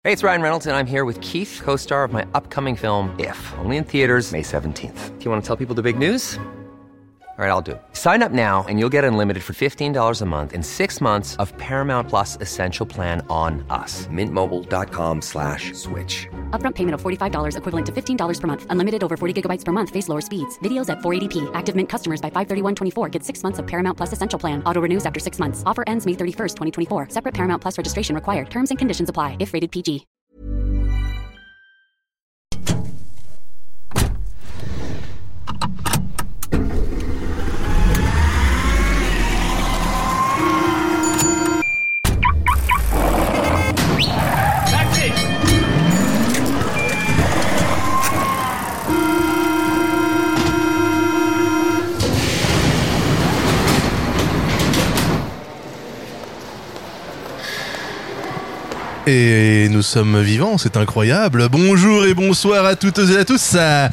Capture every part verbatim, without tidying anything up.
Hey, it's Ryan Reynolds, and I'm here with Keith, co-star of my upcoming film, If, only in theaters May seventeenth. Do you want to tell people the big news? All right, I'll do it. Sign up now and you'll get unlimited for fifteen dollars a month and six months of Paramount Plus Essential Plan on us. Mint Mobile dot com slash switch. Upfront payment of forty-five dollars equivalent to fifteen dollars per month. Unlimited over forty gigabytes per month. Face lower speeds. Videos at four eighty p. Active Mint customers by five thirty-one twenty-four get six months of Paramount Plus Essential Plan. Auto renews after six months. Offer ends May thirty-first, twenty twenty-four. Separate Paramount Plus registration required. Terms and conditions apply if rated P G. Et nous sommes vivants, c'est incroyable. Bonjour et bonsoir à toutes et à tous. Euh,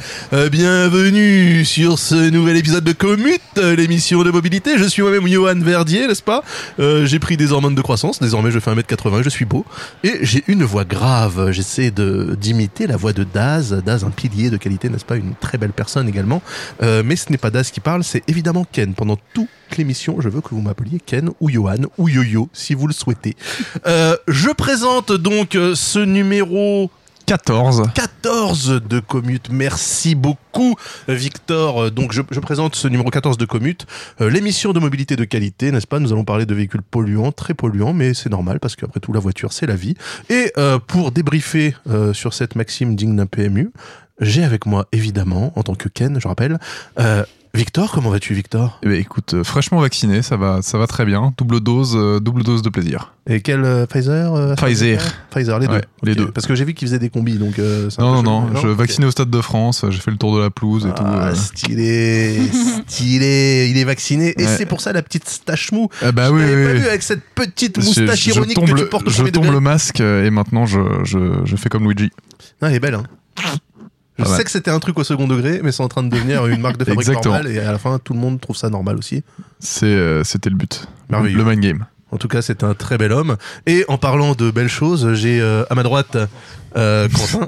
bienvenue sur ce nouvel épisode de Commute, l'émission de mobilité. Je suis moi-même Johan Verdier, n'est-ce pas ? euh, J'ai pris des hormones de croissance. Désormais, je fais un mètre quatre-vingts, je suis beau. Et j'ai une voix grave. J'essaie de, d'imiter la voix de Daz. Daz, un pilier de qualité, n'est-ce pas ? Une très belle personne également. Euh, mais ce n'est pas Daz qui parle, c'est évidemment Ken. Pendant toute l'émission, je veux que vous m'appeliez Ken ou Johan ou Yo-Yo, si vous le souhaitez. Euh, je présente donc ce numéro quatorze. quatorze de Commute. Merci beaucoup, Victor. Donc, je, je présente ce numéro quatorze de Commute, euh, l'émission de mobilité de qualité, n'est-ce pas ? Nous allons parler de véhicules polluants, très polluants, mais c'est normal parce qu'après tout, la voiture, c'est la vie. Et euh, pour débriefer euh, sur cette maxime digne d'un P M U, j'ai avec moi, évidemment, en tant que Ken, je rappelle, euh, Victor. Comment vas-tu, Victor ? Eh ben, écoute, euh, fraîchement vacciné, ça va, ça va très bien. Double dose, euh, double dose de plaisir. Et quel euh, Pfizer euh, Pfizer. Pfizer, les deux. Ouais, okay. les deux. Parce que j'ai vu qu'ils faisaient des combis, donc. Euh, c'est un non, peu non, chelou, non, je okay. vacciné au Stade de France. J'ai fait le tour de la pelouse et ah, tout. Euh... Stylé, stylé. Il est vacciné et ouais. C'est pour ça la petite stache mou. Ah bah je oui, t'avais oui, pas oui. vu avec cette petite moustache je, ironique je tombe, que tu portes au Je premier tombe degré. le masque et maintenant je, je, je fais comme Luigi. Ah, elle est belle, hein. Je ah sais ouais. que c'était un truc au second degré, mais c'est en train de devenir une marque de fabrique normale et à la fin, tout le monde trouve ça normal aussi. C'est, euh, c'était le but. Merveilleux. Le mind game. En tout cas, c'est un très bel homme. Et en parlant de belles choses, j'ai euh, à ma droite euh, Quentin.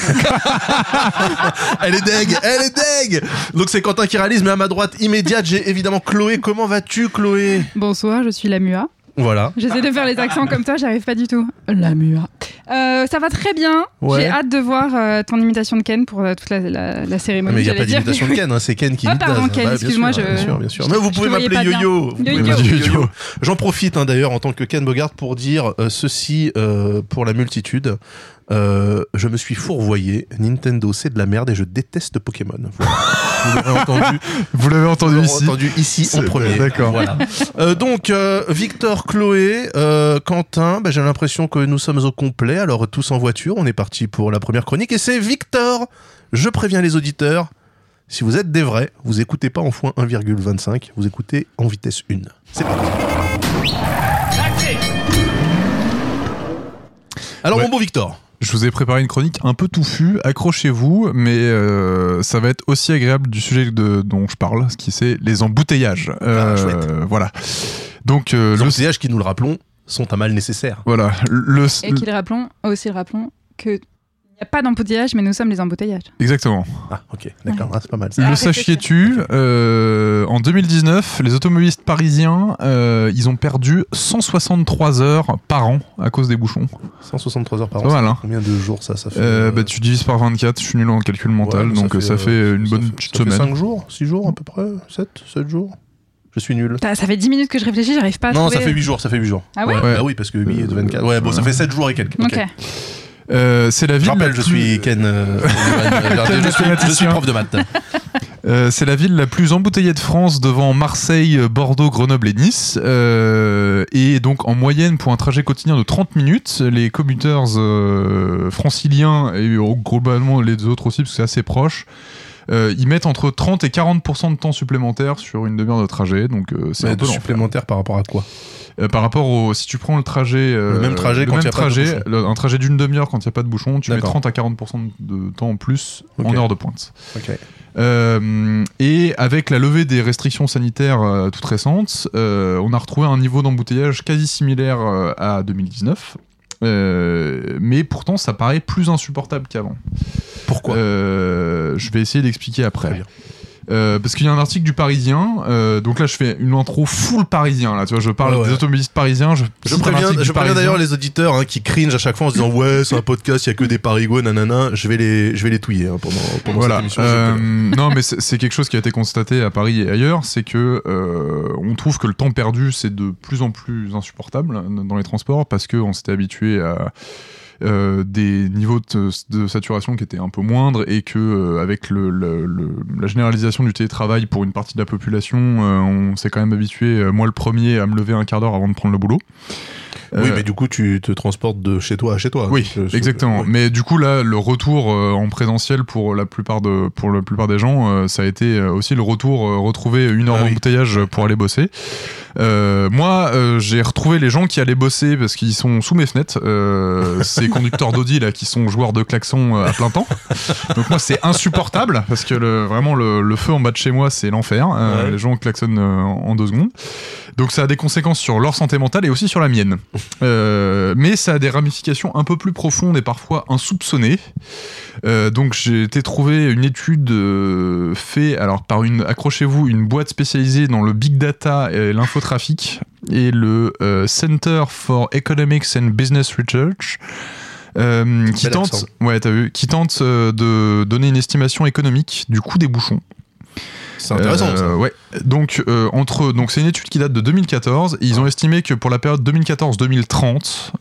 Elle est deg, elle est deg. Donc c'est Quentin qui réalise, mais à ma droite immédiate, j'ai évidemment Chloé. Comment vas-tu, Chloé ? Bonsoir, je suis la Mua. Voilà. J'essaie de faire les accents comme toi, j'arrive pas du tout. La Mua. Euh, ça va très bien. Ouais. J'ai hâte de voir euh, ton imitation de Ken pour euh, toute la, la, la cérémonie. Mais il n'y a pas dire. d'imitation de Ken, hein, c'est Ken qui ah, imite pardon, Daz. Ken, bah, excuse-moi. sûr, je... Bien sûr, bien sûr. Je, Mais vous pouvez m'appeler Yo-Yo. Vous pouvez m'appeler Yo-Yo. J'en profite hein, d'ailleurs en tant que Ken Bogart pour dire euh, ceci euh, pour la multitude. Euh, je me suis fourvoyé. Nintendo, c'est de la merde et je déteste Pokémon. Voilà. Vous l'avez entendu. Vous l'avez entendu Vous ici. entendu ici c'est en premier. D'accord. Voilà. Euh, donc, euh, Victor, Chloé, euh, Quentin, bah, j'ai l'impression que nous sommes au complet. Alors, tous en voiture, on est parti pour la première chronique. Et c'est Victor. Je préviens les auditeurs. Si vous êtes des vrais, vous écoutez pas en fois un virgule vingt-cinq, vous écoutez en vitesse un. C'est parti. Alors, ouais. Mon beau Victor. Je vous ai préparé une chronique un peu touffue, accrochez-vous, mais euh, ça va être aussi agréable du sujet de, dont je parle, ce qui c'est les embouteillages. Euh, ah, chouette. Voilà. Donc, euh, les le... embouteillages qui, nous le rappelons, sont un mal nécessaire. Voilà. Le... Et qui le rappelons, aussi le rappelons que... Il n'y a pas d'embouteillage, mais nous sommes les embouteillages. Exactement. Ah, ok, d'accord, ouais. Ah, c'est pas mal. Ça. Le sachiez-tu, euh, en deux mille dix-neuf, les automobilistes parisiens, euh, ils ont perdu cent soixante-trois heures par an à cause des bouchons. cent soixante-trois heures par an. Pas mal, hein. Combien de jours ça, ça fait euh, euh... bah, tu divises par vingt-quatre, je suis nul en calcul mental, ouais, donc ça fait, ça fait euh, une ça bonne fait, petite ça semaine. Ça fait cinq jours, six jours à peu près, sept, sept jours. Je suis nul. Ça fait dix minutes que je réfléchis, j'arrive pas à non, trouver... Non, ça fait huit jours, ça fait huit jours. Ah ouais, ouais, ouais. Ah oui, parce que huit et vingt-quatre. Ouais, bon, ouais. Ça fait sept jours et quelques. Ok. okay. Euh, c'est la ville. Je rappelle, la je plus... suis Ken. Euh, je, suis, je suis prof de maths. Euh, c'est la ville la plus embouteillée de France devant Marseille, Bordeaux, Grenoble et Nice. Euh, et donc en moyenne, pour un trajet quotidien de trente minutes, les commuteurs euh, franciliens et euh, globalement les autres aussi, parce que c'est assez proche, euh, ils mettent entre trente et quarante pour cent de temps supplémentaire sur une demi-heure de trajet. Donc euh, c'est Mais un peu supplémentaire par rapport à quoi? Euh, par rapport au, si tu prends le trajet, euh, le même trajet, le quand même il y a trajet, pas de le, un trajet d'une demi-heure quand il n'y a pas de bouchon, tu D'accord. mets trente à quarante pour cent de temps en plus okay. en heure de pointe. Okay. Euh, et avec la levée des restrictions sanitaires euh, toutes récentes, euh, on a retrouvé un niveau d'embouteillage quasi similaire euh, à deux mille dix-neuf. Euh, mais pourtant, ça paraît plus insupportable qu'avant. Pourquoi euh, Je vais essayer d'expliquer après. Euh, parce qu'il y a un article du Parisien, euh, donc là je fais une intro full parisien, là tu vois, je parle ouais, ouais. des automobilistes parisiens. Je, je préviens, je préviens d'ailleurs les auditeurs hein, qui cringe à chaque fois en se disant ouais c'est un podcast, il y a que des parigots, nanana. Je vais les, je vais les touiller hein, pendant, pendant voilà. cette émission. Euh, non mais c'est, c'est quelque chose qui a été constaté à Paris et ailleurs, c'est que euh, on trouve que le temps perdu c'est de plus en plus insupportable dans les transports parce que on s'était habitué à Euh, des niveaux de, de saturation qui étaient un peu moindres et que euh, avec le, le, le, la généralisation du télétravail pour une partie de la population, euh, on s'est quand même habitué, euh, moi le premier, à me lever un quart d'heure avant de prendre le boulot. Oui, euh, mais du coup, tu te transportes de chez toi à chez toi. Oui, donc, exactement. oui. Mais du coup, là, le retour euh, en présentiel pour la plupart de, pour la plupart des gens, euh, ça a été aussi le retour, euh, retrouver une heure ah, d'embouteillage oui. pour aller bosser. Euh, moi, euh, j'ai retrouvé les gens qui allaient bosser parce qu'ils sont sous mes fenêtres. Euh, ces conducteurs d'Audi là qui sont joueurs de klaxon euh, à plein temps. Donc moi, c'est insupportable parce que le, vraiment le, le feu en bas de chez moi, c'est l'enfer. Euh, ouais. Les gens klaxonnent euh, en deux secondes. Donc ça a des conséquences sur leur santé mentale et aussi sur la mienne. Euh, mais ça a des ramifications un peu plus profondes et parfois insoupçonnées. Euh, donc j'ai été trouver une étude euh, faite alors par une, accrochez-vous, une boîte spécialisée dans le big data et l'infotrafic et le euh, Center for Economics and Business Research. Euh, qui, tente, ouais, t'as vu, qui tente euh, de donner une estimation économique du coût des bouchons. C'est intéressant euh, ça. Ouais. Donc euh, entre donc c'est une étude qui date de deux mille quatorze et ils ont estimé que pour la période deux mille quatorze deux mille trente,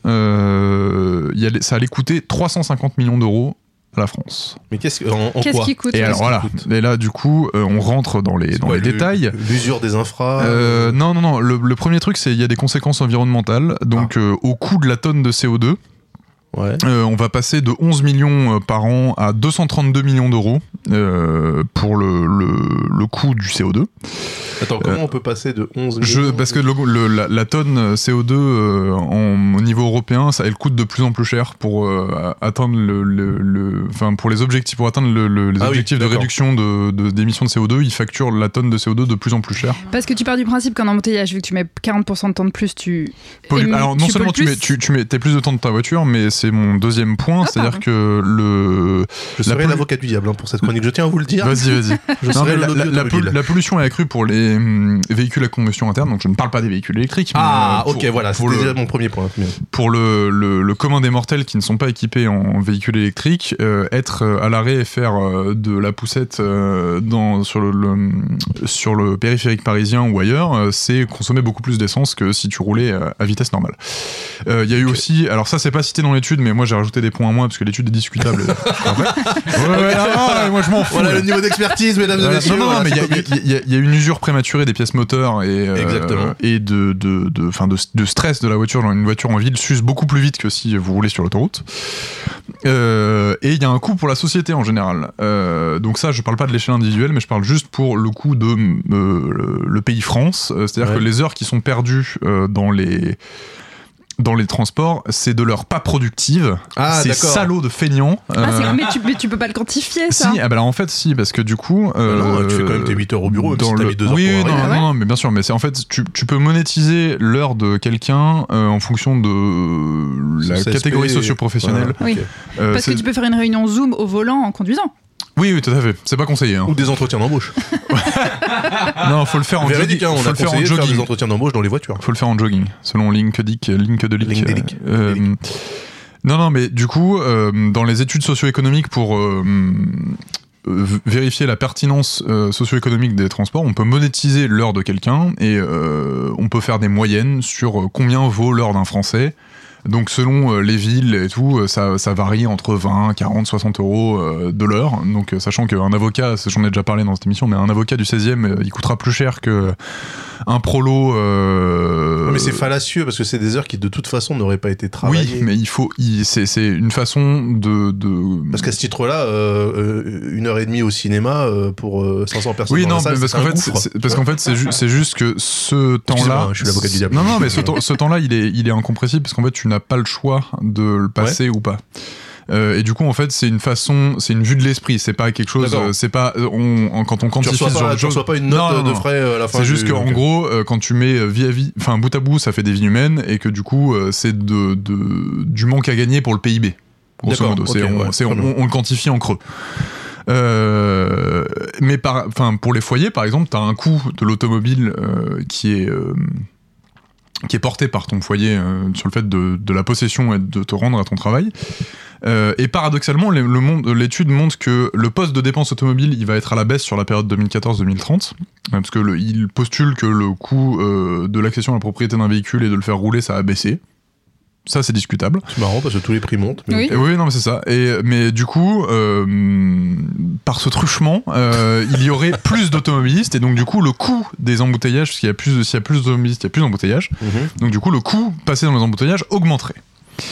euh, y allait, ça allait coûter trois cent cinquante millions d'euros à la France. Mais qu'est-ce, en, en qu'est-ce quoi qui coûte Et alors voilà. Coûte et là du coup euh, on rentre dans les dans quoi, les le, détails. L'usure des infras. Euh, non non non. Le, le premier truc c'est il y a des conséquences environnementales. Donc ah. euh, au coût de la tonne de C O deux. Ouais. Euh, on va passer de onze millions par an à deux cent trente-deux millions d'euros euh, pour le, le, le coût du C O deux. Attends, comment euh, on peut passer de onze millions je, Parce que le, le, la, la tonne C O deux euh, en, au niveau européen, ça, elle coûte de plus en plus cher pour euh, atteindre le, le, le, enfin pour les objectifs, pour atteindre le, le, les ah objectifs oui, de réduction de, de, d'émissions de C O deux, ils facturent la tonne de C O deux de plus en plus cher. Parce que tu pars du principe qu'en embouteillage, vu que tu mets quarante pour cent de temps de plus, tu. Pollu- Alors non tu seulement tu mets, tu, tu mets, t'as plus de temps de ta voiture, mais c'est mon deuxième point, ah, c'est-à-dire pardon. que le. Je serai la l'avocat du diable hein, pour cette chronique. Je tiens à vous le dire. Vas-y, vas-y. Je non, la, la, la, pol- la pollution est accrue pour les hum, véhicules à combustion interne, donc je ne parle pas des véhicules électriques. Ah, mais, ok, pour, voilà, pour c'était le, déjà mon premier point. Pour le, le, le commun des mortels qui ne sont pas équipés en véhicules électriques, euh, être à l'arrêt et faire euh, de la poussette euh, dans, sur, le, le, sur le périphérique parisien ou ailleurs, euh, c'est consommer beaucoup plus d'essence que si tu roulais à, à vitesse normale. Il euh, y a eu okay. aussi, alors ça c'est pas cité dans l'étude, mais moi j'ai rajouté des points à moins parce que l'étude est discutable. ouais, ouais, ah, moi je m'en fous. Voilà le niveau d'expertise, mesdames et messieurs. Non, non, voilà, mais il y, y, y a une usure prématurée des pièces moteurs et, euh, et de, de, de, fin de, de stress de la voiture. Une voiture en ville s'use beaucoup plus vite que si vous roulez sur l'autoroute. Euh, et il y a un coût pour la société en général. Euh, donc ça, je parle pas de l'échelle individuelle, mais je parle juste pour le coût de euh, le, le pays France. C'est-à-dire ouais. que les heures qui sont perdues euh, dans les dans les transports, c'est de l'heure pas productive. Ah, c'est d'accord. Salaud de feignant. Ah, c'est... Mais, tu, mais tu peux pas le quantifier, ça. Si, ah bah là, en fait, si, parce que du coup. Euh, non, tu fais quand même tes huit heures au bureau, dans même si le... t'as mis deux heures oui, pour non, arriver. non, non, mais bien sûr, mais c'est en fait, tu, tu peux monétiser l'heure de quelqu'un euh, en fonction de la catégorie socio-professionnelle. Ouais, okay. Oui, euh, parce c'est... que tu peux faire une réunion Zoom au volant en conduisant. Oui, oui, tout à fait. C'est pas conseillé. Hein. Ou des entretiens d'embauche. Non, faut le faire en Véridique, jogging. Hein, on faut a le faire en jogging. jogging. Faire des entretiens d'embauche dans les voitures. Faut le faire en jogging, selon Linkedic, Linkedic. Linkedic. Euh, euh, non, non, mais du coup, euh, dans les études socio-économiques pour euh, euh, vérifier la pertinence euh, socio-économique des transports, on peut monétiser l'heure de quelqu'un et euh, on peut faire des moyennes sur combien vaut l'heure d'un Français. Donc selon euh, les villes et tout, ça, ça varie entre vingt, quarante, soixante euros euh, de l'heure. Donc euh, sachant qu'un avocat, j'en ai déjà parlé dans cette émission, mais un avocat du seizième, euh, il coûtera plus cher qu'un prolo. Euh... Mais c'est fallacieux parce que c'est des heures qui de toute façon n'auraient pas été travaillées. Oui, mais il faut, il, c'est, c'est une façon de, de... Parce qu'à ce titre-là, euh, une heure et demie au cinéma euh, pour euh, cinq cents personnes. Oui, dans non, la salle, mais parce qu'en fait, c'est, c'est, parce qu'en fait, c'est, ju- c'est juste que ce temps-là. Je suis l'avocat du diable. Non, non, mais ce, temps, ce temps-là, il est, il est incompressible parce qu'en fait, tu n'as pas le choix de le passer ouais. ou pas. Euh, et du coup, en fait, c'est une façon, c'est une vue de l'esprit. C'est pas quelque chose. Euh, c'est pas on, on, quand on quantifie tu reçois ce genre pas, de tu choses. reçois pas une note non, non, de non. frais à la fin. C'est juste du... qu'en okay. gros, euh, quand tu mets vie à vie, enfin bout à bout, ça fait des vies humaines et que du coup, euh, c'est de, de du manque à gagner pour le P I B. Grosso modo, okay, c'est, on, ouais, c'est, on, on le quantifie en creux. Euh, mais par, enfin, pour les foyers, par exemple, tu as un coût de l'automobile euh, qui est euh, qui est porté par ton foyer euh, sur le fait de, de la possession et de te rendre à ton travail. Euh, et paradoxalement, le, le monde, l'étude montre que le poste de dépense automobile, il va être à la baisse sur la période deux mille quatorze deux mille trente, euh, parce que le, il postule que le coût euh, de l'accession à la propriété d'un véhicule et de le faire rouler, ça a baissé. Ça, c'est discutable. C'est marrant parce que tous les prix montent. Mais oui. okay. Et oui, non, mais c'est ça. Et, mais du coup, euh, par ce truchement, euh, il y aurait plus d'automobilistes et donc du coup, le coût des embouteillages, parce qu'il y a plus, de, s'il y a plus d'automobilistes, il y a plus d'embouteillages. Mm-hmm. Donc du coup, le coût passé dans les embouteillages augmenterait.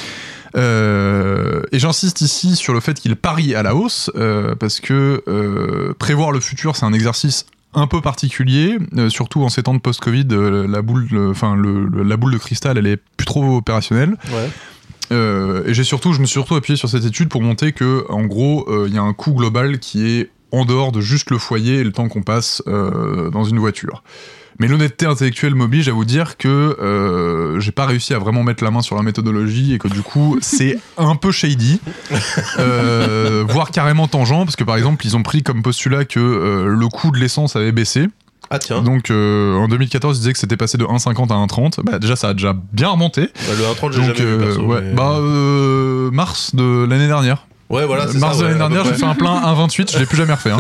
Euh, et j'insiste ici sur le fait qu'il parie à la hausse euh, parce que euh, prévoir le futur, c'est un exercice un peu particulier, euh, surtout en ces temps de post-Covid, euh, la boule, enfin le, le, la boule de cristal, elle est plus trop opérationnelle. Ouais. Euh, et j'ai surtout, je me suis surtout appuyé sur cette étude pour montrer que, en gros, il euh, y a un coût global qui est en dehors de juste le foyer et le temps qu'on passe euh, dans une voiture. Mais l'honnêteté intellectuelle m'oblige à vous dire que euh, j'ai pas réussi à vraiment mettre la main sur la méthodologie et que du coup c'est un peu shady, euh, voire carrément tangent, parce que par exemple ils ont pris comme postulat que euh, le coût de l'essence avait baissé. Ah tiens. Donc euh, en deux mille quatorze ils disaient que c'était passé de un virgule cinquante à un virgule trente. Bah déjà ça a déjà bien remonté. Bah, le un virgule trente j'ai donc, jamais euh, vu perso, ouais, mais... bah euh, mars de l'année dernière. Ouais, voilà, c'est mars ça, de l'année ouais, dernière, j'ai fait un plein un virgule vingt-huit, je l'ai plus jamais refait. Hein.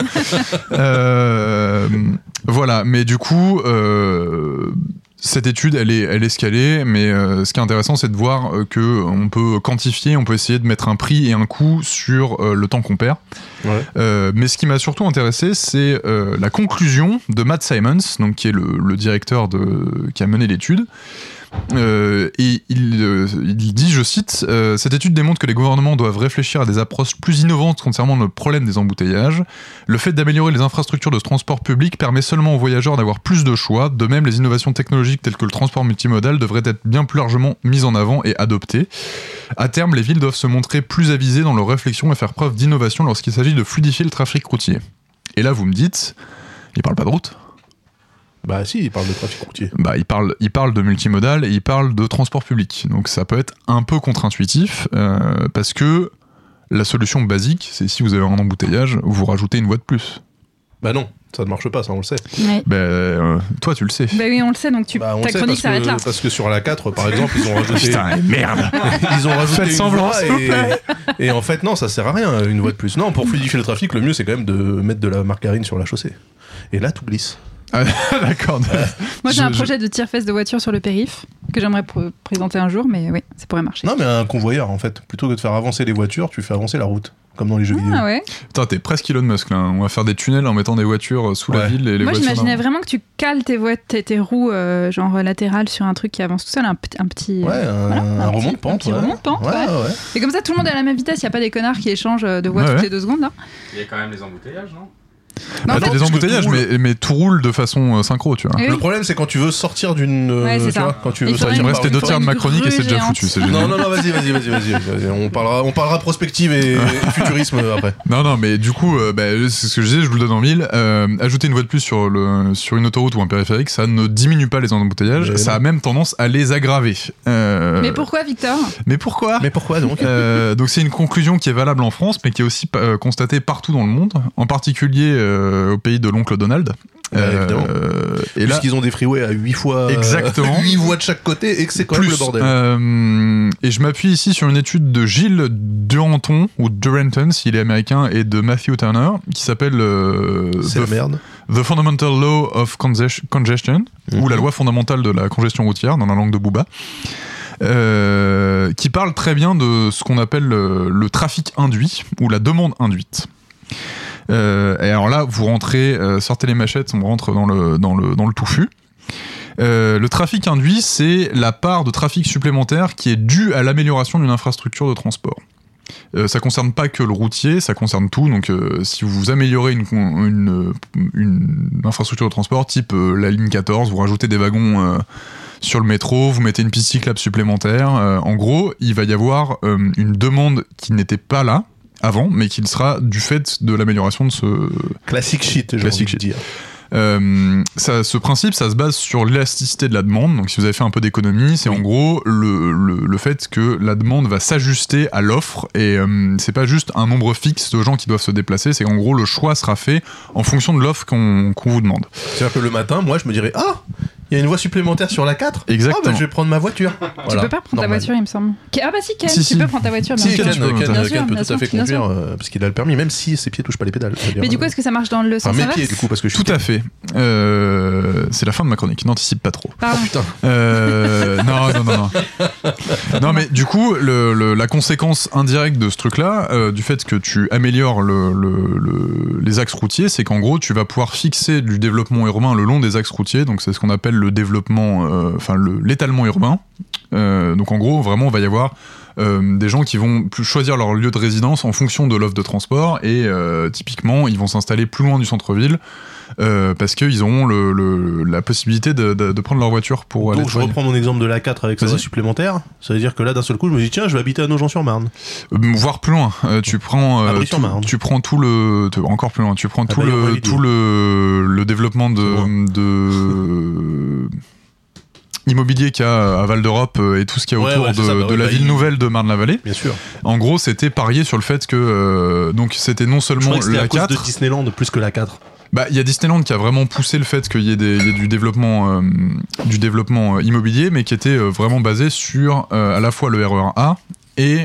euh, voilà, mais du coup, euh, cette étude, elle est, elle est scalée, mais euh, ce qui est intéressant, c'est de voir euh, que on peut quantifier, on peut essayer de mettre un prix et un coût sur euh, le temps qu'on perd. Ouais. Euh, mais ce qui m'a surtout intéressé, c'est euh, la conclusion de Matt Simons, donc qui est le, le directeur de, qui a mené l'étude. Euh, et il, euh, il dit, je cite, euh, cette étude démontre que les gouvernements doivent réfléchir à des approches plus innovantes concernant le problème des embouteillages. Le fait d'améliorer les infrastructures de transport public permet seulement aux voyageurs d'avoir plus de choix. De même, les innovations technologiques telles que le transport multimodal devraient être bien plus largement mises en avant et adoptées. À terme, les villes doivent se montrer plus avisées dans leurs réflexions et faire preuve d'innovation lorsqu'il s'agit de fluidifier le trafic routier. Et là, vous me dites, il parle pas de route ? Bah si, il parle de trafic routier. Bah il parle, il parle de multimodal et il parle de transport public. Donc ça peut être un peu contre-intuitif euh, parce que la solution basique, c'est si vous avez un embouteillage, vous rajoutez une voie de plus. Bah non, ça ne marche pas, ça on le sait. Ouais. Bah euh, toi tu le sais. Bah oui, on le sait, donc tu, bah, on ta le sait chronique parce s'arrête que, là. Parce que sur la quatre, par exemple, ils ont rajouté... Putain, merde. Ils ont rajouté Faites une semblant, voie et, et en fait, non, ça sert à rien, une voie de plus. Non, pour fluidifier le trafic, le mieux c'est quand même de mettre de la margarine sur la chaussée. Et là, tout glisse. Ah, d'accord. Moi j'ai Je- un je- projet de tire-fesse de voiture sur le périph' que j'aimerais pr- présenter un jour, mais oui, ça pourrait marcher. Non, mais un convoyeur, en fait. Plutôt que de faire avancer les voitures, tu fais avancer la route. Comme dans les jeux vidéo. Ah ouais. Putain, t'es presque Elon Musk là. On va faire des tunnels en mettant des voitures sous la Ouais. ville et les Moi voitures. j'imaginais dans- vraiment que tu cales tes, voies, tes, tes roues euh, genre latérales sur un truc qui avance tout seul, un, p- un petit. Ouais, un, voilà, un petit- remont de pente. Un petit ouais. remont de pente, Ouais, ouais. ouais. Et comme ça tout le monde est à la même vitesse, il n'y a pas des connards qui échangent de voie Ouais, toutes ouais. les deux secondes. Hein. Il y a quand même les embouteillages, non? Non, Bah, en t'as fait- des parce que embouteillages, tout roule. mais, mais tout roule de façon euh, synchro, tu vois. Eh oui. Le problème, c'est quand tu veux sortir d'une. euh, Ouais, c'est tu ça. vois, quand tu veux Il faudrait sortir Il me une- par restait une deux porte. tiers de ma une chronique et c'est déjà grue foutu. C'est Non, génial. non, non, vas-y, vas-y, vas-y, vas-y. vas-y. On parlera, on parlera prospective et, et futurisme après. Non, non, mais du coup, euh, bah, c'est ce que je disais, je vous le donne en mille. Euh, ajouter une voie de plus sur, le, sur une autoroute ou un périphérique, ça ne diminue pas les embouteillages, Mais ça non. a même tendance à les aggraver. Euh, Mais pourquoi Victor? mais pourquoi Mais pourquoi donc Euh, donc c'est une conclusion qui est valable en France, mais qui est aussi euh, constatée partout dans le monde, en particulier euh, au pays de l'oncle Donald. Ouais, évidemment. et là, Puisqu'ils ont des freeways à huit fois. Exactement. huit voies de chaque côté et que c'est quand même plus, le bordel. euh, et je m'appuie ici sur une étude de Gilles Duranton, ou Duranton s'il est américain, et de Matthew Turner, qui s'appelle euh, C'est la The, merde. The Fundamental Law of Conges- Congestion, Mhm. ou la loi fondamentale de la congestion routière, dans la langue de Booba, euh, qui parle très bien de ce qu'on appelle le, le trafic induit, ou la demande induite. Euh, et alors là, vous rentrez, euh, sortez les machettes, on rentre dans le, dans le, dans le touffu. Euh, le trafic induit, c'est la part de trafic supplémentaire qui est due à l'amélioration d'une infrastructure de transport. Euh, ça concerne pas que le routier, ça concerne tout. Donc, euh, si vous améliorez une, une, une infrastructure de transport, type euh, la ligne quatorze, vous rajoutez des wagons euh, sur le métro, vous mettez une piste cyclable supplémentaire. Euh, en gros, il va y avoir euh, une demande qui n'était pas là avant, mais qui sera du fait de l'amélioration de ce... Classic shit, j'ai Classic envie de shit. dire. Euh, ça, ce principe, ça se base sur l'élasticité de la demande. Donc, si vous avez fait un peu d'économie, c'est Oui. en gros le, le, le fait que la demande va s'ajuster à l'offre et euh, c'est pas juste un nombre fixe de gens qui doivent se déplacer. C'est qu'en gros, le choix sera fait en fonction de l'offre qu'on, qu'on vous demande. C'est-à-dire que le matin, moi, je me dirais ah, il y a une voie supplémentaire sur la quatre. Exactement. Ah, bah, je vais prendre ma voiture. Tu Voilà, peux pas prendre ta normal. voiture, il me semble. Ah bah si, Ken, Si, tu si. peux prendre ta voiture, bien Si, sûr. Ken, tu peux, Ken, bien Ken sûr, peut bien tout à sûr, fait bien conduire sûr. euh, parce qu'il a le permis, même si ses pieds touchent pas les pédales. C'est-à-dire, Mais du coup, euh, est-ce que ça marche dans le sens enfin, mes inverse pieds, du coup, parce que je suis Tout à fait. Euh, c'est la fin de ma chronique. N'anticipe pas trop. Pardon. Putain. Euh, non, non, non, non. Non, mais du coup, le, le- la conséquence indirecte de ce truc-là, euh, du fait que tu améliores le, le- le- les axes routiers, c'est qu'en gros, tu vas pouvoir fixer du développement urbain le long des axes routiers. Donc, c'est ce qu'on appelle le développement, euh, enfin, le- l'étalement urbain. Euh, donc, en gros, vraiment, il va y avoir euh, des gens qui vont plus choisir leur lieu de résidence en fonction de l'offre de transport et euh, typiquement, ils vont s'installer plus loin du centre-ville. Euh, parce qu'ils auront le, le- la possibilité de, de- de prendre leur voiture pour aller Donc je travailler. reprends mon exemple de la quatre avec sa Vas-y. voie supplémentaire. Ça veut dire que là, d'un seul coup, je me dis tiens, je vais habiter à Nogent-sur-Marne. Euh, voire plus loin. Euh, tu prends, euh, Abri-sur-Marne. tout, tu prends tout le, te- encore plus loin. Tu prends Ah tout bah, il y aura le, vidéo. tout le, le développement C'est de, de immobilier qu'il y a à Val d'Europe euh, et tout ce qu'il y a Ouais, autour ouais, c'est de, ça, bah de ouais, la bah, ville il- nouvelle de Marne-la-Vallée. Bien sûr. En gros, c'était parié sur le fait que euh, donc c'était non Je seulement croyais que c'était la à cause de quatre. Disneyland plus que la quatre. Bah, il y a Disneyland qui a vraiment poussé le fait qu'il y ait, des, il y ait du développement, euh, du développement euh, immobilier, mais qui était euh, vraiment basé sur euh, à la fois le R E R A et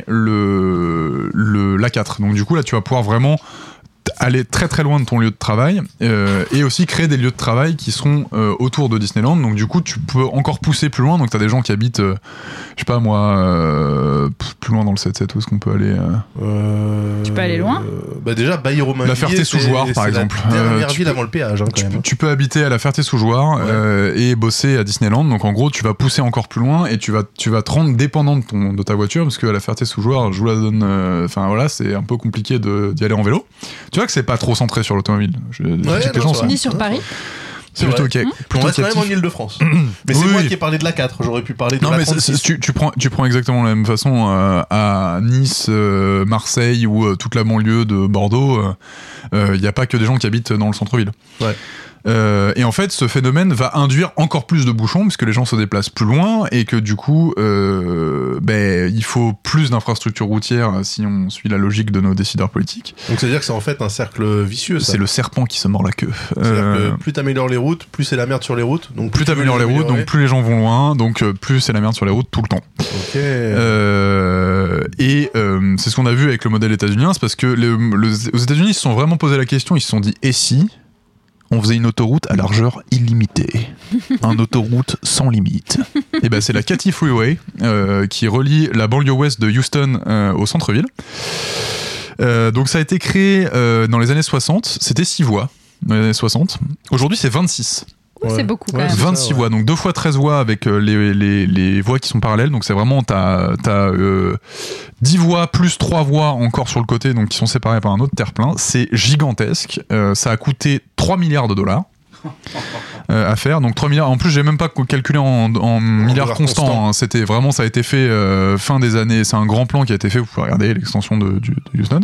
le, le l'A quatre. Donc du coup là, tu vas pouvoir vraiment t- aller très très loin de ton lieu de travail euh, et aussi créer des lieux de travail qui seront euh, autour de Disneyland. Donc du coup, tu peux encore pousser plus loin. Donc tu as des gens qui habitent, euh, je sais pas moi, euh, pff, plus loin dans le sept sept, où est-ce qu'on peut aller euh, Euh, Tu peux aller loin euh, Bah déjà, Bailly-Romainvilliers, La Ferté-sous-Jouarre, c'est- par c'est exemple. La dernière Euh, tu ville peux- avant le péage, hein, quand Tu, même. tu peux habiter à la Ferté-sous-Jouarre Ouais. euh, et bosser à Disneyland. Donc en gros, tu vas pousser encore plus loin et tu vas, tu vas te rendre dépendant de, ton, de ta voiture parce qu'à la Ferté-sous-Jouarre, je vous la donne. Enfin voilà, c'est un peu compliqué de, d'y aller en vélo. Tu vois que c'est pas trop centré sur l'automobile. Je, je dis que les non, gens c'est sont- vrai. Ni sur Ouais, Paris. c'est c'est plutôt vrai. ok. On Plutôt reste quand même en captif. Ile-de-France. Mais c'est Oui, moi oui. qui ai parlé de la quatre. J'aurais pu parler de Non la mais c'est- trente-six. c'est- tu, tu prends tu prends exactement de la même façon euh, à Nice, euh, Marseille ou euh, toute la banlieue de Bordeaux. Il n'y a pas que des gens qui habitent dans le centre-ville. Ouais. Euh, et en fait, ce phénomène va induire encore plus de bouchons puisque les gens se déplacent plus loin et que du coup, euh, ben, il faut plus d'infrastructures routières si on suit la logique de nos décideurs politiques. Donc c'est-à-dire que c'est en fait un cercle vicieux, ça. C'est le serpent qui se mord la queue. C'est-à-dire Euh, que plus t'améliores les routes, plus c'est la merde sur les routes. Donc plus tu veux t'améliores les routes, améliorer. donc plus les gens vont loin, donc euh, plus c'est la merde sur les routes tout le temps. Ok. Euh, et euh, c'est ce qu'on a vu avec le modèle états-unien, c'est parce que le- le- aux États-Unis, ils se sont vraiment posé la question, ils se sont dit et si on faisait une autoroute à largeur illimitée, un autoroute sans limite. Et ben c'est la Katy Freeway euh, qui relie la banlieue ouest de Houston euh, au centre-ville. Euh, donc ça a été créé euh, dans les années soixante, c'était six voies dans les années soixante. Aujourd'hui c'est vingt-six. Ouais, Ouais. c'est beaucoup quand Ouais, même. c'est ça, vingt-six ouais. voies, donc deux fois treize voies avec euh, les, les, les voies qui sont parallèles. Donc c'est vraiment, t'as, t'as euh, dix voies plus trois voies encore sur le côté, donc qui sont séparées par un autre terre-plein. C'est gigantesque. Euh, ça a coûté trois milliards de dollars. Euh, à faire, donc trois milliards. En plus, j'ai même pas calculé en, en milliards dollars constants. constants. hein. C'était vraiment, ça a été fait euh, fin des années. C'est un grand plan qui a été fait. Vous pouvez regarder l'extension de, du- de Houston.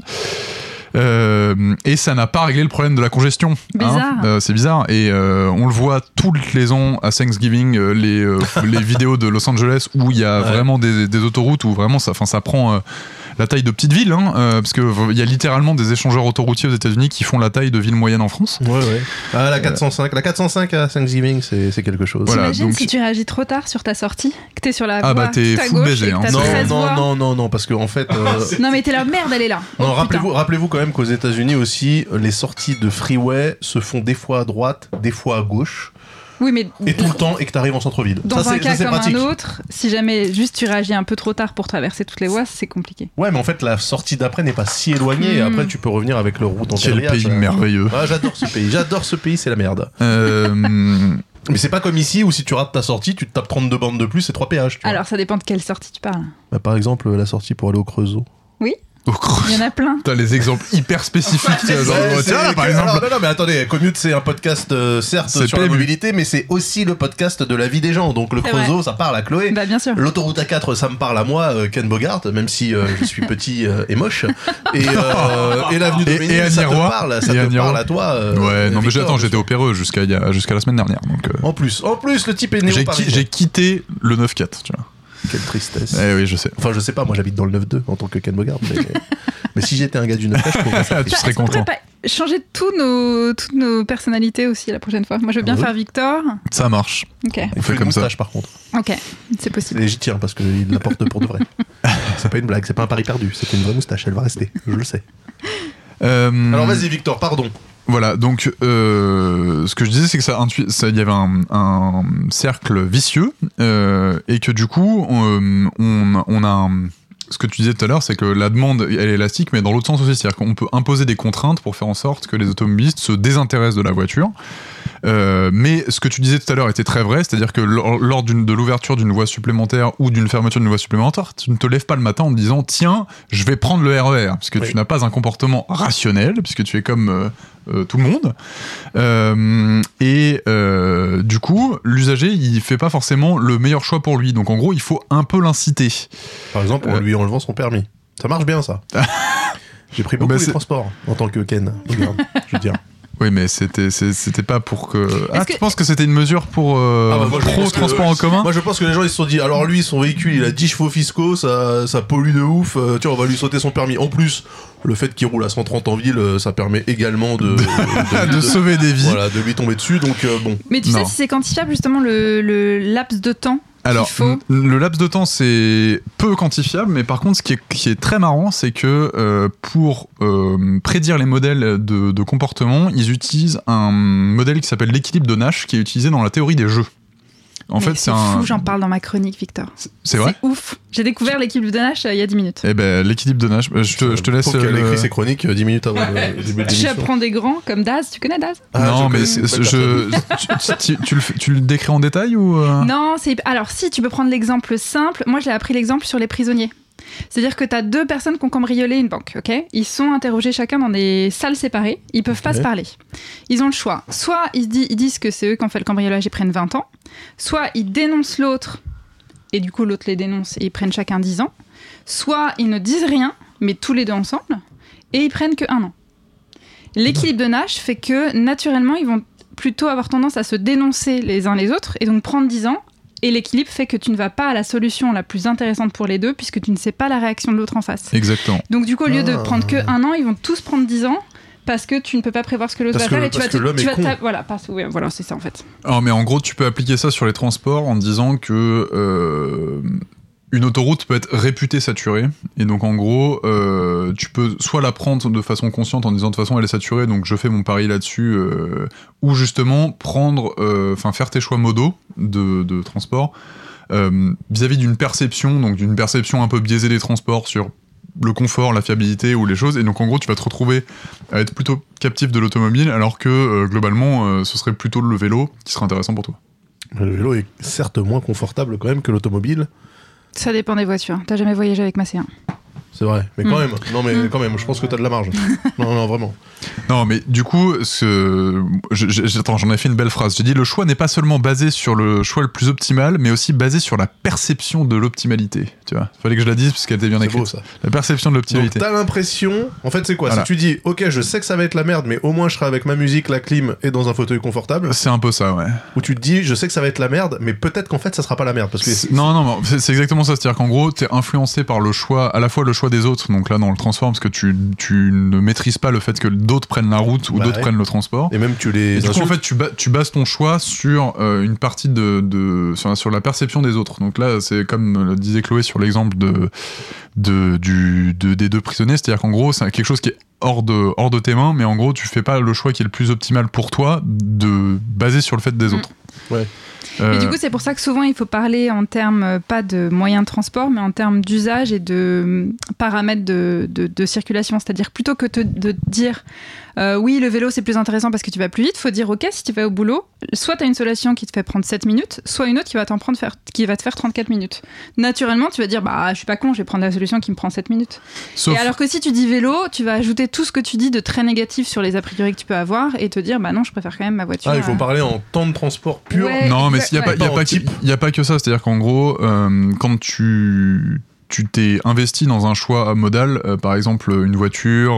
Euh, et ça n'a pas réglé le problème de la congestion. Bizarre. Euh, c'est bizarre. Et euh, on le voit tous les ans à Thanksgiving, euh, les, euh, les vidéos de Los Angeles où il y a Ouais. vraiment des, des autoroutes où vraiment ça, 'fin, ça prend euh, la taille de petites villes, hein, euh, parce qu'il y a littéralement des échangeurs autoroutiers aux États-Unis qui font la taille de villes moyennes en France. Ouais, ouais. Ah, la quatre cent cinq. La quatre cent cinq à Thanksgiving, c'est c'est quelque chose. Voilà, T'imagines donc- si tu réagis trop tard sur ta sortie, que t'es sur la Ah voie bah, t'es tout à full gauche baisé, et que hein. t'as Non, treize non, voies. non, non, non, parce qu'en fait. euh, Non mais t'es là, merde, elle est là. Non, Oh, rappelez-vous, putain. rappelez-vous quand même qu'aux États-Unis aussi, les sorties de freeway se font des fois à droite, des fois à gauche, Oui, mais et tout le temps, et que t'arrives en centre-ville. dans ça, un c'est- cas ça, c'est comme pratique. un autre, si jamais juste tu réagis un peu trop tard pour traverser toutes les voies, c'est compliqué. Ouais, mais en fait, la sortie d'après n'est pas si éloignée, et Mm. après, tu peux revenir avec le route en Quel pays merveilleux. Ah, j'adore ce pays, j'adore ce pays, c'est la merde. Euh, Mais c'est pas comme ici où si tu rates ta sortie, tu te tapes trente-deux bandes de plus et trois péages. Tu vois. Alors ça dépend de quelle sortie tu parles. Bah, par exemple, la sortie pour aller au Creusot. Oui. Au Creusot. Il y en a plein. T'as les exemples hyper spécifiques. Ouais, genre, c'est- tiens, là, c'est par que- exemple. alors, non, non, mais attendez, Commute, c'est un podcast, euh, certes, C'est sur la P M U. mobilité, mais c'est aussi le podcast de la vie des gens. Donc, le C'est Creusot, ça parle à Chloé. Bah, bien sûr. L'autoroute A quatre, ça me parle à moi, euh, Ken Bogart, même si euh, je suis petit euh, et moche. Et, euh, et l'avenue de Et- Ménil, et Annie ça te Roy. parle, ça Et te Annie parle Roy. à toi. euh, Ouais, non, mais Victor, attends, je j'étais sais. opéreux jusqu'à, il y a- jusqu'à la semaine dernière. Donc, euh, En plus, en plus, le type est j'ai, qui- néo-parisien. j'ai quitté le neuf quatre, tu vois. Quelle tristesse. Eh oui, je sais. Enfin, je sais pas, moi j'habite dans le neuf deux en tant que Ken Bogart, mais, mais si j'étais un gars du neuf quatre, je trouverais ça Tu triste. serais Est-ce qu'on pourrait content. pas changer tous nos, toutes nos personnalités aussi la prochaine fois. Moi, je veux bien Ah oui. faire Victor. Ça marche. Ok, Il On faut fait une comme ça. moustache par contre. ok, c'est possible. Et j'y tiens parce qu'il l'apporte pour de vrai. C'est pas une blague, c'est pas un pari perdu, c'est une vraie moustache, elle va rester, je le sais. Euh, Alors vas-y Victor, pardon. Voilà, donc euh, ce que je disais, c'est que ça, intui- ça, il y avait un, un cercle vicieux euh, et que du coup, on, on, on a un- ce que tu disais tout à l'heure, c'est que la demande elle est élastique, mais dans l'autre sens aussi, c'est-à-dire qu'on peut imposer des contraintes pour faire en sorte que les automobilistes se désintéressent de la voiture. Euh, mais ce que tu disais tout à l'heure était très vrai, c'est-à-dire que lors, lors d'une, de l'ouverture d'une voie supplémentaire ou d'une fermeture d'une voie supplémentaire, tu ne te lèves pas le matin en te disant tiens, je vais prendre le R E R, puisque Oui. tu n'as pas un comportement rationnel, puisque tu es comme euh, euh, tout le monde. Euh, et euh, du coup, l'usager, il fait pas forcément le meilleur choix pour lui. Donc en gros, il faut un peu l'inciter. Par exemple, en Euh. lui enlevant son permis. Ça marche bien ça. J'ai pris beaucoup Bah, les c'est- transports en tant que Ken. Regarde, je veux dire. Oui, mais c'était, c'est- c'était pas pour que. Ah, que- tu penses que c'était une mesure pour euh, Ah bah, moi, je pro pense que- transport en commun? Moi je pense que les gens ils se sont dit alors lui son véhicule il a dix chevaux fiscaux, ça, ça pollue de ouf, euh, tiens on va lui sauter son permis. En plus, le fait qu'il roule à cent trente en ville, euh, ça permet également de, de, de sauver des vies. Voilà, de lui tomber dessus, donc euh, bon. Mais tu Non. sais si c'est quantifiable justement le, le laps de temps Alors, qu'il faut m- le laps de temps, c'est peu quantifiable, mais par contre, ce qui est, qui est très marrant, c'est que euh, pour euh, prédire les modèles de, de comportement, ils utilisent un modèle qui s'appelle l'équilibre de Nash, qui est utilisé dans la théorie des jeux. En Mais fait, c'est c'est un. fou, j'en parle dans ma chronique, Victor. C'est vrai. C'est ouf. J'ai découvert l'équipe de Nash euh, il y a dix minutes. Eh ben, l'équilibre de Nash, euh, je te, je te laisse. Faut qu'elle ait euh, écrit ses chroniques euh, dix minutes avant le début de l'émission. J'apprends des grands comme Daz. Tu connais Daz Ah, non, je mais connais c'est- une belle je, tu, tu- tu le, fais- tu le décris en détail ou euh Non, c'est alors si tu peux prendre l'exemple simple. Moi, j'ai appris l'exemple sur les prisonniers. C'est-à-dire que tu as deux personnes qui ont cambriolé une banque, ok ? Ils sont interrogés chacun dans des salles séparées, ils peuvent pas Ok. se parler. Ils ont le choix. Soit ils, se disent, ils disent que c'est eux qui ont fait le cambriolage et prennent vingt ans, soit ils dénoncent l'autre, et du coup l'autre les dénonce et ils prennent chacun dix ans, soit ils ne disent rien, mais tous les deux ensemble, et ils prennent que un an. L'équilibre de Nash fait que naturellement ils vont plutôt avoir tendance à se dénoncer les uns les autres, et donc prendre dix ans. Et l'équilibre fait que tu ne vas pas à la solution la plus intéressante pour les deux, puisque tu ne sais pas la réaction de l'autre en face. Exactement. Donc du coup, au lieu de Ah. prendre que un an, ils vont tous prendre dix ans, parce que tu ne peux pas prévoir ce que l'autre Parce va que- faire, et tu parce vas que te- l'homme tu est vas con. ta- voilà, parce- oui, voilà, c'est ça en fait. Alors, mais en gros, tu peux appliquer ça sur les transports en te disant que euh, une autoroute peut être réputée saturée. Et donc, en gros, euh, tu peux soit la prendre de façon consciente en disant de toute façon elle est saturée, donc je fais mon pari là-dessus, euh, ou justement prendre, euh, enfin faire tes choix modaux de, de transport euh, vis-à-vis d'une perception, donc d'une perception un peu biaisée des transports sur le confort, la fiabilité ou les choses, et donc en gros tu vas te retrouver à être plutôt captif de l'automobile alors que euh, globalement euh, ce serait plutôt le vélo qui serait intéressant pour toi. Le vélo est certes moins confortable quand même que l'automobile. Ça dépend des voitures. T'as jamais voyagé avec ma C un. C'est vrai, mais quand Mm. même. Non, mais Mm. quand même, je pense que t'as de la marge. non, non, vraiment. Non mais du coup, ce... je- je- attends, j'en ai fait une belle phrase. J'ai dit le choix n'est pas seulement basé sur le choix le plus optimal, mais aussi basé sur la perception de l'optimalité. Tu vois, fallait que je la dise parce qu'elle était bien C'est écrite. beau ça. La perception de Donc l'optimalité. t'as l'impression, en fait c'est quoi Voilà. Si tu dis, ok, je sais que ça va être la merde, mais au moins je serai avec ma musique, la clim et dans un fauteuil confortable. C'est un peu ça, ouais. Ou tu te dis, je sais que ça va être la merde, mais peut-être qu'en fait ça sera pas la merde parce que C'est- Non, non, non, c'est c'est exactement ça. C'est-à-dire qu'en gros, t'es influencé par le choix, à la fois le choix des autres, donc là dans le transport, parce que tu, tu ne maîtrises pas le fait que d'autres prennent la route ou Bah d'autres ouais. prennent le transport. et même tu les Et du coup, en insultes. fait, tu, ba- tu bases ton choix sur euh, une partie de, de sur, sur la perception des autres. Donc là, c'est comme le disait Chloé sur l'exemple de, de, du, de- des deux prisonniers, c'est-à-dire qu'en gros, c'est quelque chose qui est hors de, hors de tes mains, mais en gros, tu fais pas le choix qui est le plus optimal pour toi, de basé sur le fait des Mm. autres. Ouais. Mais Euh, du coup, c'est pour ça que souvent, il faut parler en termes, euh, pas de moyens de transport, mais en termes d'usage et de euh, paramètres de, de, de circulation. C'est-à-dire, plutôt que te, de dire, euh, oui, le vélo, c'est plus intéressant parce que tu vas plus vite, faut dire, OK, si tu vas au boulot, soit tu as une solution qui te fait prendre sept minutes, soit une autre qui va, t'en prendre faire, qui va te faire trente-quatre minutes. Naturellement, tu vas dire, bah, je suis pas con, je vais prendre la solution qui me prend sept minutes. sauf- Et alors que si tu dis vélo, tu vas ajouter tout ce que tu dis de très négatif sur les a priori que tu peux avoir et te dire, bah non, je préfère quand même ma voiture. Ah, il faut à- parler en temps de transport pur. Ouais. Non, mais exact, il n'y a, ouais. pas- y a, Pas en pas type. que- y a pas que ça. C'est-à-dire qu'en gros, euh, quand tu tu t'es investi dans un choix modal, euh, par exemple une voiture,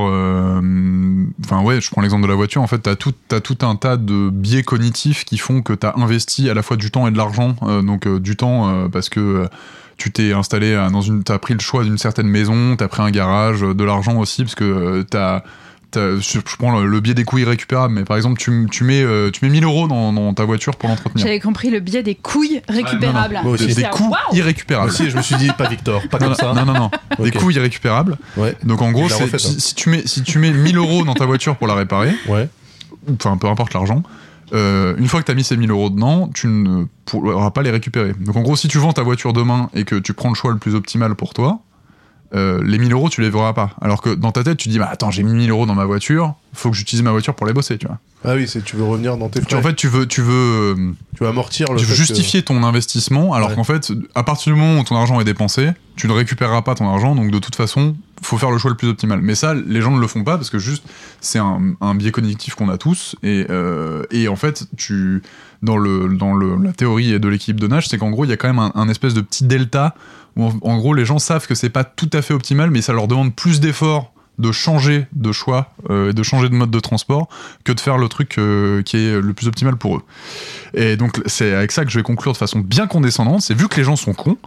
euh, enfin ouais, je prends l'exemple de la voiture, en fait, t'as tout, t'as tout un tas de biais cognitifs qui font que t'as investi à la fois du temps et de l'argent, euh, donc euh, du temps euh, parce que euh, tu t'es installé à- dans une, t'as pris le choix d'une certaine maison, t'as pris un garage, euh, de l'argent aussi, parce que euh, t'as T'as- Je je prends le, le biais des coûts irrécupérables, mais par exemple, tu, tu, mets, euh, tu mets mille euros dans, dans ta voiture pour l'entretenir. J'avais compris le biais des couilles récupérables. Moi aussi. Des, des Ah, coûts waouh. irrécupérables. Moi aussi, je me suis dit, pas Victor, pas Non, comme ça. non, non, non. Ok. Des coûts irrécupérables. Ouais, Donc en gros, Je la c'est- refais, si, hein. si tu mets, si tu mets mille euros dans ta voiture pour la réparer, ouais. ou enfin peu importe l'argent, euh, une fois que tu as mis ces mille euros dedans, tu ne pourras pas les récupérer. Donc en gros, si tu vends ta voiture demain et que tu prends le choix le plus optimal pour toi, euh, les mille euros, tu les verras pas. Alors que dans ta tête, tu dis, bah attends, j'ai mis mille euros dans ma voiture, faut que j'utilise ma voiture pour les bosser, tu vois. Ah oui, c'est tu veux revenir dans tes Tu- frais. en fait, tu veux, tu veux, euh, tu veux amortir le tu veux fait que- justifier ton investissement, alors Ouais. qu'en fait, à partir du moment où ton argent est dépensé, tu ne récupéreras pas ton argent, donc de toute façon, faut faire le choix le plus optimal. Mais ça, les gens ne le font pas parce que juste, c'est un, un biais cognitif qu'on a tous, et, euh, et en fait, tu, dans, le, dans le, la théorie de l'équipe de nage, c'est qu'en gros, il y a quand même un, un espèce de petit delta où en, en gros, les gens savent que c'est pas tout à fait optimal, mais ça leur demande plus d'efforts de changer de choix, euh, de changer de mode de transport, que de faire le truc euh, qui est le plus optimal pour eux. Et donc c'est avec ça que je vais conclure de façon bien condescendante, c'est vu que les gens sont cons,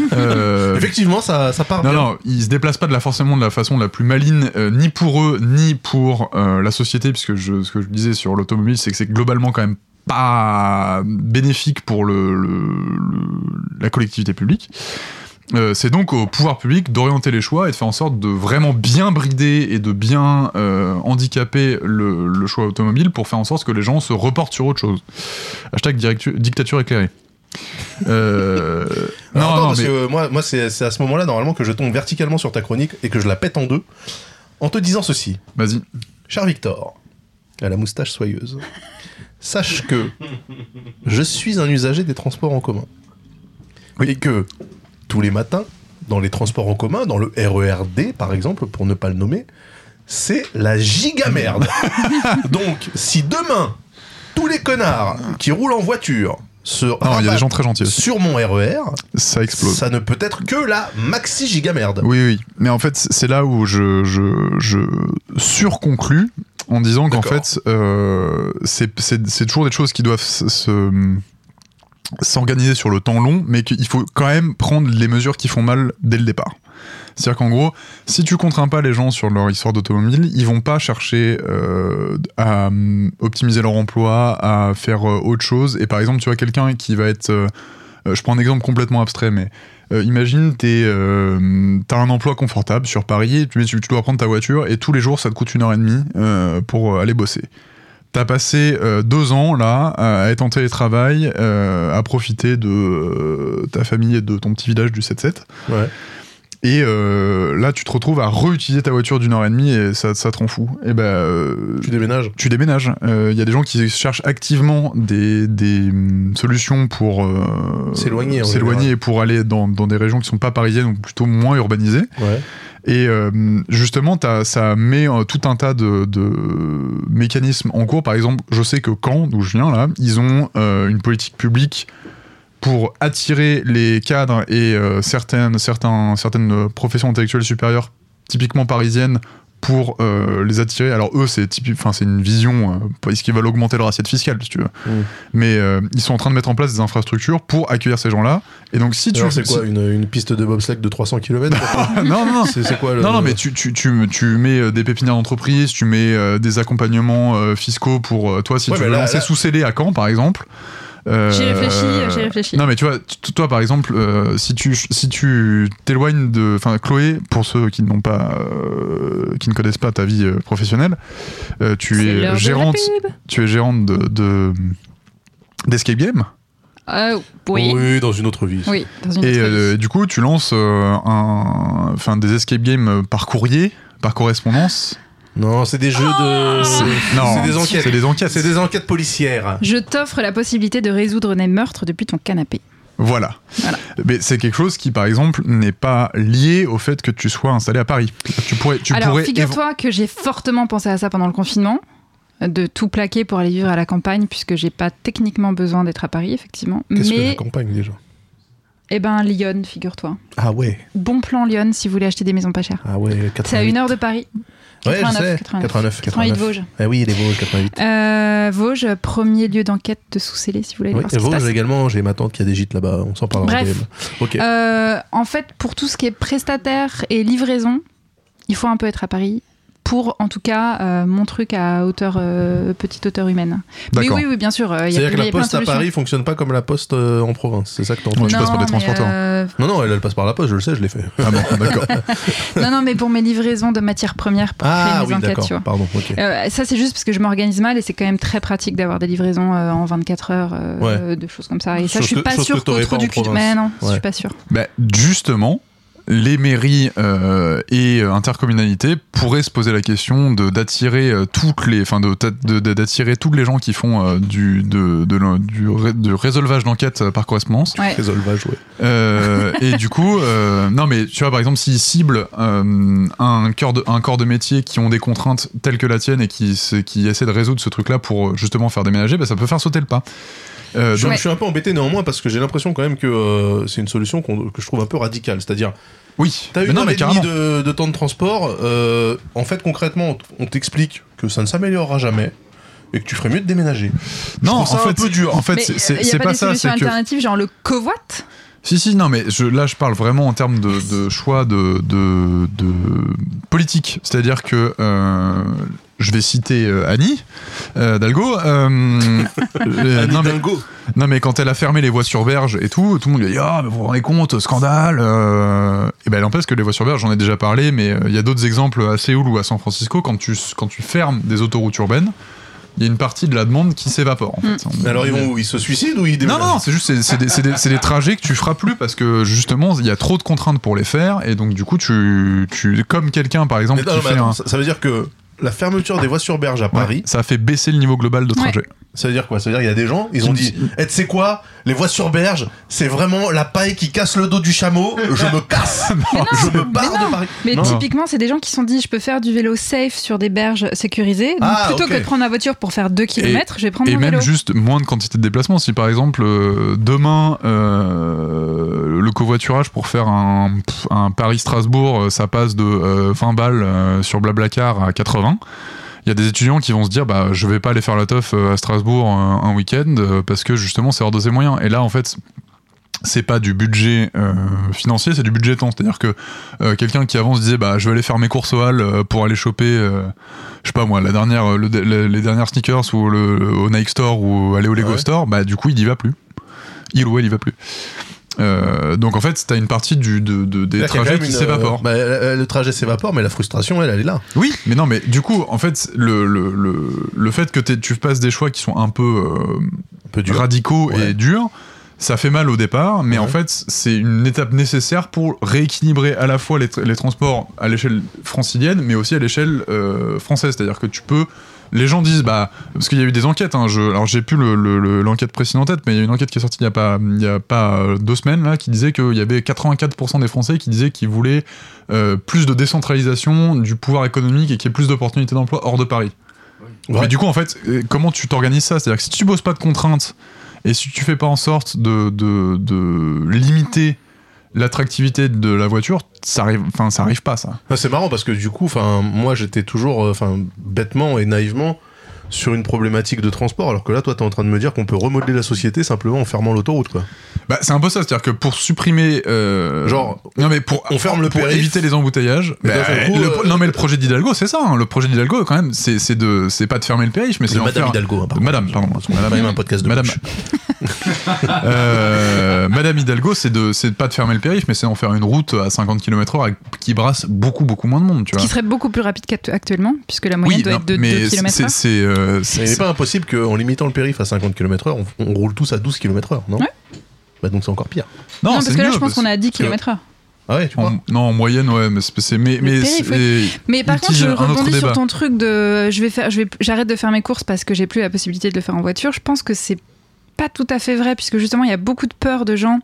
euh, Effectivement, ça, ça part non, bien. non, ils se déplacent pas de la forcément de la façon la plus maligne, euh, ni pour eux, ni pour euh, la société, puisque je, ce que je disais sur l'automobile, c'est que c'est globalement quand même pas bénéfique pour le, le- le- la collectivité publique. Euh, c'est donc au pouvoir public d'orienter les choix et de faire en sorte de vraiment bien brider et de bien euh, handicaper le, le choix automobile pour faire en sorte que les gens se reportent sur autre chose. Hashtag directu- dictature éclairée. Euh, Alors, non, attends, non, parce mais- que moi, moi c'est c'est à ce moment-là, normalement, que je tombe verticalement sur ta chronique et que je la pète en deux, en te disant ceci. Vas-y. Cher Victor, à la moustache soyeuse, sache que je suis un usager des transports en commun. Oui. Et que tous les matins, dans les transports en commun, dans le R E R D par exemple, pour ne pas le nommer, c'est la giga merde. Donc, si demain, tous les connards qui roulent en voiture se Non, il y a des rabattent gens très gentils aussi. sur mon R E R, Ça explose. ça ne peut être que la maxi giga merde. Oui, oui. Mais en fait, c'est là où je, je, je surconclus en disant qu'en D'accord. fait, euh, c'est c'est- c'est toujours des choses qui doivent se- se- s'organiser sur le temps long, mais qu'il faut quand même prendre les mesures qui font mal dès le départ. C'est-à-dire qu'en gros, si tu contrains pas les gens sur leur histoire d'automobile, ils vont pas chercher euh, à hum, optimiser leur emploi, à faire euh, autre chose. Et par exemple, tu vois quelqu'un qui va être... euh, euh, je prends un exemple complètement abstrait, mais euh, imagine, t'es, euh, t'as un emploi confortable sur Paris, tu, tu, tu dois prendre ta voiture et tous les jours, ça te coûte une heure et demie euh, pour aller bosser. T'as passé euh, deux ans là à être en télétravail, euh, à profiter de euh, ta famille et de ton petit village du sept sept. Ouais. Et euh, là, tu te retrouves à réutiliser ta voiture d'une heure et demie et ça, ça te rend fou. Et ben, euh, Tu déménages. tu déménages. Il euh, y a des gens qui cherchent activement des, des hum, solutions pour euh, S'éloigner, en s'éloigner général. et pour aller dans, dans des régions qui sont pas parisiennes ou plutôt moins urbanisées. Ouais. Et euh, justement, t'as- ça met euh, tout un tas de, de mécanismes en cours. Par exemple, je sais que Caen, d'où je viens là, ils ont euh, une politique publique pour attirer les cadres et euh, certaines, certains, certaines professions intellectuelles supérieures, typiquement parisiennes, pour euh, les attirer. Alors eux, c'est typique, enfin c'est une vision, euh, parce qu'ils veulent augmenter leur assiette fiscale, si tu veux. Mm. Mais euh, ils sont en train de mettre en place des infrastructures pour accueillir ces gens-là. Et donc si tu, Alors, c'est si- quoi, une, une piste de bobsleigh de trois cents kilomètres? non, non, non. C'est c'est quoi le... Non, non, mais tu, tu, tu, tu mets euh, des pépinières d'entreprise, tu mets euh, des accompagnements euh, fiscaux pour euh, toi, si Ouais, tu mais veux là- lancer là- sous scellé à Caen, par exemple. Euh, J'y réfléchis, j'y réfléchis. Non, mais tu vois, t- toi, par exemple, euh, si tu si tu t'éloignes de... Enfin, Chloé, pour ceux qui n'ont pas... euh, qui ne connaissent pas ta vie euh, professionnelle, euh, tu C'est es l'heure de la gérante... pub. Tu es gérante de... de d'escape game. Euh, oui. Oui, dans une autre vie. Oui, dans une Et autre euh, vie. du coup, tu lances euh, un, enfin, des escape games par courrier, par correspondance. Non, c'est des jeux de. C'est- non, c'est des enquêtes. c'est des enquêtes. C'est des enquêtes policières. Je t'offre la possibilité de résoudre des meurtres depuis ton canapé. Voilà. Voilà. Mais c'est quelque chose qui, par exemple, n'est pas lié au fait que tu sois installé à Paris. Tu pourrais, tu Alors, pourrais figure-toi que j'ai fortement pensé à ça pendant le confinement, de tout plaquer pour aller vivre à la campagne, puisque j'ai pas techniquement besoin d'être à Paris, effectivement. Qu'est-ce que la Mais, campagne déjà? eh ben, Lyon, figure-toi. Ah ouais. Bon plan Lyon si vous voulez acheter des maisons pas chères. Ah ouais, quatre-vingt-huit. C'est à une heure de Paris. Ouais, je sais. quatre-vingt-neuf, quatre-vingt-neuf. quatre-vingt-huit Vosges. Ah oui, les Vosges, quatre-vingt-huit. Euh, Vosges, premier lieu d'enquête de Sous-Célé, si vous voulez Oui, voir ce et qui se Vosges passe. également, j'ai ma tante qui a des gîtes là-bas, on s'en parlera. Bref. Ok. Euh, en fait, pour tout ce qui est prestataire et livraison, il faut un peu être à Paris. Pour, en tout cas, euh, mon truc à hauteur, euh, petite hauteur humaine. Oui, D'accord. oui, oui, bien sûr. euh, il y a C'est-à-dire que il y la a plein de poste à solutions. Paris fonctionne pas comme la poste euh, en province, c'est ça que t'es en train de Tu dire? passes par des mais, transporteurs. euh, Non, non, elle, elle passe par la poste, je le sais, je l'ai fait. Ah bon, d'accord. non, non, mais pour mes livraisons de matières premières pour Ah créer mes oui, enquêtes, d'accord, tu vois. pardon, ok. Euh, ça, c'est juste parce que je m'organise mal et c'est quand même très pratique d'avoir des livraisons euh, en vingt-quatre heures, euh, de choses comme ça. Et ça, Chose je suis que- pas chose sûre que t'aurais qu'au trou pas du en cul. province. Mais non, je Ouais. suis pas sûre. Bah, justement, les mairies euh, et euh, intercommunalités pourraient se poser la question de d'attirer euh, toutes les, enfin de, de, de- d'attirer tous les gens qui font euh, du de, de, de- du ré- de résolvage d'enquête euh, par correspondance. Ouais. Résolvage, ouais. Euh, et du coup, euh, non mais tu vois par exemple s'ils ciblent euh, un corps de un corps de métier qui ont des contraintes telles que la tienne et qui se- qui essaient de résoudre ce truc-là pour justement faire déménager, bah, ça peut faire sauter le pas. Euh, Je, donc, je suis un peu embêté néanmoins parce que j'ai l'impression quand même que euh, c'est une solution qu'on- que je trouve un peu radicale. C'est-à-dire, oui, t'as mais une non heure mais et demie carrément. de, de temps de transport. euh, en fait, concrètement, on t- on t'explique que ça ne s'améliorera jamais et que tu ferais mieux de déménager. Je Non, trouve en ça un fait, peu dur. En fait, Mais c'est- c'est il n'y a c'est pas, pas des ça, solutions c'est que alternatives, genre le covoit. si si non mais je, là je parle vraiment en termes de, de choix de, de, de politique, c'est-à-dire que euh, je vais citer euh, Annie euh, Hidalgo. euh, euh, Annie non, mais, Dingo. non mais quand elle a fermé les voies sur berge et tout, tout le monde lui a dit ah mais vous vous rendez compte scandale. Euh, et ben elle empêche que les voies sur berge, j'en ai déjà parlé, mais il y a d'autres exemples à Séoul ou à San Francisco quand tu quand tu fermes des autoroutes urbaines. Il y a une partie de la demande qui s'évapore en fait. Mais alors, ils, vont, où ils se suicident ou ils Non, déménagent? non, non, c'est juste c'est, c'est des, c'est des- c'est des trajets que tu feras plus parce que justement il y a trop de contraintes pour les faire et donc du coup tu, tu comme quelqu'un par exemple Mais non, qui mais fait attends, un, ça, ça veut dire que la fermeture des voies sur berge à ouais, Paris, ça a fait baisser le niveau global de trajet. ça veut dire quoi? Ça veut dire qu'il y a des gens, ils ont dit eh, tu sais quoi? Les voies sur berge, c'est vraiment la paille qui casse le dos du chameau, je me casse, je me barre mais non. de Paris. Mais Non. typiquement, c'est des gens qui se sont dit je peux faire du vélo safe sur des berges sécurisées. Donc Ah, plutôt ok. que de prendre ma voiture pour faire deux kilomètres, je vais prendre Et mon même vélo. juste moins de quantité de déplacement. Si par exemple euh, demain euh, le covoiturage pour faire un, pff, un Paris-Strasbourg, euh, ça passe de euh, vingt balles euh, sur Blablacar à quatre-vingts. Il y a des étudiants qui vont se dire bah je vais pas aller faire la teuf euh, à Strasbourg un, un week-end euh, parce que justement c'est hors de ses moyens. Et là en fait c'est pas du budget euh, financier, c'est du budget temps. C'est-à-dire que euh, quelqu'un qui avant se disait bah je vais aller faire mes courses au Hall euh, pour aller choper, euh, je sais pas moi, la dernière, le, le- les dernières sneakers ou le, au Nike Store ou aller au Lego Ouais. Store, bah du coup il y va plus. Il ou elle y va plus. Euh, donc en fait t'as une partie du, de, de- des C'est-à-dire qu'il y a trajets quand même qui une, s'évaporent. euh, bah, euh, le trajet s'évapore, mais la frustration, elle, elle est là. Oui, mais non, mais du coup, en fait, le, le, le, le fait que t'aies- tu fasses des choix qui sont un peu, euh, Un peu dur. radicaux Ouais. et durs, ça fait mal au départ, mais Ouais. en fait, c'est une étape nécessaire pour rééquilibrer à la fois les, tra- les transports à l'échelle francilienne, mais aussi à l'échelle euh, française. C'est-à-dire que tu peux. Les gens disent, bah, parce qu'il y a eu des enquêtes, hein, je, alors j'ai plus le, le- le- l'enquête précise en tête, mais il y a une enquête qui est sortie il y a pas, il y a pas euh, deux semaines, là, qui disait qu'il y avait quatre-vingt-quatre pour cent des Français qui disaient qu'ils voulaient euh, plus de décentralisation du pouvoir économique et qu'il y ait plus d'opportunités d'emploi hors de Paris. Ouais. Mais du coup, en fait, euh, comment tu t'organises ça? C'est-à-dire que si tu bosses pas de contraintes et si tu fais pas en sorte de, de, de limiter l'attractivité de la voiture, ça arrive, enfin, ça arrive pas, ça. Ah, c'est marrant parce que du coup, enfin, moi j'étais toujours, euh, enfin, bêtement et naïvement sur une problématique de transport, alors que là, toi, t'es en train de me dire qu'on peut remodeler la société simplement en fermant l'autoroute, quoi. Bah, c'est un peu ça, c'est-à-dire que pour supprimer, euh, Genre, non mais pour on ferme le pour périph', éviter les embouteillages. mais bah, d'un seul coup, le- euh, non mais le projet d'Hidalgo, c'est ça. hein, le projet d'Hidalgo, quand même, c'est c'est de, c'est pas de fermer le périph', mais c'est de d'en Madame faire- Hidalgo, hein, par Madame, contre. pardon. On a quand même un podcast de Madame. gauche. Euh, Madame Hidalgo, c'est de, c'est de pas de fermer le périph', mais c'est d'en faire une route à cinquante kilomètres heure avec- qui brasse beaucoup, beaucoup moins de monde, tu Ce vois. qui serait beaucoup plus rapide qu'actuellement, puisque la moyenne doit non, être de mais deux kilomètres c'est, heure. c'est, euh, euh, Mais il n'est pas impossible qu'en limitant le périph' à cinquante kilomètres heure, on, on roule tous à douze kilomètres heure, non? Ouais. Bah donc c'est encore pire. Non, Non, c'est parce que là, mieux, je pense parce qu'on est à dix que- kilomètres heure. Ah ouais, tu vois. En- non, en moyenne, ouais, mais c'est, c'est- mais, Le mais périph', c'est- Mais par contre, utilise je un autre rebondis sur débat. ton truc de je vais faire, je vais, j'arrête de faire mes courses parce que j'ai plus la possibilité de le faire en voiture. Je pense que c'est pas tout à fait vrai, puisque justement il y a beaucoup de peur de gens,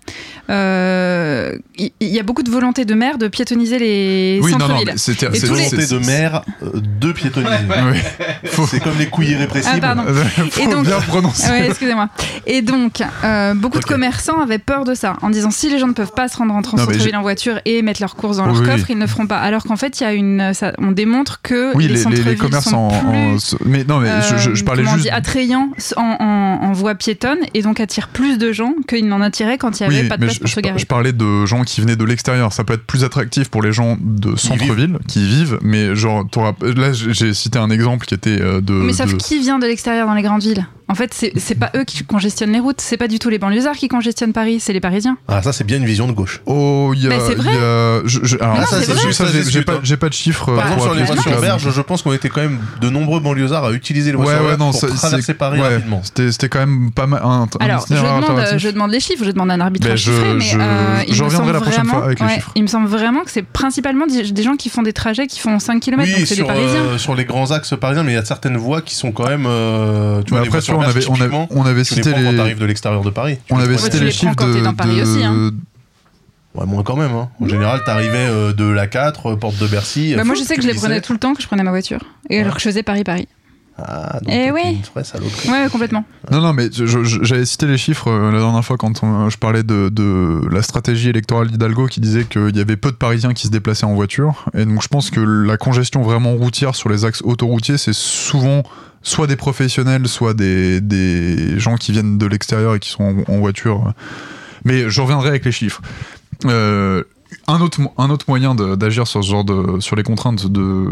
euh, il y, y a beaucoup de volonté de maires de piétoniser les Oui, non, non, centres-villes. mais c'était, Et C'est tous les- volonté de maire euh, de piétonniser. Oui. Faut, C'est comme les couilles irrépressibles. Ah, pardon. faut Et donc- bien prononcer. Ouais, excusez-moi. Et donc, euh, beaucoup Ok. de commerçants avaient peur de ça, en disant si les gens ne peuvent pas se rendre en Non, mais centre-ville j'ai- en voiture et mettre leurs courses dans leur Oui, oui. coffre, ils ne le feront pas. Alors qu'en fait, il y a une, ça, on démontre que Oui, les, les, les, centres-villes les commerces sont en, en- plus, Mais non, mais je, je, je euh, parlais comment on juste. dit, attrayants en, en, en voie piétonne et donc attirent plus de gens qu'ils n'en attiraient quand il n'y avait Oui, pas de mais place je, pour je, se garer. je parlais de gens qui venaient de l'extérieur. Ça peut être plus attractif pour les gens de centre-ville qui y vivent, mais genre, t'auras- là j'ai j'ai cité un exemple qui était euh, de. Mais sauf de- qui vient de l'extérieur dans les grandes villes? En fait, c'est c'est pas eux qui congestionnent les routes, c'est pas du tout les banlieusards qui congestionnent Paris, c'est les Parisiens. Ah, ça, c'est bien une vision de gauche. Oh, il y a. Mais c'est vrai. il y a- je- je- alors, Mais non, ça, c'est c'est- vrai. ça, Ça, j'ai- c'est j'ai suite, pas, hein. j'ai pas de chiffres. Par euh, exemple, pour sur les appuyer voies ce sur cas. berge, je pense qu'on était quand même de nombreux banlieusards à utiliser les voies Ouais, sur ouais, berge non, pour ça- traverser c'est- Paris ouais, rapidement. C'était, c'était quand même pas mal. Un, un Alors, je itinéraire demande, alternatif. je demande les chiffres, je demande un arbitrage Ben, je- chiffré, mais je- euh, il je me reviendrai semble la prochaine vraiment, fois avec les ouais, chiffres. il me semble vraiment que c'est principalement des des gens qui font des trajets qui font cinq kilomètres, Oui, donc c'est des sur, Parisiens. euh, sur les grands axes parisiens, mais il y a certaines voies qui sont quand même. euh, tu Mais vois, les après, voies tu sur vois, on berge, avait, on avait, typiquement, on avait tu les cité prends quand les. t'arrives de l'extérieur de Paris. Tu On les avait prends- Ouais, cité tu les les chiffres prends quand de. t'es dans Paris de- aussi, hein. Ouais, moins quand même. Hein. En général, t'arrivais euh, de l'A quatre, porte de Bercy. Bah, moi, euh, je sais tu que je les glissais. prenais tout le temps, que je prenais ma voiture, et alors que je faisais Paris-Paris. Ah, donc Eh t'es oui. une vraie saloperie. Ouais, complètement. Non, non, mais je- je- j'avais cité les chiffres euh, la dernière fois quand on- je parlais de, de la stratégie électorale d'Hidalgo qui disait qu'il y avait peu de Parisiens qui se déplaçaient en voiture. Et donc je pense que la congestion vraiment routière sur les axes autoroutiers, c'est souvent soit des professionnels, soit des, des gens qui viennent de l'extérieur et qui sont en, en voiture. Mais je reviendrai avec les chiffres. Euh, un, autre, mo- un autre moyen de- d'agir sur ce genre de, sur les contraintes de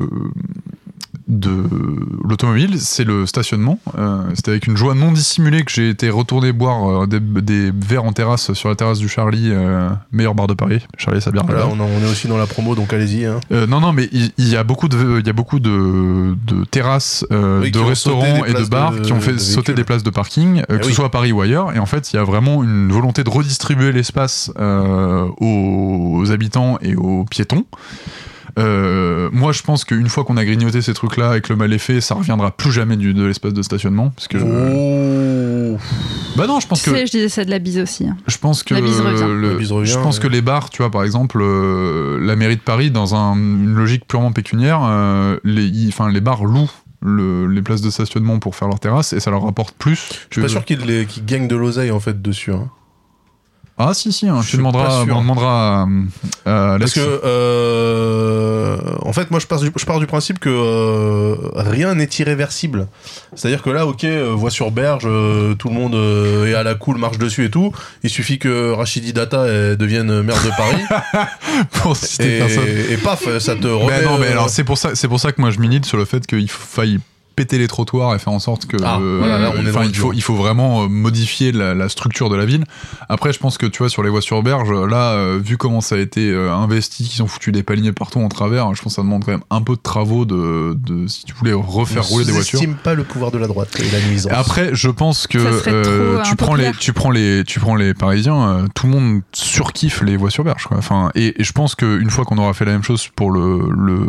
de l'automobile, c'est le stationnement. Euh, c'était avec une joie non dissimulée que j'ai été retourné boire euh, des, des verres en terrasse sur la terrasse du Charlie, euh, meilleur bar de Paris. Charlie, ça bien. Voilà, on, en- on est aussi dans la promo, donc allez-y. Hein. Euh, non, non, mais il, il y a beaucoup de, il y a beaucoup de, de terrasses, euh, Oui, de qui ont restaurants sauté des et de places bars de- qui ont fait de sauter véhicules. des places de parking, euh, Eh que oui. ce soit à Paris ou ailleurs. Et en fait, il y a vraiment une volonté de redistribuer l'espace euh, aux, aux habitants et aux piétons. Euh, moi, je pense qu'une fois qu'on a grignoté ces trucs-là et que le mal est fait, ça reviendra plus jamais du, de l'espace de stationnement. Parce que, Oh. bah non, je pense Tu que sais, je disais ça de la bise aussi. hein. je pense que La bise revient. le- La bise revient, je pense ouais. que les bars, tu vois, par exemple, euh, la mairie de Paris, dans un- une logique purement pécuniaire, euh, les, ils- enfin, les bars louent le- les places de stationnement pour faire leur terrasse et ça leur rapporte plus. Je suis pas sûr qu'ils les- qu'ils gagnent de l'oseille en fait dessus. Hein. Ah si si, hein, Je tu suis demanderas, pas sûr. on demandera à, à Alex. Parce que, euh, en fait, moi, je pars du, je pars du principe que euh, rien n'est irréversible. C'est-à-dire que là, ok, euh, voie sur berge, euh, tout le monde euh, est à la cool, marche dessus et tout. Il suffit que Rachidi Data elle, devienne maire de Paris pour citer personne. et, et paf, ça te remet. Mais non, mais euh, alors c'est pour ça, c'est pour ça que moi je milite sur le fait qu'il faille péter les trottoirs et faire en sorte que Ah, euh, voilà, là, on est enfin, dans le il faut dur. il faut vraiment euh, modifier la, la structure de la ville. Après je pense que tu vois sur les voies sur berge là euh, vu comment ça a été euh, investi, qu'ils ont foutu des palmiers partout en travers, je pense que ça demande quand même un peu de travaux de, de si tu voulais refaire on rouler des voitures. sous-estime pas le pouvoir de la droite et la nuisance. Et après, je pense que Ça serait euh, trop tu prends les, impopulaire. tu prends les, tu prends les Parisiens, euh, tout le monde surkiffe les voies sur berge, quoi. Enfin, et, et je pense qu'une fois qu'on aura fait la même chose pour le,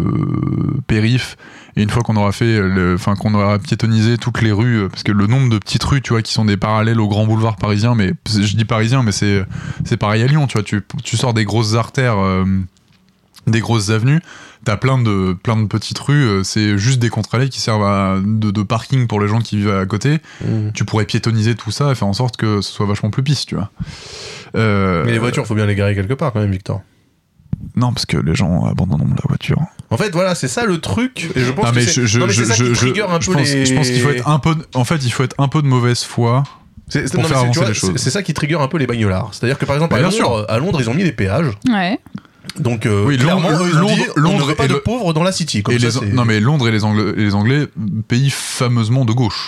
le périph, et une fois qu'on aura fait, le, enfin qu'on aura piétonnisé toutes les rues, parce que le nombre de petites rues, tu vois, qui sont des parallèles aux grands boulevards parisiens, mais je dis parisien, mais c'est, c'est pareil à Lyon, tu vois, tu, tu sors des grosses artères. Euh, des grosses avenues, t'as plein de, plein de petites rues, euh, c'est juste des contre-allées qui servent à, de, de parking pour les gens qui vivent à côté. Mmh. Tu pourrais piétoniser tout ça et faire en sorte que ce soit vachement plus pisse, tu vois. Euh, Mais les voitures, faut bien les garer quelque part quand même, Victor. Non, parce que les gens abandonnent la voiture. En fait, voilà, c'est ça le truc. Et je pense Non, que mais c'est, je, je, non, mais c'est je, ça qui je- trigger un je peu pense, les. je pense qu'il faut être un peu, de- en fait, il faut être un peu de mauvaise foi. C'est, c'est- pour non, faire mais c'est, tu avancer vois, les choses. c'est- c'est ça qui trigger un peu les bagnolards. C'est-à-dire que par exemple, Bah, à, bien Londres, à Londres, ils ont mis des péages. Ouais. Donc, euh, Oui, clairement, Londres- eux, ils ont dit, Londres- on ne Londres veut pas et de le- pauvres dans la city. Comme Et ça, les, c'est... non, mais Londres et les Anglais, et les Anglais, pays fameusement de gauche.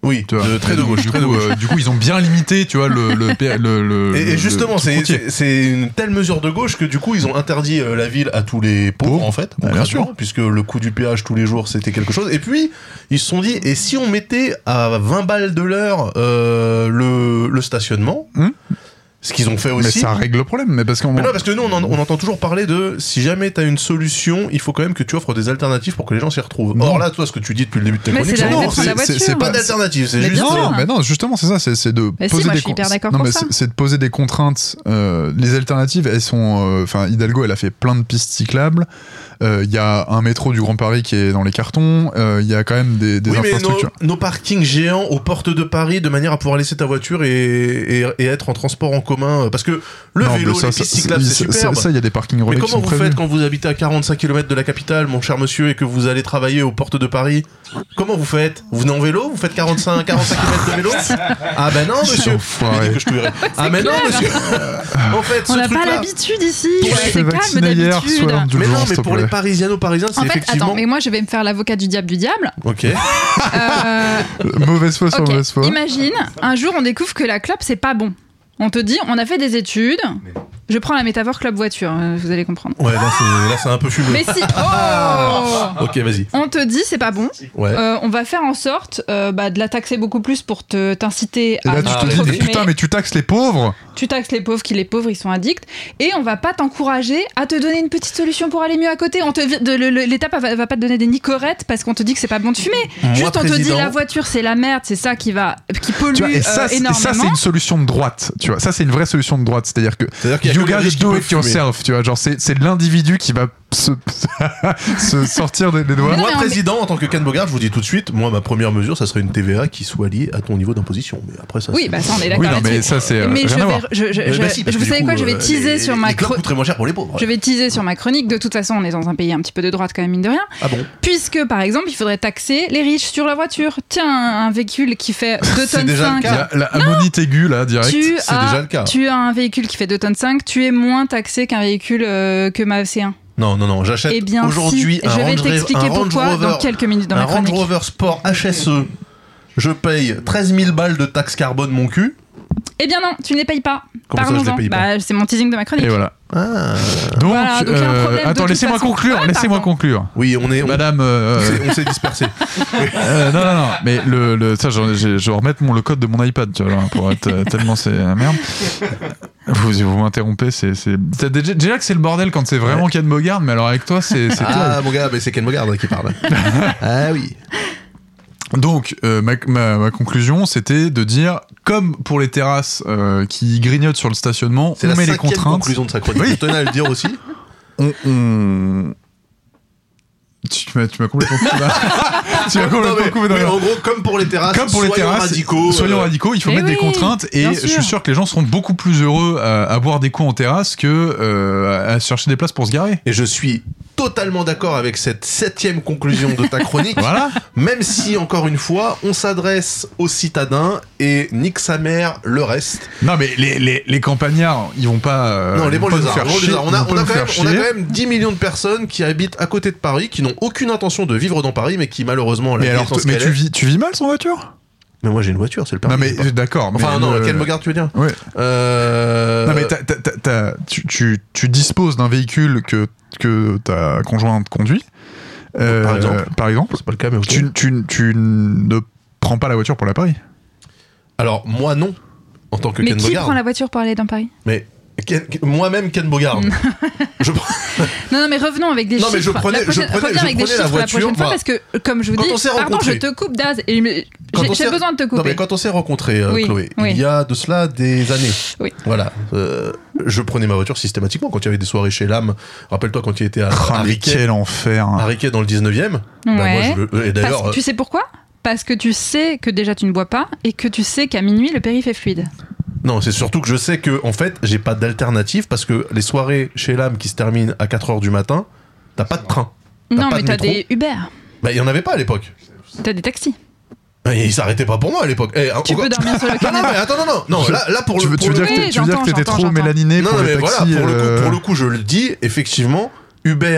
Oui, Tu vois. de, très de gauche. Du très coup, de gauche. euh, du coup, ils ont bien limité, tu vois, le. le, le, le Et, et justement, le c'est, frontier. c'est, c'est une telle mesure de gauche que du coup, ils ont interdit euh, la ville à tous les pauvres, Pauvres. en fait. Bah, bien sûr. concrètement, puisque le coût du péage tous les jours, c'était quelque chose. Et puis, ils se sont dit, et si on mettait à vingt balles de l'heure euh, le, le stationnement, Hum. ce qu'ils ont fait Mais aussi. ça règle le problème. Mais parce qu'on. Mais non, parce que nous, on, en- on entend toujours parler de si jamais t'as une solution, il faut quand même que tu offres des alternatives pour que les gens s'y retrouvent. Non. Or là, toi, ce que tu dis depuis le début de ta Mais chronique, c'est la non, liberté de la c'est- voiture. c'est pas d'alternative, c'est Mais juste. bien Non, sûr. non, mais non, justement, c'est ça, c'est, c'est de Mais si, poser moi, des je suis hyper d'accord non, pour mais ça. c'est, c'est de poser des contraintes. Euh, les alternatives, elles sont. Enfin, Hidalgo, elle a fait plein de pistes cyclables. Il euh, y a un métro du Grand Paris qui est dans les cartons. Il euh, y a quand même des, des Oui, mais nos, infrastructures. nos parkings géants aux portes de Paris, de manière à pouvoir laisser ta voiture et, et, et être en transport en commun. Parce que le Non, vélo, mais ça, les ça, pistes cyclables, ça, c'est ça, superbe. ça, il y a des parkings relais Mais qui comment sont vous prévus. faites quand vous habitez à quarante-cinq kilomètres de la capitale, mon cher monsieur, et que vous allez travailler aux portes de Paris? Comment vous faites? Vous venez en vélo? Vous faites quarante-cinq, quarante-cinq kilomètres de vélo? Ah ben non, monsieur. enfoirés. Il a dit que je tuerais. Ah mais non, monsieur. En fait, On ce n'a pas truc-là. l'habitude ici. Je me C'est fais calme vacciner hier, d'habitude. sois Mais indulgent, non, s'il mais te pour plaît. les Parisiano-Parisiens, c'est En fait, effectivement. attends, mais moi je vais me faire l'avocat du diable du diable. Ok. Euh, Mauvaise foi sur ok, mauvaise foi. imagine, un jour on découvre que la clope c'est pas bon. On te dit, on a fait des études. Je prends la métaphore clope voiture, euh, vous allez comprendre. Ouais, là c'est, là, c'est un peu fumeux. Mais si, oh Ok, vas-y. On te dit c'est pas bon. Ouais. Euh, on va faire en sorte euh, bah, de la taxer beaucoup plus pour te t'inciter Et à là, ne tu Ah, te plus dis, trop mais fumer. putain, mais tu taxes les pauvres. Tu taxes les pauvres, qui les pauvres ils sont addicts, et on va pas t'encourager à te donner une petite solution pour aller mieux à côté. On te de, le- le- l'État va, va pas te donner des nicorettes parce qu'on te dit que c'est pas bon de fumer. Moi, Juste on te dit président- la voiture c'est la merde, c'est ça qui va qui pollue Tu vois, et ça, euh, c'est- et énormément. ça, c'est une solution de droite. Tu vois, ça, c'est une vraie solution de droite. C'est-à-dire que C'est-à-dire qu'il y a you que les gotta riches qui do peuvent it yourself. Tu vois, genre, c'est, c'est l'individu qui va se, se sortir des, des doigts. Mais non, Moi, mais on- président, en tant que Ken Bogart, je vous dis tout de suite, moi, ma première mesure, ça serait une T V A qui soit liée à ton niveau d'imposition. Mais après, ça. Oui, c'est- bah ça on est d'accord Oui, non, mais là-dessus. ça, c'est euh, Mais je rien à vais, voir. je, je, Euh, je- bah si, parce je- que vous savez du quoi, coup, je vais euh, teaser les- sur ma Les clopes chronique. coûteraient moins cher pour les pauvres. Je vais teaser sur ma chronique. De toute façon, on est dans un pays un petit peu de droite quand même mine de rien. Ah bon? Puisque par exemple, il faudrait taxer les riches sur la voiture. Tiens, un, un véhicule qui fait deux C'est tonnes déjà le cinq. cas. La, la ammonite aiguë, là, direct. Tu c'est as, déjà le cas. tu as un véhicule qui fait deux tonnes cinq, tu es moins taxé qu'un véhicule euh, que ma C un. Non, non, non, j'achète Eh bien, aujourd'hui si, un je vais Range Rover- t'expliquer un Range pourquoi Rover- dans quelques minutes dans un ma Range chronique. Rover Sport H S E. Je paye treize mille balles de taxe carbone, mon cul. Eh bien non, tu ne les payes pas. Comment ça, je les Parlons-en. paye pas Bah, c'est mon teasing de ma chronique. Et voilà. Ah. Donc, Voilà, donc il y a un euh, problème de attends, toute laissez-moi façon. conclure. Ah, laissez-moi pardon. conclure. Oui, on est. On, Madame. euh, on s'est- on s'est dispersé. euh, non, non, non. Mais le, le, ça, je, je, je vais remettre mon, le code de mon iPad, tu vois, là, pour être euh, tellement c'est la merde. Vous, vous m'interrompez, c'est, c'est... c'est déjà, déjà que c'est le bordel quand c'est vraiment Ouais. Ken Bogard, mais alors avec toi, c'est, c'est Ah, mon gars, mais c'est Ken Bogard qui parle. Ah oui. Donc, euh, ma, ma, ma conclusion, c'était de dire, comme pour les terrasses euh, qui grignotent sur le stationnement, C'est on la met les cinquième contraintes. conclusion de sa chronique. Oui. Je tenais à le dire aussi. On, on- Tu m'as, tu m'as complètement coupé dans, tu m'as Non, complètement mais, coupé dans oui, la- en gros, comme pour les terrasses, Comme pour les soyons terrasses, radicaux. soyons euh, radicaux, il faut Eh mettre des oui, contraintes et bien je sûr. suis sûr que les gens seront beaucoup plus heureux à, à boire des coups en terrasse que euh, à chercher des places pour se garer. Et je suis totalement d'accord avec cette septième conclusion de ta chronique. Voilà. Même si, encore une fois, on s'adresse aux citadins et nique sa mère le reste. Non mais les, les, les campagnards, ils vont pas. euh, non, les ils vont pas nous banlieusards. faire les chier, banlieusards. On, a, ils vont on, pas a nous quand même, faire on a chier. quand même dix millions de personnes qui habitent à côté de Paris, qui n'ont aucune intention de vivre dans Paris, mais qui malheureusement... la Mais vie alors, étant t- ce mais qu'elle tu est- vis, tu vis mal sans voiture? Mais moi j'ai une voiture, c'est le permis. Non mais je sais pas. d'accord. Enfin mais non, le- Ken Bogard tu veux dire Ouais. euh... Non mais t'as, t'as, t'as- t'as- tu, tu, tu disposes d'un véhicule que, que ta conjointe conduit. Euh, Par exemple. Par exemple. C'est pas le cas, mais ok. Tu, tu, tu ne prends pas la voiture pour la Paris. Alors moi non, en tant que Mais Ken qui Bogard. prend la voiture pour aller dans Paris? Mais Ken- moi-même Ken Bogard. je... Non, non, mais revenons avec des Non, chiffres. mais je prenais- la prochaine, je prenais- reviens je avec des prenais la chiffres la voiture, prochaine fois bah, parce que, comme je vous quand dis, on s'est pardon, je rencontrés- te coupe, Daz, et mais Quand j'ai, on j'ai s'est- besoin de te couper. Non mais quand on s'est rencontrés, euh, Oui, Chloé, oui. il y a de cela des années. Oui. Voilà. Euh, je prenais ma voiture systématiquement quand il y avait des soirées chez L'Âme. Rappelle-toi quand il était à, Oh, à mais Riquet, quel enfer. à Riquet dans le dix-neuvième. Bah, moi, Ouais. je le- Et Parce d'ailleurs, que tu sais pourquoi? Parce que tu sais que déjà tu ne bois pas et que tu sais qu'à minuit le périph' est fluide. non, c'est surtout que je sais que en fait, j'ai pas d'alternative parce que les soirées chez L'Âme qui se terminent à quatre heures du matin, t'as pas de train. T'as Non, pas mais de t'as métro. des Uber, Bah, il y en avait pas à l'époque. t'as des taxis. Et ils s'arrêtaient pas pour moi à l'époque. Eh, Tu encore- peux dormir sur le Non, non, canapé. mais attends, non, non, non, là, là pour Tu le veux, pour tu veux le dire que Oui, t'es, tu veux dire j'entends, que t'étais j'entends, trop j'entends. mélaniné Non, pour non, les mais taxis voilà, pour le, coup, euh, pour le coup, je le dis, effectivement, Uber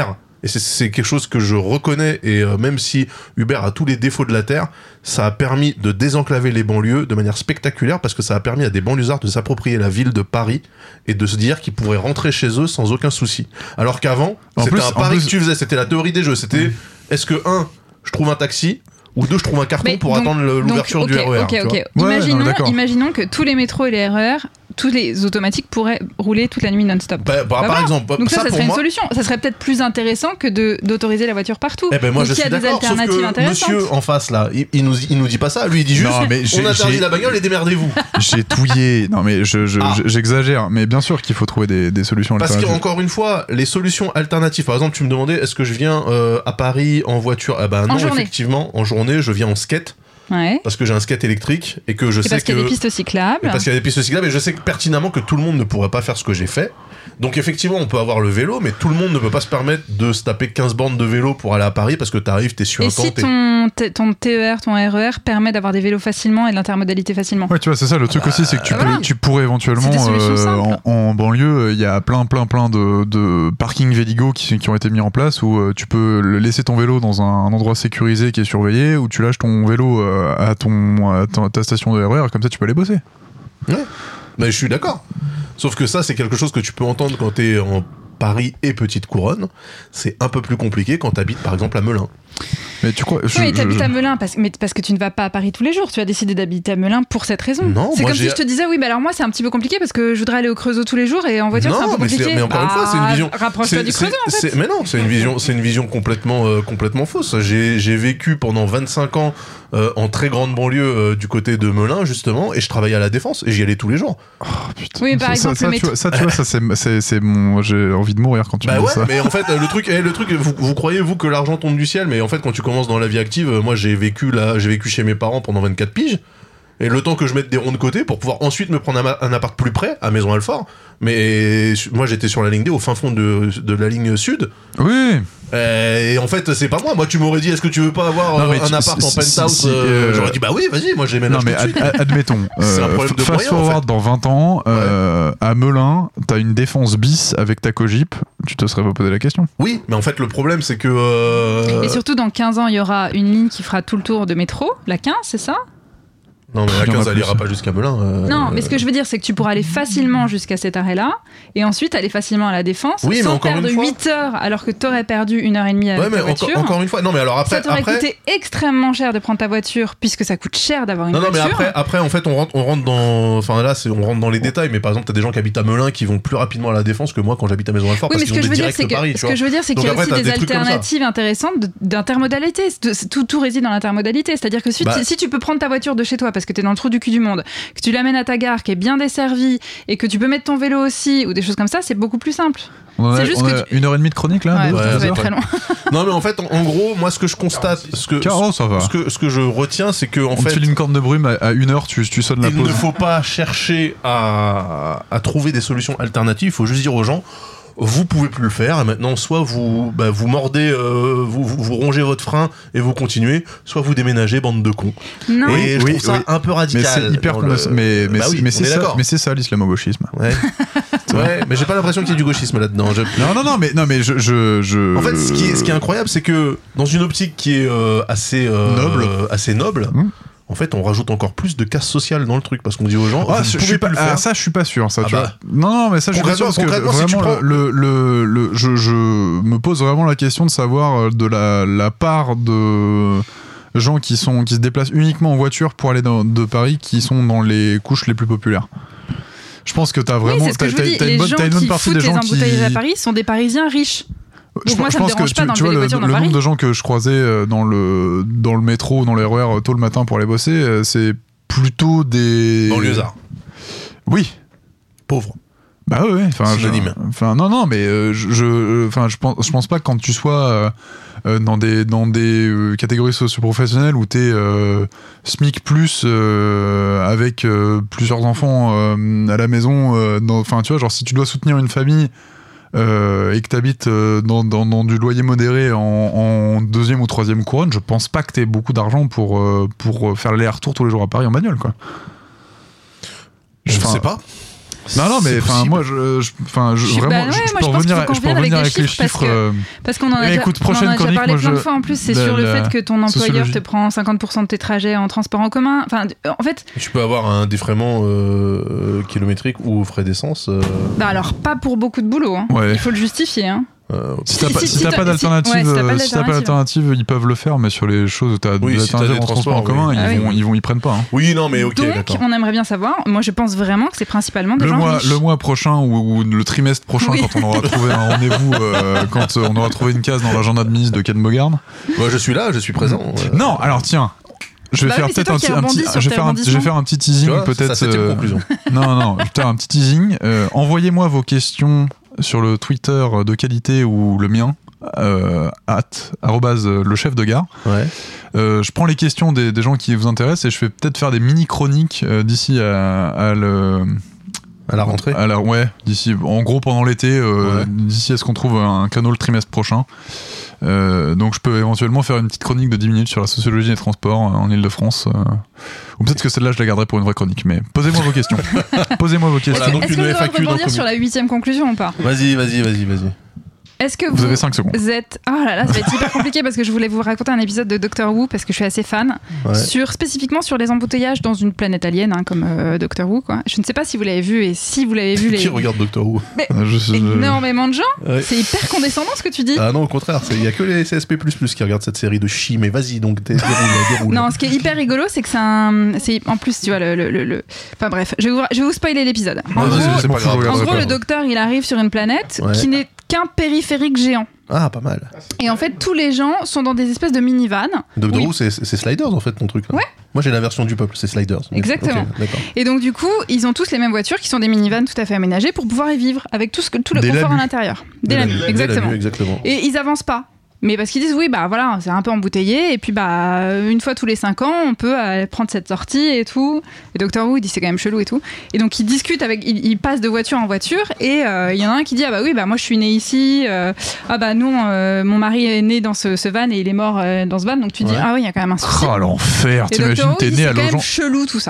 et c'est, c'est quelque chose que je reconnais, et euh, même si Uber a tous les défauts de la Terre, ça a permis de désenclaver les banlieues de manière spectaculaire, parce que ça a permis à des banlieusards de s'approprier la ville de Paris et de se dire qu'ils pourraient rentrer chez eux sans aucun souci. Alors qu'avant, En c'était plus- un en pari plus- que tu faisais, c'était la théorie des jeux, c'était est-ce que un, je trouve un taxi, ou deux, je trouve un carton Mais pour donc- attendre le- donc, l'ouverture ok, du R E R. Ok, tu ok. vois. Ouais, non, Imaginons, mais d'accord. imaginons que tous les métros et les R E R, tous les automatiques pourraient rouler toute la nuit non-stop. Bah, bah, Bah par voilà. exemple, Donc ça, ça, pour serait une moi, solution. Ça serait peut-être plus intéressant que de, d'autoriser la voiture partout. eh ben moi Donc je il y suis a des d'accord, sauf alternatives que intéressantes. monsieur en face là, il, il nous il nous dit pas ça, lui il dit juste Non, mais j'ai- on interdit j'ai- la bagnole et démerdez-vous. J'ai touillé. Non, mais je, je- Ah. j'exagère. Mais bien sûr qu'il faut trouver des, des solutions Parce alternatives. qu'encore une fois, les solutions alternatives, par exemple, tu me demandais est-ce que je viens euh, à Paris en voiture? Eh ben non, journée. effectivement, en journée, je viens en skate Ouais. parce que j'ai un skate électrique et que je Et sais parce que qu'il y a des pistes cyclables. et parce qu'il y a des pistes cyclables et je sais que pertinemment que tout le monde ne pourrait pas faire ce que j'ai fait. Donc effectivement, on peut avoir le vélo, mais tout le monde ne peut pas se permettre de se taper quinze bornes de vélo pour aller à Paris parce que t'arrives, t'es sur un Et camp, si t'es- ton, t- ton T E R, ton R E R permet d'avoir des vélos facilement et de l'intermodalité facilement? Ouais, tu vois, c'est ça. Le truc aussi, c'est que tu, voilà. peux, tu pourrais éventuellement, C'est des solutions euh, simples. en, en banlieue, il y a plein, plein, plein de, de parkings Véligo qui, qui ont été mis en place où euh, tu peux le- laisser ton vélo dans un, un endroit sécurisé qui est surveillé, où tu lâches ton vélo euh, à, ton, à ta, ta station de R E R, comme ça tu peux aller bosser. Ouais. Mais je suis d'accord. Sauf que ça, c'est quelque chose que tu peux entendre quand t'es en Paris et Petite Couronne. C'est un peu plus compliqué quand t'habites par exemple à Melun. Mais tu crois. je- Oui, tu habites je- à Melun parce, mais parce que tu ne vas pas à Paris tous les jours. Tu as décidé d'habiter à Melun pour cette raison. Non, c'est moi, comme j'ai- si je te disais oui, bah alors moi c'est un petit peu compliqué parce que je voudrais aller au Creusot tous les jours et en voiture Non, c'est un peu mais c'est- compliqué. mais encore une fois, c'est une vision- Ah, rapproche-toi C'est- du Creusot en c'est- fait. c'est- Mais non, c'est une vision, c'est une vision complètement, euh, complètement fausse. J'ai, j'ai vécu pendant vingt-cinq ans euh, en très grande banlieue euh, du côté de Melun justement, et je travaillais à la Défense et j'y allais tous les jours. Oh, putain. Oui, mais par Ça- exemple, ça, le tu métro- vois, ça, tu vois, ça, c'est, c'est, c'est mon. J'ai envie de mourir quand tu Bah me dis ouais, ça. mais en fait euh, le truc, eh, le truc, vous, vous croyez vous que l'argent tombe du ciel, mais en fait quand tu commences dans la vie active, euh, moi j'ai vécu là, j'ai vécu chez mes parents pendant vingt-quatre piges. Et le temps que je mette des ronds de côté pour pouvoir ensuite me prendre un, ma- un appart plus près, à Maison Alfort. Mais moi j'étais sur la ligne D, au fin fond de, de la ligne sud. Oui. Euh, et en fait, c'est pas moi. Moi, tu m'aurais dit, est-ce que tu veux pas avoir Non, euh, mais un tu- appart si- en si- penthouse si- euh, euh, J'aurais dit, bah oui, vas-y, moi j'ai Non ménage mais tout de suite. ad- ad- admettons, C'est un euh, problème de fast moyens, en forward fait. dans vingt ans, euh, à Melun, t'as une défense bis avec ta cogip, tu te serais pas posé la question. Oui, mais en fait, le problème, c'est que. euh, Et surtout dans quinze ans il y aura une ligne qui fera tout le tour de métro, la quinze, c'est ça? Non, mais la Il y en a quinze, elle plus. ira pas jusqu'à Melun. euh, Non, mais ce que je veux dire, c'est que tu pourras aller facilement jusqu'à cet arrêt-là, et ensuite aller facilement à la Défense, Oui, mais sans encore perdre une fois- huit heures, alors que t'aurais perdu une heure et demie avec Ouais, mais ta encore, voiture. encore une fois. Non, mais alors après. ça t'aurait après... coûté extrêmement cher de prendre ta voiture, puisque ça coûte cher d'avoir une Non, non, mais voiture. après, après, en fait, on rentre, on rentre dans. Enfin, là, c'est, on rentre dans les détails, mais par exemple, t'as des gens qui habitent à Melun qui vont plus rapidement à la Défense que moi quand j'habite à Maison Alfort Oui, parce mais ce qu'ils que ont je des veux dire, directs c'est que, Paris, tu ce vois. que je veux dire, c'est Donc qu'il y a après, aussi t'as des, des trucs comme ça. alternatives intéressantes de- d'intermodalité. C'est- Tout, tout réside dans l'intermodalité. C'est-à-dire que si, Bah. si tu peux prendre ta voiture de chez toi parce que t'es dans le trou du cul du monde, que tu l'amènes à ta gare qui est bien desservie et que tu peux mettre ton vélo aussi ou des choses comme ça, c'est beaucoup plus simple. On a, C'est juste on que a tu- une heure et demie de chronique là Ouais, deux, ouais, ça deux va être heures très long. Non, mais en fait, en, en gros, moi, ce que je constate, ce que, Car- oh, ça va. ce que, ce que je retiens, c'est que en On te fait, file une corne de brume à, à une heure, tu, tu sonnes la il pause. ne faut pas chercher à, à trouver des solutions alternatives. Il faut juste dire aux gens, vous pouvez plus le faire. Et maintenant, soit vous, bah, vous mordez, euh, vous, vous, vous rongez votre frein et vous continuez, soit vous déménagez, bande de cons. Non. Et je oui, trouve ça oui. un peu Mais radical. c'est hyper dans condens- le- mais, mais, Bah oui, mais on c'est est ça, d'accord. mais c'est ça l'islamo-gauchisme. Ouais. Ouais, mais j'ai pas l'impression qu'il y ait du gauchisme là-dedans. Je- Non, non, non, mais, non, mais je, je, je- En fait, ce qui est, ce qui est incroyable, c'est que dans une optique qui est euh, assez euh, Noble. euh, assez noble, Mm. en fait, on rajoute encore plus de casse sociale dans le truc parce qu'on dit aux gens, Ah, vous je, ne je pouvez suis pas pas, le ah, faire. ça, je suis pas sûr. Ça, Ah tu bah. vois. Non, non, mais ça, je suis pas sûr parce que Concrètement, concrètement, si tu vraiment, prends- le, le, le, je, je me pose vraiment la question de savoir euh, de la, la part de gens qui sont qui se déplacent uniquement en voiture pour aller dans, de Paris, qui sont dans les couches les plus populaires. Je pense que t'as Oui, vraiment c'est ce que t'as- je vous t'as- dis. t'as une Les bonne- gens t'as une bonne qui partie foutent des les gens qui embouteillages à Paris sont des Parisiens riches. Je, Donc moi, je ça me pense dérange que pas tu, tu vois d'enlever le, les voitures dans le Paris. nombre de gens que je croisais euh, dans le dans le métro ou dans les R E R tôt le matin pour aller bosser, euh, c'est plutôt des Banlieusards. Oui. Pauvres. Bah ouais, ouais. Enfin, je- Synonyme. enfin non, non, mais euh, je, je, enfin, je pense, je pense pas que quand tu sois euh, euh, dans des dans des euh, catégories socio-professionnelles où t'es euh, SMIC plus euh, avec euh, plusieurs enfants euh, à la maison, euh, dans- enfin, tu vois, genre si tu dois soutenir une famille. Euh, et que t'habites euh, dans, dans, dans du loyer modéré en, en deuxième ou troisième couronne, je pense pas que t'aies beaucoup d'argent pour, euh, pour faire l'aller-retour tous les jours à Paris en bagnole, quoi. Je ne Enfin, sais pas. Non, non, mais C'est enfin, possible. moi, je, je- enfin, je, Je suis- vraiment, bah ouais, je, je moi, peux je pense revenir, qu'il faut qu'on je peux revienne revenir avec avec les des chiffres parce chiffres. que- euh, Parce qu'on en a Eh, déjà, écoute, on en a prochaine déjà chronique, parlé moi, plein de je- fois en plus, c'est la- sur le la fait que ton employeur sociologie. te prend cinquante pour cent de tes trajets en transport en commun. Enfin, en fait, Tu peux avoir un défraiement euh, kilométrique ou frais d'essence. euh, bah alors pas pour beaucoup de boulot. Hein. Ouais. Il faut le justifier. Hein. euh, Si t'as Si- pas, si- si si t'as t'as- pas si- d'alternative, ouais, si t'as pas euh, si t'as pas d'alternative. d'alternative, ils peuvent le faire, mais sur les choses où t'as Oui, de si t'as l'alternative des en transport en transports, commun, oui. Ah ils, oui. vont, ils vont, ils prennent pas. hein. Oui, non, mais ok, Donc, d'accord. on aimerait bien savoir. Moi, je pense vraiment que c'est principalement des Le gens mois, riches. le mois prochain ou, ou le trimestre prochain, Oui. quand on aura trouvé un rendez-vous, euh, quand euh, on aura trouvé une case dans l'agenda de ministre de Ken Bogard. Moi, je suis là, je suis présent. euh, Non, alors tiens, je vais Bah faire oui, c'est peut-être toi un qui petit, un rebondis petit- sur je vais tes faire un, je vais rebondissements. faire un petit Tu teasing vois, c'est peut-être. sa septième euh, conclusion. Non, non, je vais faire un petit teasing. Euh, envoyez-moi vos questions sur le Twitter de qualité ou le mien. Euh, at, arrobase, euh, le chef de gare. Ouais. Euh, je prends les questions des, des gens qui vous intéressent et je vais peut-être faire des mini chroniques euh, d'ici à, à le À la rentrée. à la- ouais, d'ici en gros pendant l'été, euh, Ouais. d'ici à ce qu'on trouve un canal le trimestre prochain. Euh, donc je peux éventuellement faire une petite chronique de dix minutes sur la sociologie des transports euh, en Ile-de-France. euh, ou peut-être que celle-là je la garderai pour une vraie chronique. Mais posez-moi vos questions. Posez-moi vos questions. Voilà, donc Est-ce une que vous F A devez Q dans rebondir le sur la huitième conclusion ou pas? Vas-y, vas-y, vas-y, vas-y. Est-ce que Vous vous, avez cinq secondes. êtes... Oh là là, ça va être hyper compliqué parce que je voulais vous raconter un épisode de Doctor Who parce que je suis assez fan, Ouais. sur, spécifiquement sur les embouteillages dans une planète alien, hein, comme euh, Doctor Who. Quoi. Je ne sais pas si vous l'avez vu et si vous l'avez vu... Qui les... regarde Doctor Who Euh, je- je- Énormément de gens. Ouais. C'est hyper condescendant ce que tu dis. Ah non, au contraire, il y a que les C S P plus plus qui regardent cette série de chi, mais vas-y, donc t'es- déroule, déroule. Non, ce qui est hyper rigolo, c'est que c'est un. C'est en plus, tu vois, le. le, le- le- Enfin bref, je vais vous, je vais vous spoiler l'épisode. En Ouais, gros, vas-y, c'est pas grave. en regarderai gros, pas. le docteur, il arrive sur une planète Ouais. qui n'est qu'un périphérique géant. Ah, pas mal. Et en fait, tous les gens sont dans des espèces de minivans. Doctor Oui. Who, c'est c'est Sliders en fait, ton truc. Là. Ouais. Moi, j'ai la version du peuple, c'est Sliders. Donc, Exactement. ok, d'accord. Et donc, du coup, ils ont tous les mêmes voitures qui sont des minivans tout à fait aménagés pour pouvoir y vivre avec tout, ce que, tout le Des confort à labus. l'intérieur. Des Dès la labus, nuit, dès la exactement. nuit, exactement. Et ils avancent pas. Mais parce qu'ils disent oui, bah voilà, c'est un peu embouteillé, et puis bah une fois tous les cinq ans, on peut euh, prendre cette sortie et tout. Et Doctor Who il dit c'est quand même chelou et tout. Et donc ils discutent avec, ils, ils passent de voiture en voiture, et euh, il y en a un qui dit ah bah oui, bah moi je suis né ici, euh, ah bah non, euh, mon mari est né dans ce, ce van et il est mort euh, dans ce van, donc tu dis Ouais. ah oui, il y a quand même un souci. Oh l'enfer, Et t'imagines Doctor Who t'es il dit né c'est à quand même Logan. chelou tout ça.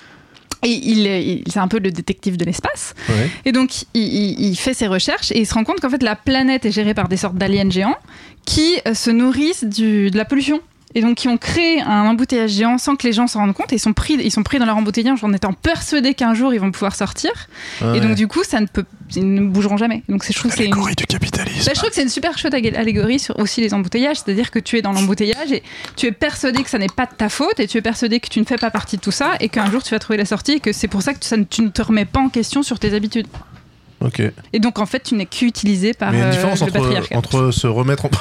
Et il, il- c'est un peu le détective de l'espace. Ouais. Et donc, il, il- il fait ses recherches et il se rend compte qu'en fait, la planète est gérée par des sortes d'aliens géants qui euh, se nourrissent du, de la pollution. Et donc, qui ont créé un embouteillage géant sans que les gens s'en rendent compte. Et ils sont pris, ils sont pris dans leur embouteillage en étant persuadés qu'un jour, ils vont pouvoir sortir. Ah Et donc, ouais. du coup, ça ne peut, ils ne bougeront jamais. Donc, c'est, je trouve que c'est une, Allégorie du capitalisme. bah, je trouve que c'est une super chouette allé- allégorie sur aussi les embouteillages. C'est-à-dire que tu es dans l'embouteillage et tu es persuadé que ça n'est pas de ta faute et tu es persuadé que tu ne fais pas partie de tout ça et qu'un jour, tu vas trouver la sortie et que c'est pour ça que tu, ça ne- tu ne te remets pas en question sur tes habitudes. Ok. Et donc en fait, tu n'es qu'utilisé par Mais il y a une euh, différence le entre, patriarcat. entre se remettre en.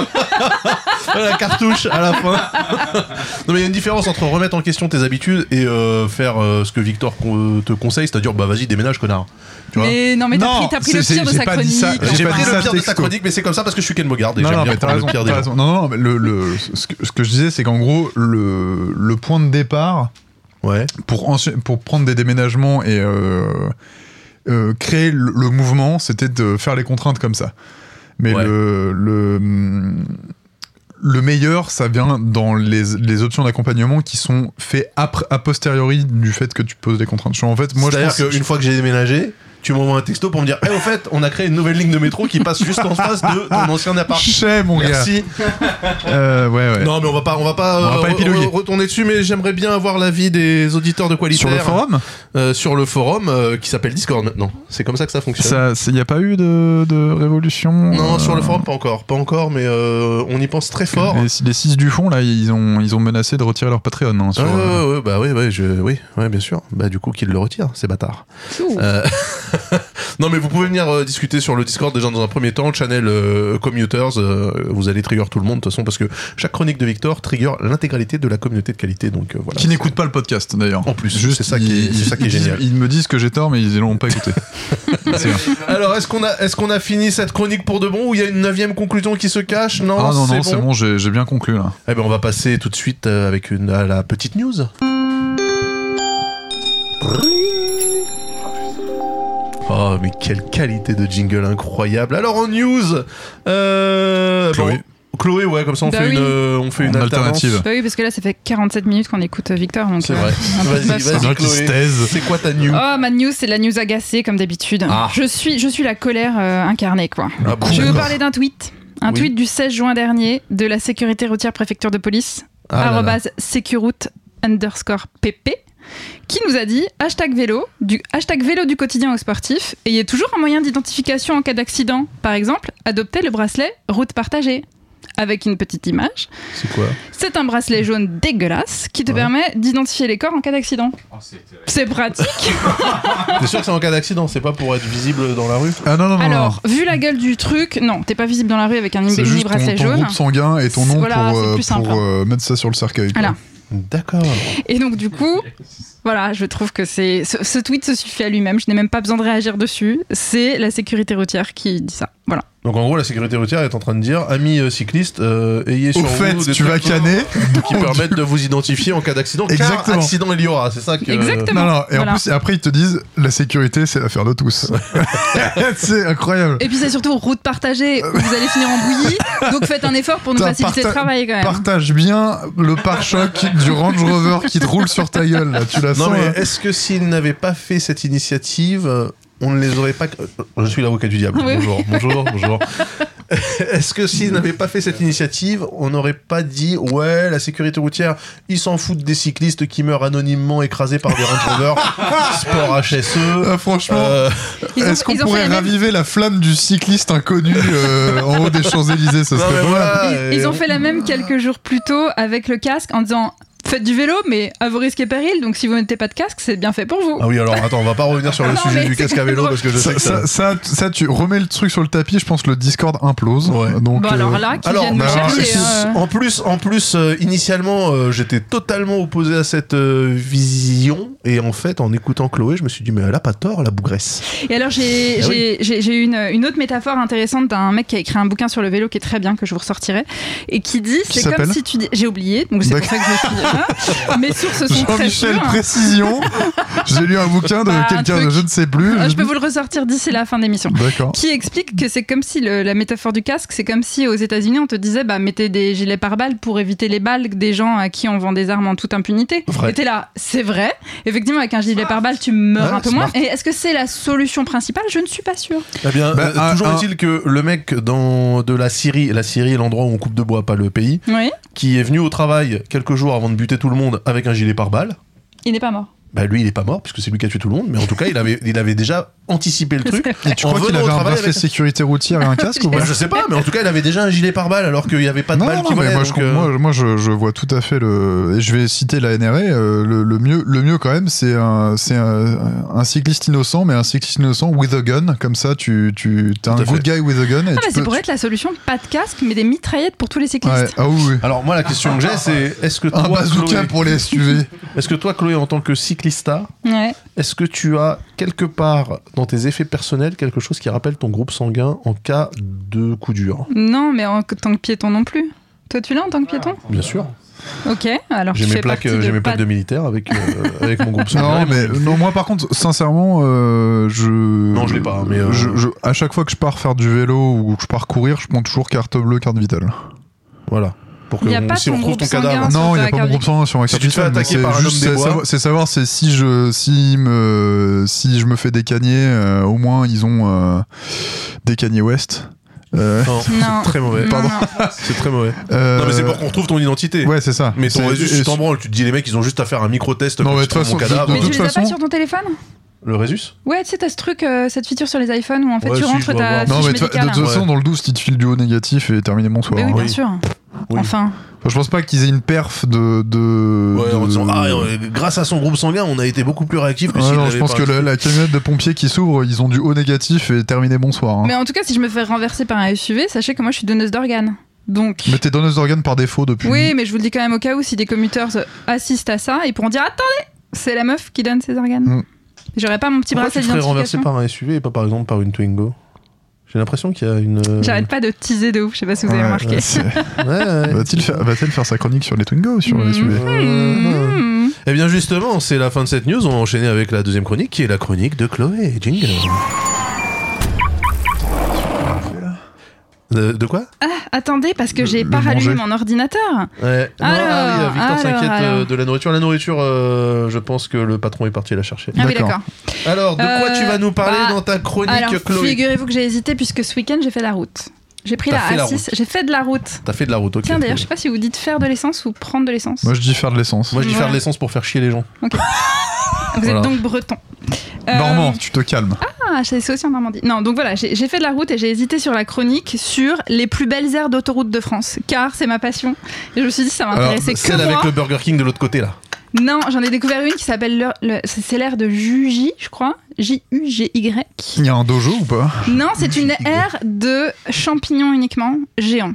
la cartouche à la fin. Non, mais il y a une différence entre remettre en question tes habitudes et euh, faire euh, ce que Victor con- te conseille, c'est-à-dire bah vas-y, déménage, connard. Tu vois Mais non, mais t'as Non, pris, t'as pris c'est- le c'est- pire de j'ai sa pas dit chronique. ça. J'ai pas pris dit le ça pire de ta texto. chronique, mais c'est comme ça parce que je suis Ken Bogard et Non, j'aime non, bien mais t'as prendre raison, le pire des t'as gens. raison. Non, non, mais le, le- ce, que, ce que je disais, c'est qu'en gros, le, le point de départ Ouais. pour, ensuite- pour prendre des déménagements et euh, euh, créer le, le mouvement, c'était de faire les contraintes comme ça. Mais Ouais. le, le, le meilleur, ça vient dans les, les options d'accompagnement qui sont faites après, a posteriori du fait que tu poses des contraintes. Je- En fait, moi, je C'est-à-dire pense, qu'une fois que j'ai déménagé, tu m'envoies un texto pour me dire, eh, au fait, on a créé une nouvelle ligne de métro qui passe juste en face de ton ancien appart. Chais, mon gars. Merci. Euh, ouais, ouais. Non, mais on va pas, on va pas, On va euh, pas re- épiloguer. re- retourner dessus, mais j'aimerais bien avoir l'avis des auditeurs de Qualitaire. Sur le forum, euh, sur le forum euh, qui s'appelle Discord maintenant. C'est comme ça que ça fonctionne. il n'y a pas eu de, de révolution. Non, euh, sur le forum pas encore, pas encore, mais euh, on y pense très fort. Les, les six du fond, là, ils ont, ils ont menacé de retirer leur Patreon. Hein, sur, Ah, ouais, euh, ouais, ouais, bah oui, ouais, je, oui, ouais, bien sûr. Bah du coup, qu'ils le retirent, ces bâtards. Ouh. Euh, non, mais vous pouvez venir euh, discuter sur le Discord déjà dans un premier temps, channel euh, Commuters. euh, vous allez trigger tout le monde de toute façon parce que chaque chronique de Victor trigger l'intégralité de la communauté de qualité. Donc euh, voilà. qui n'écoutent pas le podcast d'ailleurs. En plus, Juste, c'est ça qui est- ils- c'est ça qui est ils disent- génial. Ils me disent que j'ai tort, mais ils l'ont pas écouté. C'est bien. Alors, est-ce qu'on a, est-ce qu'on a fini cette chronique pour de bon ou il y a une neuvième conclusion qui se cache? Non, Ah non, c'est non, bon. c'est bon, j'ai j'ai bien conclu là. Eh ben, on va passer tout de suite euh, avec une, à la petite news. Oh, mais quelle qualité de jingle incroyable. Alors, en news, euh, Chloé. bon, Chloé, ouais, comme ça on Bah fait oui. une, euh, on fait une, Une alternance. alternative. Bah oui, parce que là, ça fait quarante-sept minutes qu'on écoute Victor. Donc, C'est euh, vrai. un peu de Vas-y, baffe. vas-y, Bien qu'il se Chloé. taise. C'est quoi ta news? Oh, ma news, c'est la news agacée, comme d'habitude. Ah. Je, suis, je suis la colère euh, incarnée, quoi. Ah bon, Je vais vous d'accord. parler d'un tweet. Un Oui. tweet du seize juin dernier de la sécurité routière préfecture de police, Ah là là. arrobase sécuroute underscore pp, qui nous a dit hashtag vélo, du hashtag vélo du quotidien aux sportifs, et il y a toujours un moyen d'identification en cas d'accident. Par exemple, adopter le bracelet route partagée. Avec une petite image. C'est quoi? C'est un bracelet jaune dégueulasse qui te Ouais. permet d'identifier les corps en cas d'accident. Oh, c'est terrible. C'est pratique. T'es sûr que c'est en cas d'accident? C'est pas pour être visible dans la rue? Ah non, non, non. Alors, vu la gueule du truc, non, t'es pas visible dans la rue avec un non. C'est mini juste ton, bracelet ton jaune. groupe sanguin et ton nom Voilà, pour, c'est euh, plus simple. pour euh, mettre ça sur le cercueil. quoi. Voilà. D'accord. Et donc, du coup, voilà, je trouve que c'est ce, ce tweet se suffit à lui-même. Je n'ai même pas besoin de réagir dessus. C'est la sécurité routière qui dit ça. Voilà. Donc en gros, la sécurité routière est en train de dire, amis euh, cyclistes, euh, ayez sur Au fait, vous des tu vas trucs canner. qui permettent de vous identifier en cas d'accident. Car Exactement. accident il y aura, c'est ça que. Exactement. Non, non, et Voilà. en plus, et après, ils te disent la sécurité, c'est l'affaire de tous. C'est incroyable. Et puis, c'est surtout route partagée où vous allez finir en bouillie. Donc, faites un effort pour nous T'as faciliter le parta- travail quand même. Partage bien le pare-choc du Range Rover qui te roule sur ta gueule, là. Tu la Non sens mais hein. est-ce que s'ils n'avaient pas fait cette initiative, euh, on ne les aurait pas. euh, Je suis l'avocat du diable. Oui. Bonjour, bonjour, bonjour. Est-ce que s'ils n'avaient pas fait cette initiative, on n'aurait pas dit ouais, la sécurité routière, ils s'en foutent des cyclistes qui meurent anonymement écrasés par des Range Rover, sport H S E. Ah, franchement, euh, Ils ont- est-ce qu'on ils ont fait pourrait la même- raviver la flamme du cycliste inconnu euh, en haut des Champs-Élysées? Ça non, serait mais pas mal. voilà, Ils, et ils ont on- fait la même quelques jours plus tôt avec le casque en disant faites du vélo, mais à vos risques et périls. Donc si vous mettez pas de casque, c'est bien fait pour vous. Ah oui, alors attends, on va pas revenir sur le Non, sujet mais du c'est casque à vélo drôle. parce que je sais Ça, que ça. ça, ça, ça, tu remets le truc sur le tapis, je pense que le Discord implose. Ouais. Donc, Bon, euh, alors là, qui Alors, viennent nous bah, alors, chercher. c'est- hein. en plus, en plus, euh, initialement, euh, j'étais totalement opposé à cette euh, vision, et en fait, en écoutant Chloé, je me suis dit, mais elle a pas tort, la bougresse. Et alors, j'ai Ah oui. j'ai- j'ai- j'ai eu une, une autre métaphore intéressante d'un mec qui a écrit un bouquin sur le vélo qui est très bien, que je vous ressortirai, et qui dit Qui c'est comme s'appelle si tu dis. J'ai oublié, donc c'est pour D'accord. ça que je me suis dit. Hein. Mes sources sont très Jean-Michel sûres. Précision. J'ai lu un bouquin de Bah, un quelqu'un de truc. je ne sais plus. Ah, je peux vous le ressortir d'ici la fin d'émission. D'accord. Qui explique que c'est comme si le- la métaphore du casque, c'est comme si aux États-Unis on te disait bah mettez des gilets pare-balles pour éviter les balles des gens à qui on vend des armes en toute impunité. Vrai. Et t'es là, c'est vrai. Effectivement, avec un gilet pare-balles, tu meurs Ouais, un peu smart. moins. Et est-ce que c'est la solution principale? Je ne suis pas sûre. Eh bien, Bah, euh, un- toujours un- est-il que le mec dans de la Syrie, la Syrie est l'endroit où on coupe de bois, pas le pays, Oui. qui est venu au travail quelques jours avant de buter tout le monde avec un gilet pare-balles. Il n'est pas mort. Bah lui, il est pas mort puisque c'est lui qui a tué tout le monde, mais en tout cas, il avait, il avait déjà anticipé le truc. Et tu En crois qu'il venant avait au un travail bracelet avec- sécurité routière et un casque ou Bah, pas je sais pas, mais en tout cas, il avait déjà un gilet pare-balles alors qu'il n'y avait pas de non, balles non, qui non, mais volaient. moi, je, donc, euh, moi, moi, je, je vois tout à fait le. Et je vais citer la N R A. euh, le, le mieux, le mieux quand même, c'est un, c'est un, un cycliste innocent, mais un cycliste innocent with a gun. Comme ça, tu, tu, t'es un Tout à good guy with a gun. Et Ah tu bah c'est peux- pour tu- être la solution. Pas de casque, mais des mitraillettes pour tous les cyclistes. Ouais. Ah oui, oui. Alors moi, la question que j'ai, c'est est-ce que toi, Un bazooka Chloé, pour les S U V. est-ce que toi, Chloé, en tant que cyclista, Ouais. est-ce que tu as quelque part dans tes effets personnels quelque chose qui rappelle ton groupe sanguin en cas de coup dur? Non, mais en tant que piéton non plus. Toi, tu l'as en tant que piéton? Bien sûr. Ok. Alors J'ai tu mes fais plaques, partie euh, j'ai de mes plaques pas- de militaire avec, euh, avec mon groupe sanguin. Non, mais non, moi par contre, sincèrement, euh, je. Non, je l'ai pas, mais, euh, je, je- à chaque fois que je pars faire du vélo ou que je pars courir, je prends toujours carte bleue, carte vitale. Voilà. Pour que Il y a on- pas si on ton retrouve groupe ton cadavre. sanguin. sur Non, il n'y a ta pas mon carte groupe sanguin sur ma Si carte tu te fais vitale, mais attaquer c'est par un juste- homme des c'est bois- savoir- c'est savoir c'est si je si me si je me fais décagner, euh, au moins ils ont euh, des Kanye West. Euh, Non, Non. c'est très mauvais. Non, Pardon. non. C'est très mauvais. euh, Non, mais c'est pour qu'on retrouve ton identité. Ouais, c'est ça. Mais ton C'est- Résus, et- tu t'en branles. Tu te dis, les mecs, ils ont juste à faire un micro-test Non, pour mais que de toute je trouve mon façon, cadavre. Mais de tu toute les as pas façon- sur ton téléphone? Le Résus Ouais, tu sais, t'as ce truc, euh, cette feature sur les iPhones où en fait Ouais, tu si, rentres je dois ta voir. Non, fiche mais de, de médicale. toute façon, Ouais. dans le douze, tu te files du haut négatif et terminé mon soir. Mais oui, hein. bien Oui. sûr. Oui. Enfin. Enfin, je pense pas qu'ils aient une perf de. de Ouais, en de- disant, ah, euh, grâce à son groupe sanguin, on a été beaucoup plus réactifs que Ouais, s'il non, je l'avait pense pas que la, activé. la camionnette de pompiers qui s'ouvre, ils ont du haut négatif et terminé bonsoir. Hein. Mais en tout cas, si je me fais renverser par un S U V, sachez que moi je suis donneuse d'organes. Donc. Mais t'es donneuse d'organes par défaut depuis. Oui, mais je vous le dis quand même au cas où si des commuteurs assistent à ça, ils pourront dire attendez, c'est la meuf qui donne ses organes. Mm. J'aurais pas mon petit Pourquoi bracelet tu te ferais renverser d'identification. par un S U V et pas par exemple par une Twingo? J'ai l'impression qu'il y a une. euh, J'arrête pas de teaser de ouf, je sais pas si vous avez Ouais, remarqué. ouais, c'est- Ouais, ouais. Va-t-il faire, va-t-elle faire sa chronique sur les Twingo ou sur les S U V Mmh. Eh bien justement, c'est la fin de cette news. On va enchaîner avec la deuxième chronique qui est la chronique de Chloé. Jingle. De, de quoi? Ah, attendez, parce que Le- j'ai le pas rallumé manger. mon ordinateur. Ouais. Non, Alors, ah oui, Victor alors, s'inquiète euh, alors. de la nourriture. La nourriture, euh, je pense que le patron est parti la chercher. Ah oui, D'accord. d'accord. Alors, de quoi Euh, tu vas nous parler bah, dans ta chronique, Alors, Chloé? figurez-vous que j'ai hésité puisque ce week-end j'ai fait la route. J'ai pris T'as la fait la A six, route. j'ai fait de la route. T'as fait de la route, ok. Tiens, d'ailleurs, je sais pas si vous dites faire de l'essence ou prendre de l'essence. Moi, je dis faire de l'essence. Moi, je dis Voilà. faire de l'essence pour faire chier les gens. Vous Voilà. êtes donc breton. Euh, Normand, tu te calmes. Ah, c'est aussi en Normandie. Non, donc voilà, j'ai j'ai fait de la route et j'ai hésité sur la chronique sur les plus belles aires d'autoroute de France, car c'est ma passion. Et je me suis dit, ça m'intéressait que Celle moi. avec le Burger King de l'autre côté, là. Non, j'en ai découvert une qui s'appelle le, le- c'est l'aire de Jugy, je crois. J U G Y. Il y a un dojo ou pas? Non, c'est une aire de champignons uniquement géants.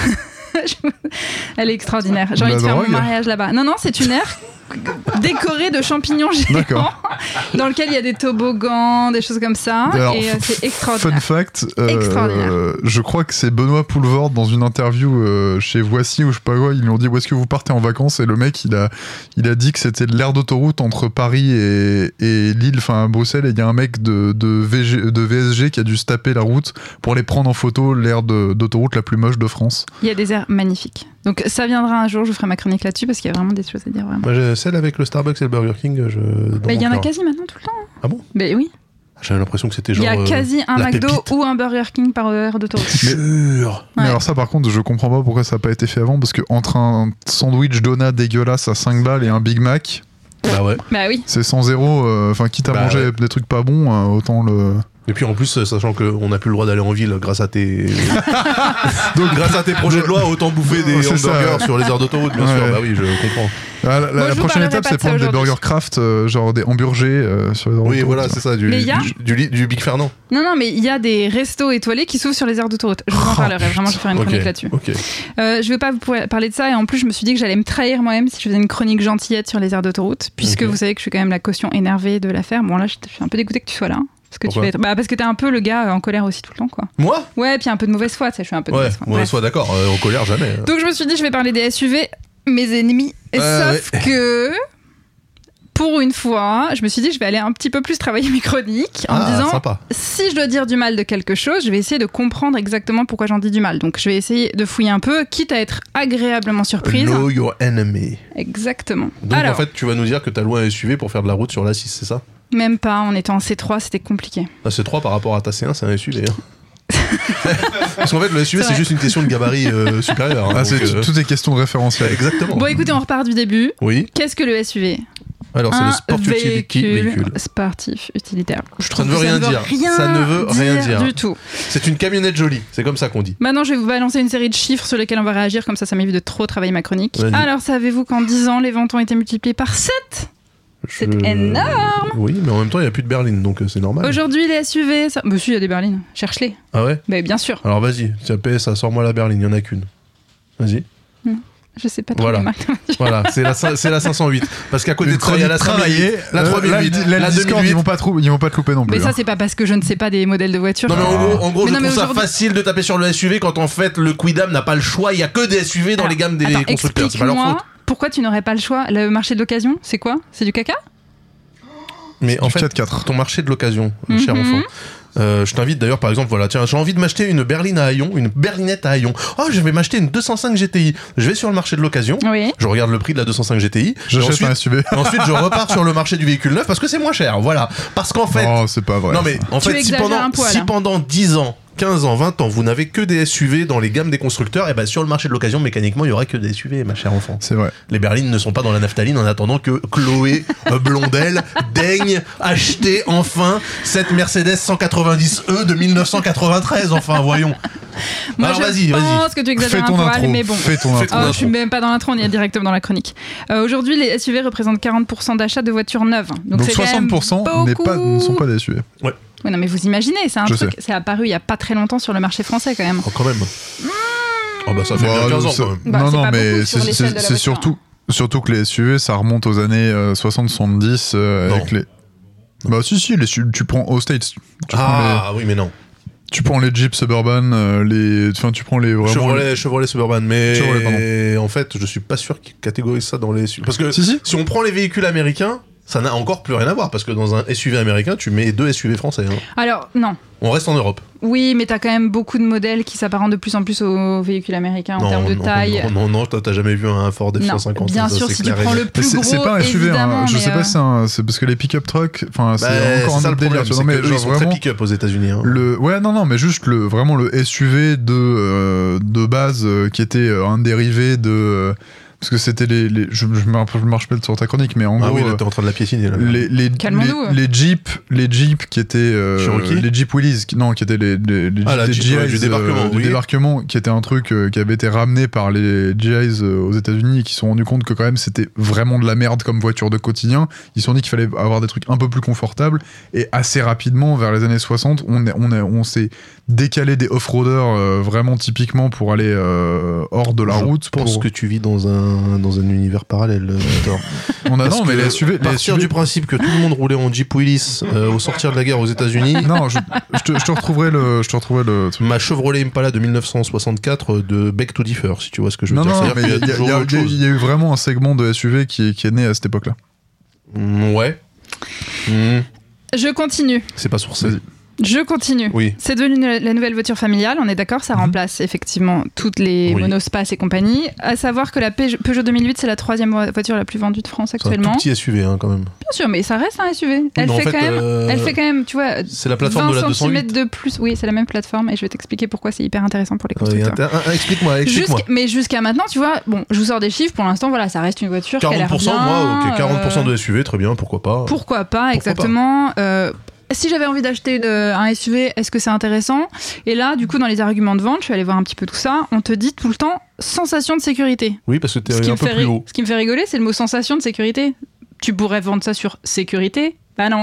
Elle est extraordinaire. J'ai envie La de faire mon drogue. mariage là-bas. Non, non, c'est une aire décorée de champignons géants D'accord. dans lequel il y a des toboggans, des choses comme ça. Alors, et euh, f- c'est extraordinaire. Fun fact, euh, Extraordinaire. je crois que c'est Benoît Poulvord dans une interview euh, chez Voici ou je sais pas quoi, ils lui ont dit où est-ce que vous partez en vacances et le mec il a, il a dit que c'était l'aire d'autoroute entre Paris et, et Lille, enfin Bruxelles, et il y a un mec de, de, V G, de V S G qui a dû se taper la route pour aller prendre en photo l'aire de- d'autoroute la plus moche de France. Il y a des aires magnifiques. Donc ça viendra un jour, je vous ferai ma chronique là-dessus parce qu'il y a vraiment des choses à dire vraiment. Moi, j'ai- celle avec le Starbucks et le Burger King, je. dans Bah, il y mon en a cœur. quasi maintenant tout le temps. hein. Ah bon? Ben oui. J'avais l'impression que c'était Il genre. y a euh, quasi un la McDo pépite. ou un Burger King par aire d'autoroute. Sûr. Mais Ouais. alors ça par contre je comprends pas pourquoi ça n'a pas été fait avant, parce que entre un sandwich donut dégueulasse à cinq balles et un Big Mac, Bah ouais. Bah oui. c'est cent zéro, euh, enfin quitte à Bah manger ouais. des trucs pas bons, euh, autant le... Et puis en plus, sachant qu'on n'a plus le droit d'aller en ville grâce à tes. Donc grâce à tes projets de loi, autant bouffer des C'est ça, hamburgers ouais. sur les aires d'autoroute, bien Ouais. sûr. Bah oui, je comprends. Ah, la, la- Bon, la je vous prochaine parlerai étape pas c'est de ça prendre des aujourd'hui. burgers craft, euh, genre des hamburgers euh, sur les Oui, autoroutes. voilà, c'est ça, du, Mais il y a- du, du, li- du Big Fernand. Non, non, mais il y a des restos étoilés qui s'ouvrent sur les aires d'autoroute. Je vous en Oh, parlerai, vraiment, je vais faire une Ok, chronique là-dessus. ok. Euh, je vais pas vous pour- parler de ça et en plus, je me suis dit que j'allais me trahir moi-même si je faisais une chronique gentillette sur les aires d'autoroute, puisque Ok. vous savez que je suis quand même la caution énervée de l'affaire. Bon, là, je je suis un peu dégoûtée que tu sois là. hein, Parce que tu Pourquoi vas être... bah, parce que t'es un peu le gars euh, en colère aussi tout le temps, quoi. Moi? Ouais, puis un peu de mauvaise foi, tu sais, je suis un peu de Ouais, mauvaise foi. on Bref. soit d'accord, euh, en colère jamais. Donc je me suis dit, je vais parler des S U V, mes ennemis. Ah, Sauf que, pour une fois, je me suis dit, je vais aller un petit peu plus travailler mes chroniques en Ah, me disant, sympa. si je dois dire du mal de quelque chose, je vais essayer de comprendre exactement pourquoi j'en dis du mal. Donc je vais essayer de fouiller un peu, quitte à être agréablement surprise. Know your enemy. Exactement. Donc Alors, en fait, tu vas nous dire que t'as loué un S U V pour faire de la route sur l'A six, c'est ça? même pas, en étant en C trois, c'était compliqué. Ah, c'est trois par rapport à ta C un, c'est un S U V. hein. Parce qu'en fait, le S U V, C'est c'est vrai. juste une question de gabarit euh, supérieur. hein, Ah, donc, c'est euh, tout est question de référentiel. Exactement. Bon, écoutez, on repart du début. Oui. Qu'est-ce que le S U V? Alors, c'est Un le sport utility véhicule. sportif utilitaire. Je Ça trouve ne veut que rien dire. Ça ne veut rien dire. du tout. C'est une camionnette jolie, c'est comme ça qu'on dit. Maintenant, je vais vous balancer une série de chiffres sur lesquels on va réagir, comme ça, ça m'évite de trop travailler ma chronique. Vas-y. Alors, savez-vous qu'en dix ans, les ventes ont été multipliées par sept? C'est Je- énorme. Oui, mais en même temps, il n'y a plus de berline, donc euh, c'est normal. Aujourd'hui, les S U V... Ça... Monsieur, il y a des berlines. Cherche-les. Ah ouais? Bah, bien sûr. Alors vas-y, tiens, P S A, sors-moi la berline, il n'y en a qu'une. Vas-y. Je sais pas trop Voilà. les marques. Voilà, c'est la, cin- c'est la cinq cent huit. Parce qu'à côté Une de ça, il y a la chronique cinq mille huit, travaillée, la euh, trois mille huit, là, le- la le Discord, deux mille huit. ils vont pas trop, ils vont pas te louper non plus. Mais ça, hein. c'est pas parce que je ne sais pas des modèles de voitures. Non mais en gros, en gros Mais je non, mais trouve ça aujourd'hui- facile de taper sur le S U V quand en fait le Quidam n'a pas le choix, il y a que des S U V dans Alors, les gammes des attends, constructeurs, c'est pas leur explique-moi faute. pourquoi tu n'aurais pas le choix. Le marché de l'occasion, c'est quoi? C'est du caca? Mais en Du fait, quatre quatre. ton marché de l'occasion, Mhm. cher enfant. Euh, je t'invite d'ailleurs, par exemple, voilà, tiens, j'ai envie de m'acheter une berline à haillons, une berlinette à haillons. Oh, je vais m'acheter une deux cent cinq G T I. Je vais sur le marché de l'occasion, Oui. je regarde le prix de la deux cent cinq G T I. et J'achète ensuite, un S U V. ensuite, je repars sur le marché du véhicule neuf parce que c'est moins cher. Voilà. Parce qu'en fait, Non, c'est pas vrai. non mais en Tu fait, si exagères pendant, un poil, si hein. pendant dix ans, quinze ans, vingt ans, vous n'avez que des S U V dans les gammes des constructeurs, et ben sur le marché de l'occasion, mécaniquement, il y aura que des S U V, ma chère enfant. C'est vrai. Les berlines ne sont pas dans la naphtaline en attendant que Chloé euh, Blondel daigne acheter enfin cette Mercedes cent quatre-vingt-dix E de mille neuf cent quatre-vingt-treize. Enfin, voyons. Moi, Alors, je vas-y, vas-y. pense que tu Fais exagères un ton poil, intro. mais bon. Fais ton Fais intro. ton Oh, intro. je suis même pas dans l'intro, on y est directement dans la chronique. Euh, Aujourd'hui, les S U V représentent quarante pour cent d'achats de voitures neuves. Donc, Donc c'est quand même soixante pour cent n'est pas, beaucoup. ne sont pas des S U V. Oui, non, mais vous imaginez, c'est un Je truc, sais. c'est apparu il y a pas très longtemps sur le marché français quand même. Oh, quand même. Oh, bah, ça fait Bah, bien quinze ans, ça- quand même. Bah, non, c'est non, pas mais beaucoup sur c'est- l'échelle c'est de la c'est voiture, surtout, surtout que les S U V, ça remonte aux années euh, soixante soixante-dix euh, Non. avec les. Bah si si, les, su- tu prends aux States, tu, prends Ah, oui, mais non. les, tu prends les Jeep Suburban, euh, les, enfin tu prends les vraiment. Chevrolet, Chevrolet Suburban, mais Chevrolet, en fait, je suis pas sûr qu'ils catégorisent ça dans les S U V. Parce que Si si. si on prend les véhicules américains, Ça n'a encore plus rien à voir parce que dans un S U V américain, tu mets deux S U V français. Hein. Alors, non. On reste en Europe. Oui, mais t'as quand même beaucoup de modèles qui s'apparentent de plus en plus aux véhicules américains en non, termes de non, taille. Non, non, non, t'as jamais vu un Ford F cent cinquante. Bien ça, sûr, c'est si clair tu prends le plus c'est, gros, c'est pas un S U V, hein. Je sais euh... pas si c'est un, c'est parce que les pick-up trucks, enfin, c'est bah, encore c'est un ça autre le délire. problème, Tu vois, c'est mais que eux, genre ils sont vraiment, très pick-up aux États-Unis. Hein. Le, ouais, non, non, mais juste le, vraiment le S U V de, euh, de base euh, qui était euh, un dérivé de. Euh, parce que c'était les. les je, je, me, je marche pas sur ta chronique, mais en ah gros. oui, là, t'es en train de la piétiner. Là. Les, les, les, les Jeeps, les Jeeps qui étaient. Euh, les Jeep Willys, qui, non, qui étaient les, les, les ah, Jeep, Jeep, G Is, ouais, du débarquement. Euh, oui. Du débarquement, qui était un truc euh, qui avait été ramené par les G Is euh, aux États-Unis et qui se sont rendus compte que quand même c'était vraiment de la merde comme voiture de quotidien. Ils se sont dit qu'il fallait avoir des trucs un peu plus confortables. Et assez rapidement, vers les années soixante, on, est, on, est, on s'est décalé des off-roaders euh, vraiment typiquement pour aller euh, hors de la Je route. Je pense pour... que tu vis dans un, dans un univers parallèle, Victor. On a non, mais les S U V. Partir les S U V... du principe que tout le monde roulait en Jeep Willys euh, au sortir de la guerre aux États-Unis. Non, je, je, te, je te retrouverai le, je te retrouverai le truc. Ma Chevrolet Impala de dix-neuf cent soixante-quatre de Beg to Differ, si tu vois ce que je veux non, dire. Non, C'est-à-dire mais il y, y, y, y a eu vraiment un segment de S U V qui est, qui est né à cette époque-là. Mmh, ouais. Mmh. Je continue. C'est pas sourcé. Je continue. Oui. C'est devenu la nouvelle voiture familiale, on est d'accord, ça mmh. remplace effectivement toutes les oui. monospaces et compagnie. À savoir que la Peugeot deux mille huit, c'est la troisième voiture la plus vendue de France actuellement. C'est un tout petit S U V hein, quand même. Bien sûr, mais ça reste un S U V. Elle, non, fait, en fait, quand même, euh... elle fait quand même, tu vois, c'est la plateforme de la deux cent huit. De plus. Oui, c'est la même plateforme et je vais t'expliquer pourquoi c'est hyper intéressant pour les constructeurs. Oui, inter... explique-moi, explique-moi. Jusqu'... Mais jusqu'à maintenant, tu vois, bon, je vous sors des chiffres, pour l'instant, voilà, ça reste une voiture quarante pour cent, qui a l'air bien. Moi, ok, quarante pour cent de S U V, très bien, pourquoi pas. Pourquoi pas, pourquoi exactement. Pas. Euh, Si j'avais envie d'acheter de, un S U V, est-ce que c'est intéressant ? Et là, du coup, dans les arguments de vente, je suis allée voir un petit peu tout ça, on te dit tout le temps sensation de sécurité. Oui, parce que t'es ce un peu plus ri- haut. Ce qui me fait rigoler, c'est le mot sensation de sécurité. Tu pourrais vendre ça sur sécurité ? Bah non.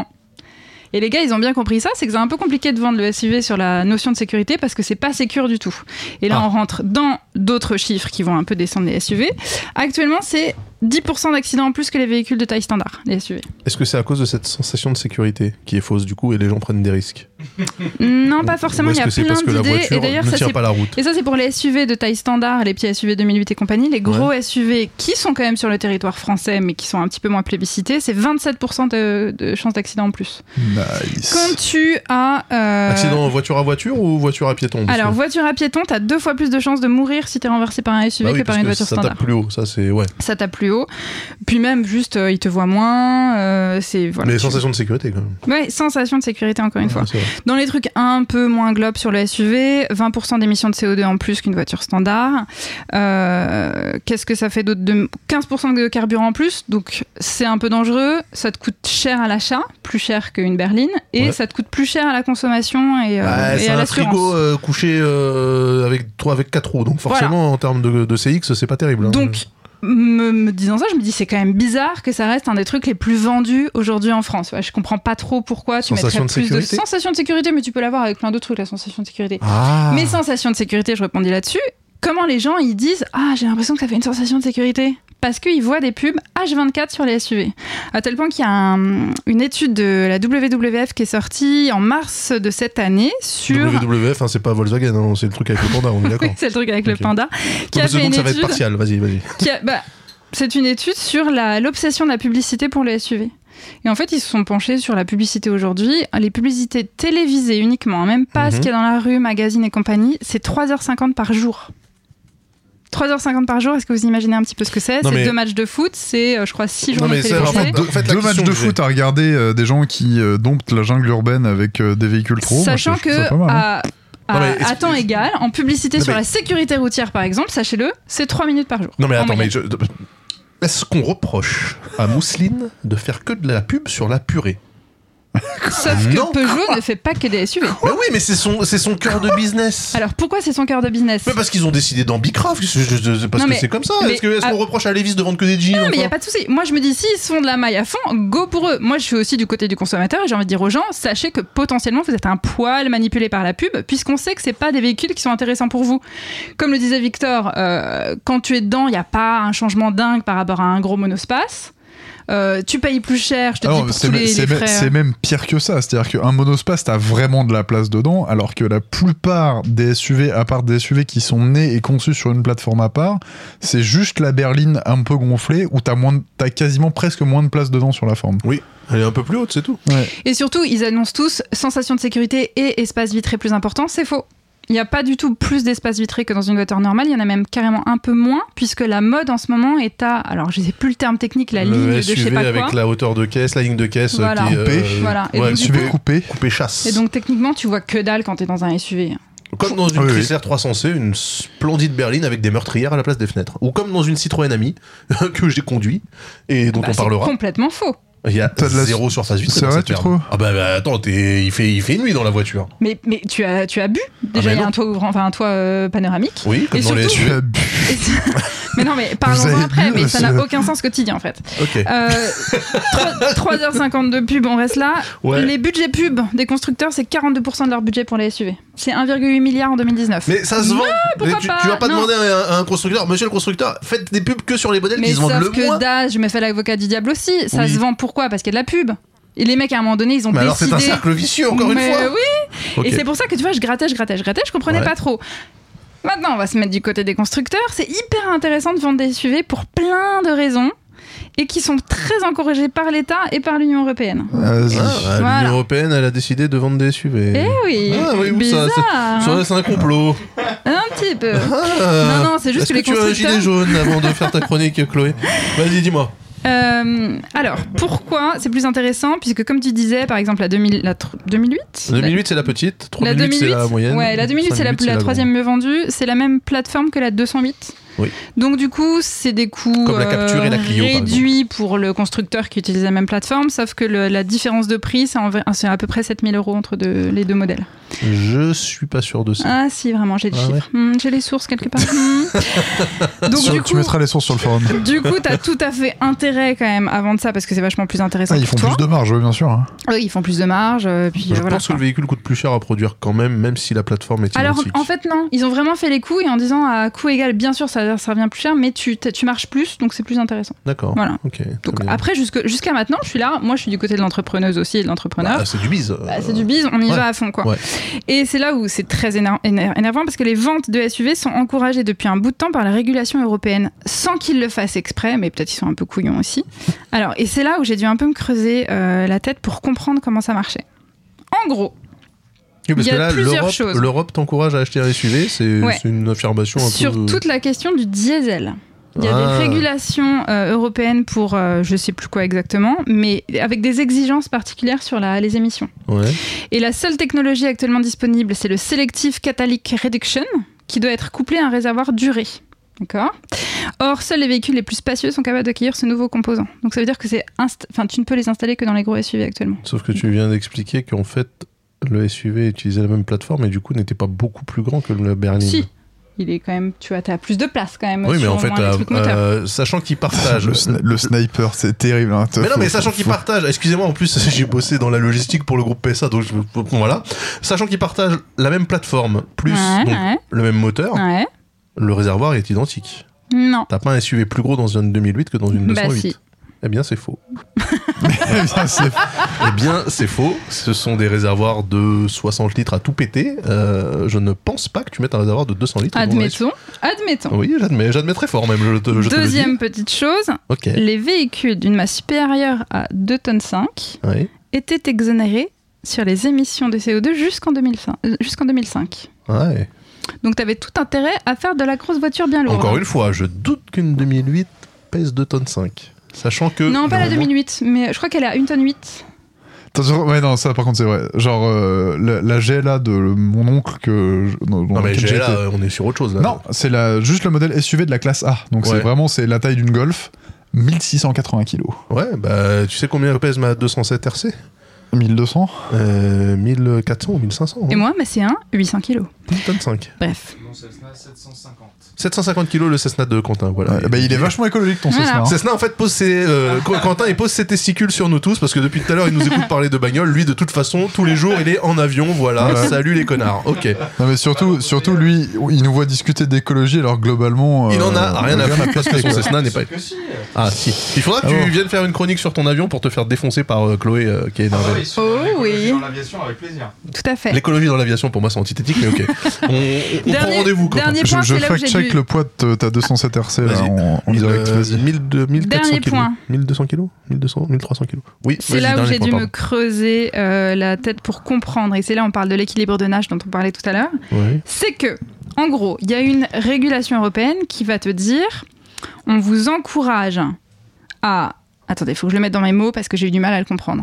Et les gars, ils ont bien compris ça, c'est que c'est un peu compliqué de vendre le S U V sur la notion de sécurité parce que c'est pas sécure du tout. Et là, ah. on rentre dans d'autres chiffres qui vont un peu descendre les S U V. Actuellement, c'est dix pour cent d'accidents en plus que les véhicules de taille standard, les S U V. Est-ce que c'est à cause de cette sensation de sécurité qui est fausse du coup et les gens prennent des risques ? Non, pas forcément, il y a plein parce que d'idées. La voiture et d'ailleurs, ne ça, tient c'est... pas la route. Et ça, c'est pour les S U V de taille standard, les petits S U V deux mille huit et compagnie. Les gros ouais. S U V qui sont quand même sur le territoire français, mais qui sont un petit peu moins plébiscités, c'est vingt-sept pour cent de, de chances d'accident en plus. Nice. Quand tu as... Euh... Accident voiture à voiture ou voiture à piéton ? Alors, voiture à piéton, t'as deux fois plus de chances de mourir si t'es renversé par un S U V bah oui, que par une voiture ça standard. Ça tape plus haut, ça c'est... Ouais. Ça tape plus haut. Puis même, juste, euh, ils te voient moins. Euh, c'est, voilà, Mais tu... sensation de sécurité quand même. Ouais, sensation de sécurité encore une ouais, fois. Dans les trucs un peu moins globes sur le S U V, vingt pour cent d'émissions de C O deux en plus qu'une voiture standard. Euh, qu'est-ce que ça fait d'autre de quinze pour cent de carburant en plus, donc c'est un peu dangereux. Ça te coûte cher à l'achat, plus cher qu'une berline, et ouais. ça te coûte plus cher à la consommation et, euh, bah, et c'est à un l'assurance. frigo euh, couché euh, avec toi avec quatre roues, donc forcément voilà. en termes de, de C X c'est pas terrible. Hein. Donc Me, me disant ça, je me dis c'est quand même bizarre que ça reste un des trucs les plus vendus aujourd'hui en France. Ouais, je comprends pas trop pourquoi tu sensation mettrais de plus sécurité. de sensation de sécurité, mais tu peux l'avoir avec plein d'autres trucs, la sensation de sécurité. Ah. Mais sensation de sécurité, je répondis là-dessus. Comment les gens ils disent ah j'ai l'impression que ça fait une sensation de sécurité ? Parce qu'ils voient des pubs H vingt-quatre sur les S U V. À tel point qu'il y a un, une étude de la W W F qui est sortie en mars de cette année sur... W W F, hein, c'est pas Volkswagen, hein, c'est le truc avec le panda, on est d'accord. Oui, c'est le truc avec okay. le panda. Qui non, a fait donc une ça étude va être partial, vas-y, vas-y. Qui a, bah, c'est une étude sur la, l'obsession de la publicité pour les S U V. Et en fait, ils se sont penchés sur la publicité aujourd'hui. Les publicités télévisées uniquement, même pas mm-hmm. ce qu'il y a dans la rue, magazines et compagnie, c'est trois heures cinquante par jour. trois heures cinquante par jour, est-ce que vous imaginez un petit peu ce que c'est ? Non, c'est mais... deux matchs de foot, c'est, euh, je crois, six journées télévisées. En fait, deux, fait, deux matchs de foot à regarder euh, des gens qui euh, domptent la jungle urbaine avec euh, des véhicules trop. Sachant moi, je, je que, mal, à, hein. à, non, mais, à temps égal, en publicité non, sur mais... la sécurité routière, par exemple, sachez-le, c'est trois minutes par jour. Non mais attends, mais je... est-ce qu'on reproche à Mousseline de faire que de la pub sur la purée ? Sauf non, que Peugeot quoi ne fait pas que des S U V. Mais oui, mais c'est son, c'est son cœur de business. Alors pourquoi c'est son cœur de business ? Mais parce qu'ils ont décidé d'Ambicraft, parce non, que c'est comme ça. Est-ce, que, est-ce à... qu'on reproche à Levi's de vendre que des jeans ? Non, enfin mais il n'y a pas de souci. Moi je me dis, s'ils se font de la maille à fond, go pour eux. Moi je suis aussi du côté du consommateur et j'ai envie de dire aux gens, sachez que potentiellement vous êtes un poil manipulé par la pub, puisqu'on sait que c'est pas des véhicules qui sont intéressants pour vous. Comme le disait Victor, euh, quand tu es dedans, il n'y a pas un changement dingue par rapport à un gros monospace. Euh, tu payes plus cher, je te Alors, dis pour c'est, tous les, c'est, les frais. c'est même pire que ça, c'est-à-dire qu'un monospace, t'as vraiment de la place dedans, alors que la plupart des S U V, à part des S U V qui sont nés et conçus sur une plateforme à part, c'est juste la berline un peu gonflée où t'as, moins de, t'as quasiment presque moins de place dedans sur la forme. Oui, elle est un peu plus haute, c'est tout. Ouais. Et surtout, ils annoncent tous sensation de sécurité et espace vitré plus important. C'est faux. Il n'y a pas du tout plus d'espace vitré que dans une voiture normale. Il y en a même carrément un peu moins, puisque la mode en ce moment est à... Alors, je ne sais plus le terme technique, la le ligne de S U V je sais pas avec quoi. la hauteur de caisse, la ligne de caisse Voilà. qui est Coupée. Voilà. Et ouais, donc, S U V du coup- coupé. coupé chasse. Et donc, techniquement, tu vois que dalle quand tu es dans un S U V. Comme dans une Oui, oui. Chrysler trois cents C, une splendide berline avec des meurtrières à la place des fenêtres. Ou comme dans une Citroën Ami que j'ai conduit et dont Bah, on c'est parlera. complètement faux. Il y a T'as de la- zéro surface vitrée. C'est dans vrai, cette tu merde. trouves Ah bah, bah, attends, t'es- il fait il fait nuit dans la voiture. Mais, mais tu, as, tu as bu. Déjà, mais il y a non. un toit ouvrant, enfin un toit euh, panoramique. Oui, comme Et dans les S U surtout- V. Tu as bu. Et c'est- mais non, mais avez parlons-en après, bu, mais ça c'est- n'a aucun sens ce que tu dis en fait. Ok. Euh, trois heures cinquante de pub, on reste là. Ouais. Les budgets pub des constructeurs, c'est quarante-deux pour cent de leur budget pour les S U V. C'est un virgule huit milliard en deux mille dix-neuf. Mais ça se vend. pourquoi Mais tu, pas tu vas pas Non. demander à un, à un constructeur, monsieur le constructeur, faites des pubs que sur les modèles Mais qui se vendent sauf le que moins. d'âge, je me fais l'avocat du diable aussi. Ça Oui. se vend pourquoi? Parce qu'il y a de la pub. Et les mecs, à un moment donné, ils ont Mais alors c'est décidé... un cercle vicieux, encore une Mais fois. oui. Ok. Et c'est pour ça que tu vois, je grattais, je grattais, je grattais, je comprenais Ouais. pas trop. Maintenant, on va se mettre du côté des constructeurs. C'est hyper intéressant de vendre des S U V pour plein de raisons et qui sont très encouragés par l'État et par l'Union européenne. Vas-y. Ah, bah, Voilà. L'Union européenne, elle a décidé de vendre des S U V. Eh oui, Ah oui, ou ça, bizarre. c'est- hein. ça, c'est un complot. Un petit peu. Ah. Non, non, c'est juste Est-ce que les tu as un constructeurs- gilet jaune avant de faire ta chronique, Chloé? Vas-y, dis-moi. Euh, alors, pourquoi c'est plus intéressant? Puisque, comme tu disais, par exemple, la, deux mille, la tr- deux mille huit deux mille huit, c'est la petite. la trois mille huit, c'est la moyenne. Ouais, la deux mille huit, c'est la, cinq mille huit, la c'est troisième mieux vendue. C'est la même plateforme que la deux cent huit. Oui. Donc, du coup, c'est des coûts Comme la Capture et la Clio, par réduits pour le constructeur qui utilise la même plateforme, sauf que le- la différence de prix, c'est, env- c'est à peu près sept mille euros entre deux- les deux modèles. Je suis pas sûr de ça. Ah, si, vraiment, j'ai le Ah chiffre. Hmm, j'ai les sources quelque part. Hmm. Donc, Sur- du tu coup, mettras les sources sur le forum. du coup, t'as tout à fait intérêt quand même à vendre ça parce que c'est vachement plus intéressant Ah, ils pour font toi. plus de marge, oui, bien sûr. hein. Oui, ils font plus de marge. euh, puis Je euh, voilà, pense que quoi. le véhicule coûte plus cher à produire quand même, même si la plateforme est Alors identique. en fait non, ils ont vraiment fait les coups et en disant à coût égal, bien sûr ça, ça revient plus cher, mais tu, tu marches plus, donc c'est plus intéressant. D'accord. Voilà. Ok. très Donc bien. après jusque, jusqu'à maintenant, je suis là, moi je suis du côté de l'entrepreneuse aussi et de l'entrepreneur. Bah, c'est du bise. Bah, c'est du bise, on y ouais. va à fond quoi. Ouais. Et c'est là où c'est très éner- éner- énervant parce que les ventes de S U V sont encouragées depuis un bout de temps par la régulation européenne, sans qu'ils le fassent exprès, mais peut-être ils sont un peu couillons aussi. Alors, et c'est là où j'ai dû un peu me creuser euh, la tête pour comprendre comment ça marchait. En gros, Oui, parce il y a que là, plusieurs l'Europe, choses. l'Europe t'encourage à acheter un S U V, c'est, Ouais. c'est une affirmation un sur peu. toute la question du diesel. Il y a Ah. des régulations euh, européennes pour euh, je sais plus quoi exactement, mais avec des exigences particulières sur la, les émissions. Ouais. Et la seule technologie actuellement disponible, c'est le Selective Catalytic Reduction, qui doit être couplé à un réservoir duré. D'accord. Or, seuls les véhicules les plus spacieux sont capables d'accueillir ce nouveau composant. Donc ça veut dire que c'est inst- enfin, tu ne peux les installer que dans les gros S U V actuellement. Sauf que tu viens d'expliquer qu'en fait, le S U V utilisait la même plateforme et du coup n'était pas beaucoup plus grand que le berline. Si. Il est quand même, tu vois, t'as plus de place quand même. Oui, mais sur en fait, un euh, électrique moteur. euh, sachant qu'ils partagent. Le, sna- le sniper, c'est terrible. hein. Mais non, mais Faut- sachant faut- qu'ils faut- partagent, excusez-moi, en plus j'ai bossé dans la logistique pour le groupe P S A, donc je, voilà. Sachant qu'ils partagent la même plateforme, plus Ouais, donc, ouais. le même moteur, Ouais. le réservoir est identique. Non. T'as pas un S U V plus gros dans une deux mille huit que dans une deux cent huit. Bah si. Eh bien, c'est faux. Eh bien, c'est- Eh bien, c'est faux. Ce sont des réservoirs de soixante litres à tout péter. Euh, je ne pense pas que tu mettes un réservoir de deux cents litres. dans un S U V. Admettons. Admettons. Oui, j'admets, j'admets très fort même. Je te, je te le dis. Deuxième petite chose, Ok. les véhicules d'une masse supérieure à deux tonnes cinq Oui. étaient exonérés sur les émissions de C O deux jusqu'en deux mille cinq. euh, jusqu'en deux mille cinq. Ouais. Donc tu avais tout intérêt à faire de la grosse voiture bien lourde. Encore une fois, je doute qu'une deux mille huit pèse deux tonnes cinq. Sachant que. Non, pas la normalement- deux mille huit, mais je crois qu'elle est à une tonne huit. Attention, ouais, non, ça par contre c'est vrai. Genre, euh, la, la G L A de le- mon oncle que. je- dans- dans Non, mais laquelle j'ai j'ai là, été- euh, on est sur autre chose. Là. Non, c'est la, juste le modèle S U V de la classe A. Donc Ouais. c'est vraiment c'est la taille d'une Golf, mille six cent quatre-vingts kilos. Ouais, bah, tu sais combien pèse ma deux cent sept R C mille deux cents euh, mille quatre cents ou mille cinq cents. Et moi, ma C un, huit cents kilos. une tonne cinq. Bref. Mon Cessna sept cent cinquante. sept cent cinquante kilos le Cessna de Quentin, voilà. Ouais, bah, il est vachement écologique ton Voilà. Cessna. Hein. Cessna en fait pose ses euh, Quentin il pose ses testicules sur nous tous parce que depuis tout à l'heure il nous écoute parler de bagnole. Lui de toute façon tous les jours il est en avion, voilà. Ouais. Salut les connards. Ok. Non mais surtout, surtout lui, il nous voit discuter d'écologie alors globalement. Il en a euh, rien à rien foutre parce que son péter, quoi. Cessna n'est pas. Que si. Ah si. Il faudra que Ah tu bon. viennes faire une chronique sur ton avion pour te faire défoncer par euh, Chloé euh, qui est Ah énervée. oui, sur Oh l'écologie oui. dans l'aviation avec plaisir. Tout à fait. L'écologie dans l'aviation pour moi c'est antithétique mais ok. On, on, on prend Dernier- rendez-vous Quentin. dernier Je, point, je c'est là où j'ai fact-check dû- le poids de ta deux cent sept R C là, Vas-y. en, en mille, direct, euh, vas-y. mille deux- mille quatre cents Dernier kilos. point. mille deux cents kilos mille deux cents, mille trois cents kilos. Oui, C'est vas-y, là où dernier j'ai point, dû me pardon. creuser euh, la tête pour comprendre, et c'est là où on parle de l'équilibre de nage dont on parlait tout à l'heure. Ouais. C'est que, en gros, il y a une régulation européenne qui va te dire on vous encourage à. Attendez, il faut que je le mette dans mes mots parce que j'ai eu du mal à le comprendre.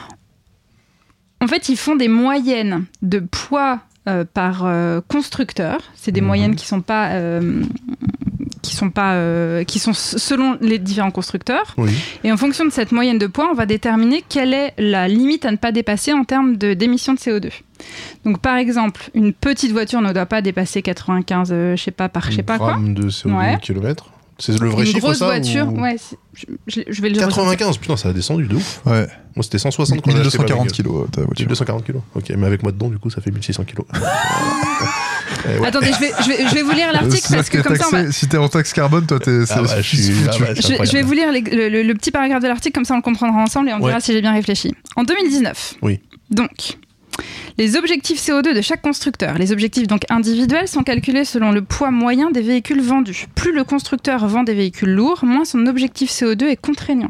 En fait, ils font des moyennes de poids euh, par euh, constructeur. C'est des Mhm. moyennes qui sont pas. euh, qui sont pas euh, qui sont s- selon les différents constructeurs, Oui. et en fonction de cette moyenne de poids on va déterminer quelle est la limite à ne pas dépasser en termes de, d'émissions de C O deux. Donc par exemple une petite voiture ne doit pas dépasser quatre-vingt-quinze euh, je sais pas par je sais pas quoi. Gramme de C O deux Ouais. kilomètre. C'est le vrai Une chiffre grosse ça voiture, ou... ouais, c'est- je, je- je vais le quatre-vingt-quinze, putain, ça a descendu de ouf. Ouais. Moi, c'était cent soixante quand j'ai acheté ma mille deux cent quarante bagnole. kilos ta voiture. mille deux cent quarante kilos. Ok, mais avec moi dedans, du coup, ça fait mille six cents kilos. Eh ouais. Attendez, je vais, je, vais, je vais vous lire l'article C'est-à-dire parce que que comme ça on va- taxé- si t'es en taxe carbone, toi t'es. c'est- Ah bah, je suis- c'est ah foutu. bah, c'est Je, je vais incroyable. vous lire les- le, le- le petit paragraphe de l'article, comme ça on le comprendra ensemble et on Ouais. dira si j'ai bien réfléchi. En deux mille dix-neuf, Oui. donc, les objectifs C O deux de chaque constructeur, les objectifs donc individuels, sont calculés selon le poids moyen des véhicules vendus. Plus le constructeur vend des véhicules lourds, moins son objectif C O deux est contraignant.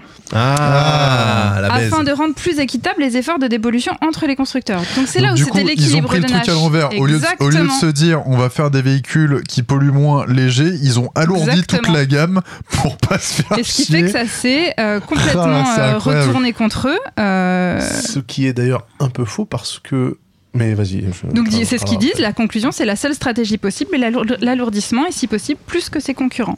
Ah, la baise. Afin de rendre plus équitables les efforts de dépollution entre les constructeurs. Donc c'est là Donc, où du c'était coup, ils ont l'équilibre pris de le truc nage. à l'envers. Au lieu, de, au lieu de Exactement. se dire on va faire des véhicules qui polluent moins légers, ils ont alourdi Exactement. toute la gamme pour pas se faire Et ce qui chier. fait que ça s'est euh, complètement Ah, c'est euh, incroyable. retourné contre eux. euh, Ce qui est d'ailleurs un peu faux parce que. Mais vas-y. je- Donc je- c'est ce qu'ils disent, la conclusion c'est la seule stratégie possible et l'alour- l'alourdissement est si possible plus que ses concurrents.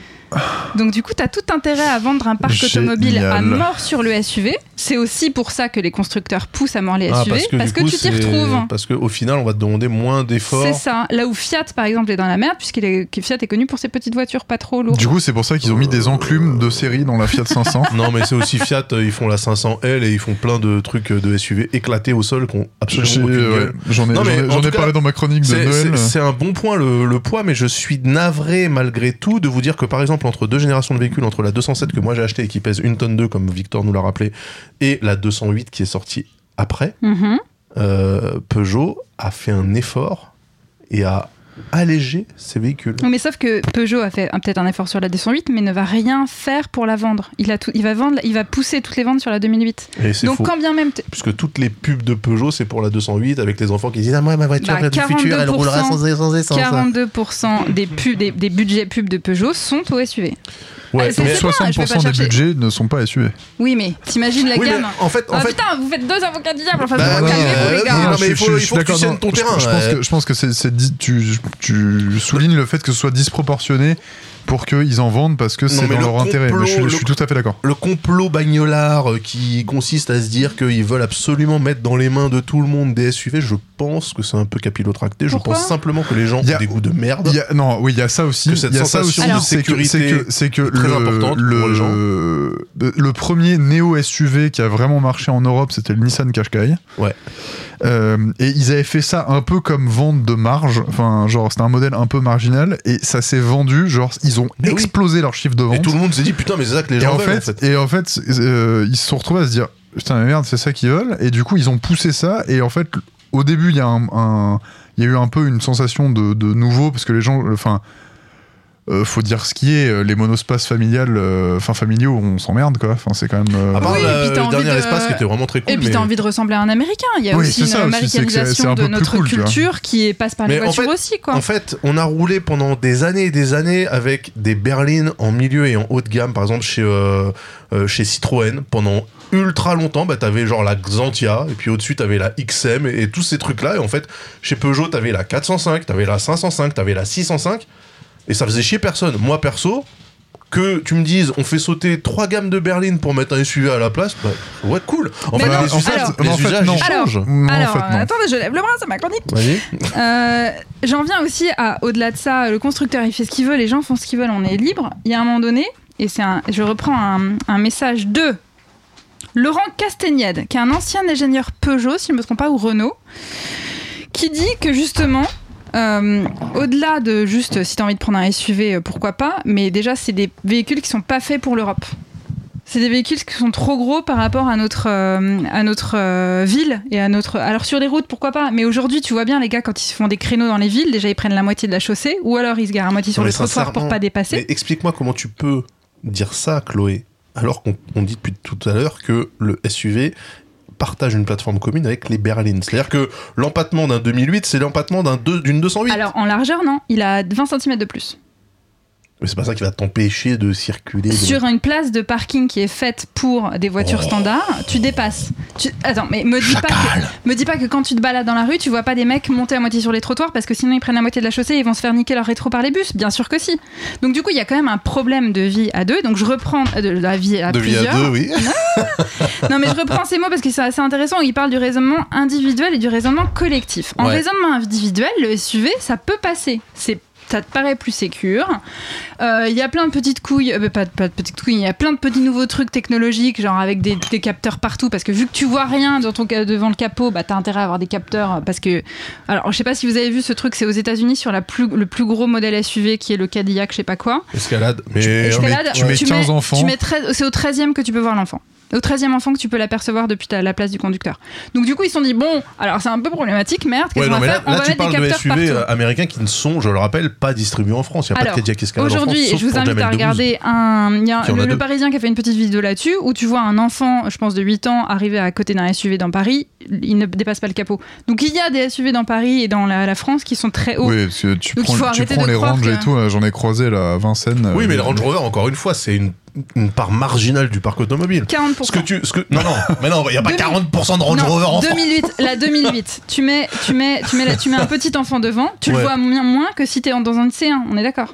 Donc du coup tu as tout intérêt à vendre un parc Génial. automobile à mort sur le S U V. C'est aussi pour ça que les constructeurs poussent à mort les Ah, S U V, parce que, du coup, tu t'y c'est- retrouves. Parce qu'au final, on va te demander moins d'efforts. C'est ça. Là où Fiat par exemple est dans la merde, puisqu'il est, que Fiat est connu pour ses petites voitures pas trop lourdes. Du coup, c'est pour ça qu'ils ont mis des enclumes de série dans la Fiat cinq cents. Non, mais c'est aussi Fiat, euh, ils font la cinq cents L et ils font plein de trucs euh, de S U V éclatés au sol qui ont absolument J'ai- aucune ouais, gueule. J'en ai, Non, j'en mais ai- en j'en tout ai cas, parlé dans ma chronique de C'est- Noël. C'est c'est un bon point le, le poids, mais je suis navré malgré tout de vous dire que par exemple entre deux générations de véhicules, entre la deux cent sept que moi j'ai acheté et qui pèse une tonne deux comme Victor nous l'a rappelé, et la deux cent huit qui est sortie après, Mhm. euh, Peugeot a fait un effort et a allégé ses véhicules. Mais sauf que Peugeot a fait un- peut-être un effort sur la deux cent huit, mais ne va rien faire pour la vendre. Il, a tout, il, va vendre, il va pousser toutes les ventes sur la deux mille huit. Et c'est Donc faux. quand bien même... t- Puisque toutes les pubs de Peugeot, c'est pour la deux cent huit avec les enfants qui disent ah moi ma voiture Bah, du futur elle roulera sans, sans essence. quarante-deux pour cent des, pubs, des, des budgets pubs de Peugeot sont au S U V. Ouais, Ah, c'est- mais- c'est- soixante je vais pour pas cent des chercher. budgets ne sont pas S U V. Oui, mais t'imagines la Oui, mais gamme. en fait, en Ah fait, putain, vous faites deux avocats du diable. Enfin, Bah, vous ouais, calmez-vous, ouais, les ouais, gars. non, mais je- il faut- je- il je suis faut que tu d'accord, tiennes non, ton je- terrain, Je, pense ouais. que, je pense que c'est, c'est dit- tu, tu soulignes le fait que ce soit disproportionné pour qu'ils en vendent parce que c'est mais dans le leur intérêt. complot, Mais je, suis, je le- suis tout à fait d'accord. le complot bagnolard euh, qui consiste à se dire qu'ils veulent absolument mettre dans les mains de tout le monde des S U V, je pense que c'est un peu capillotracté. Je Pourquoi pense simplement que les gens Il y a- ont des goûts de merde. Il y a- non, oui, il y a ça aussi. Que cette Il y a ça sensation aussi. de c'est que, sécurité c'est que, c'est que est très le, importante le, pour les gens. le, le premier néo S U V qui a vraiment marché en Europe, c'était le Nissan Qashqai. Ouais. Euh, et ils avaient fait ça un peu comme vente de marge. Enfin, genre, c'était un modèle un peu marginal et ça s'est vendu. Genre, ils ont Mais oui. explosé leur chiffre de Et vente. tout le monde s'est dit putain mais c'est ça que les Et gens en, veulent fait, en fait. et en fait, euh, ils se sont retrouvés à se dire putain, mais merde, c'est ça qu'ils veulent. Et du coup, ils ont poussé ça. Et en fait, au début, il y a un, un- il y a eu un peu une sensation de, de nouveau parce que les gens, enfin, euh, faut dire ce qui est, euh, les monospaces familiales, euh, enfin familiaux, on s'emmerde quoi. Enfin, c'est quand même. euh, À part Oui, la- et puis t'as le envie dernier de- espace qui était vraiment très cool. Et puis mais- t'as envie de ressembler à un Américain. Il y a Oui, aussi c'est une ça aussi, c'est que c'est- c'est américanisation un de peu plus notre cool, tu vois. culture qui passe par les Mais en voitures fait- aussi, quoi. En fait, on a roulé pendant des années et des années avec des berlines en milieu et en haut de gamme, par exemple chez, euh, euh, chez Citroën, pendant ultra longtemps. Bah, t'avais genre la Xantia, et puis au-dessus t'avais la X M et, et tous ces trucs-là. Et en fait, chez Peugeot, t'avais la quatre cent cinq, t'avais la cinq cent cinq, t'avais la six cent cinq, et ça faisait chier personne. Moi perso, Que tu me dises, on fait sauter trois gammes de berlines pour mettre un S U V à la place, bah, ouais, cool. En Mais fait, non, les usages, alors- les en fait, usages non. ils changent. Non, Alors, en fait, non. attendez, je lève le bras, c'est ma chronique. Vas-y. Euh, J'en viens aussi à, au-delà de ça, le constructeur il fait ce qu'il veut, les gens font ce qu'ils veulent, on est libre. Il y a un moment donné, et c'est un, je reprends un, un message de Laurent Castagnède, qui est un ancien ingénieur Peugeot, si je ne me trompe pas, ou Renault, qui dit que justement, euh, au-delà de juste si tu as envie de prendre un S U V, euh, pourquoi pas, mais déjà c'est des véhicules qui sont pas faits pour l'Europe. C'est des véhicules qui sont trop gros par rapport à notre, euh, à notre euh, ville et à notre. Alors sur les routes, pourquoi pas. Mais aujourd'hui, tu vois bien les gars quand ils se font des créneaux dans les villes, déjà ils prennent la moitié de la chaussée, ou alors ils se garent à moitié sur Non, le mais trottoir pour sincèrement, pas dépasser. Mais explique-moi comment tu peux dire ça, Chloé, alors qu'on on dit depuis tout à l'heure que le S U V partage une plateforme commune avec les berlines. C'est-à-dire que l'empattement d'un deux mille huit, c'est l'empattement d'un deux- d'une deux cent huit. Alors en largeur, non, il a vingt centimètres de plus. Mais c'est pas ça qui va t'empêcher de circuler. de- Sur une place de parking qui est faite pour des voitures Oh. standards, tu dépasses. Tu- Attends, mais me dis, pas Chacal. que, me dis pas que quand tu te balades dans la rue, tu vois pas des mecs monter à moitié sur les trottoirs parce que sinon ils prennent la moitié de la chaussée et ils vont se faire niquer leur rétro par les bus. Bien sûr que si. Donc du coup, il y a quand même un problème de vie à deux. Donc je reprends euh, de la vie à de vie plusieurs. à deux, oui. Non, mais je reprends ces mots parce que c'est assez intéressant. Il parle du raisonnement individuel et du raisonnement collectif. En Ouais. raisonnement individuel, le S U V, ça peut passer. C'est ça te paraît plus sécure. Il y a plein de petites couilles, euh, pas, pas de petites couilles, il y a plein de petits nouveaux trucs technologiques, genre avec des, des capteurs partout, parce que vu que tu vois rien dans ton, ca- devant le capot, bah, t'as intérêt à avoir des capteurs, parce que... Alors, je sais pas si vous avez vu ce truc, c'est aux États-Unis sur la plus, le plus gros modèle S U V qui est le Cadillac, je sais pas quoi. Escalade. Mais, Escalade, tu mets quinze enfants. Tu mets treize c'est au treizième que tu peux voir l'enfant. Au treizième enfant que tu peux l'apercevoir depuis ta- la place du conducteur. Donc du coup, ils se sont dit, bon, alors c'est un peu problématique, merde, qu'est-ce Ouais, qu'on non, va mais faire là, On là va tu mettre des parles de capteurs S U V partout. américains qui ne sont, je le rappelle, pas distribués en France. Il n'y a Alors, pas de Cadillac Escalade en France. Aujourd'hui, sauf je vous pour invite Jamel à Debbouze. regarder un. Il y a Qui en a le, le deux. Parisien qui a fait une petite vidéo là-dessus où tu vois un enfant, je pense de huit ans, arriver à côté d'un S U V dans Paris. Il ne dépasse pas le capot. Donc il y a des S U V dans Paris et dans la, la France qui sont très hauts. Oui, parce que tu Donc, il faut prends, tu arrêter prends de les croire ranges que- et tout, euh, j'en ai croisé là, à Vincennes. Oui, euh, mais le Range Rover, encore une fois, c'est une, une part marginale du parc automobile. quarante pour Ce cent. que tu, ce que, non, non, mais non, il n'y a pas deux mille quarante pour cent de Range Non, Rover en France. deux mille huit, la deux mille huit, tu mets, tu mets, tu mets, la- tu mets un petit enfant devant, tu Ouais. le vois moins, moins que si t'es en- dans un C un. On est d'accord.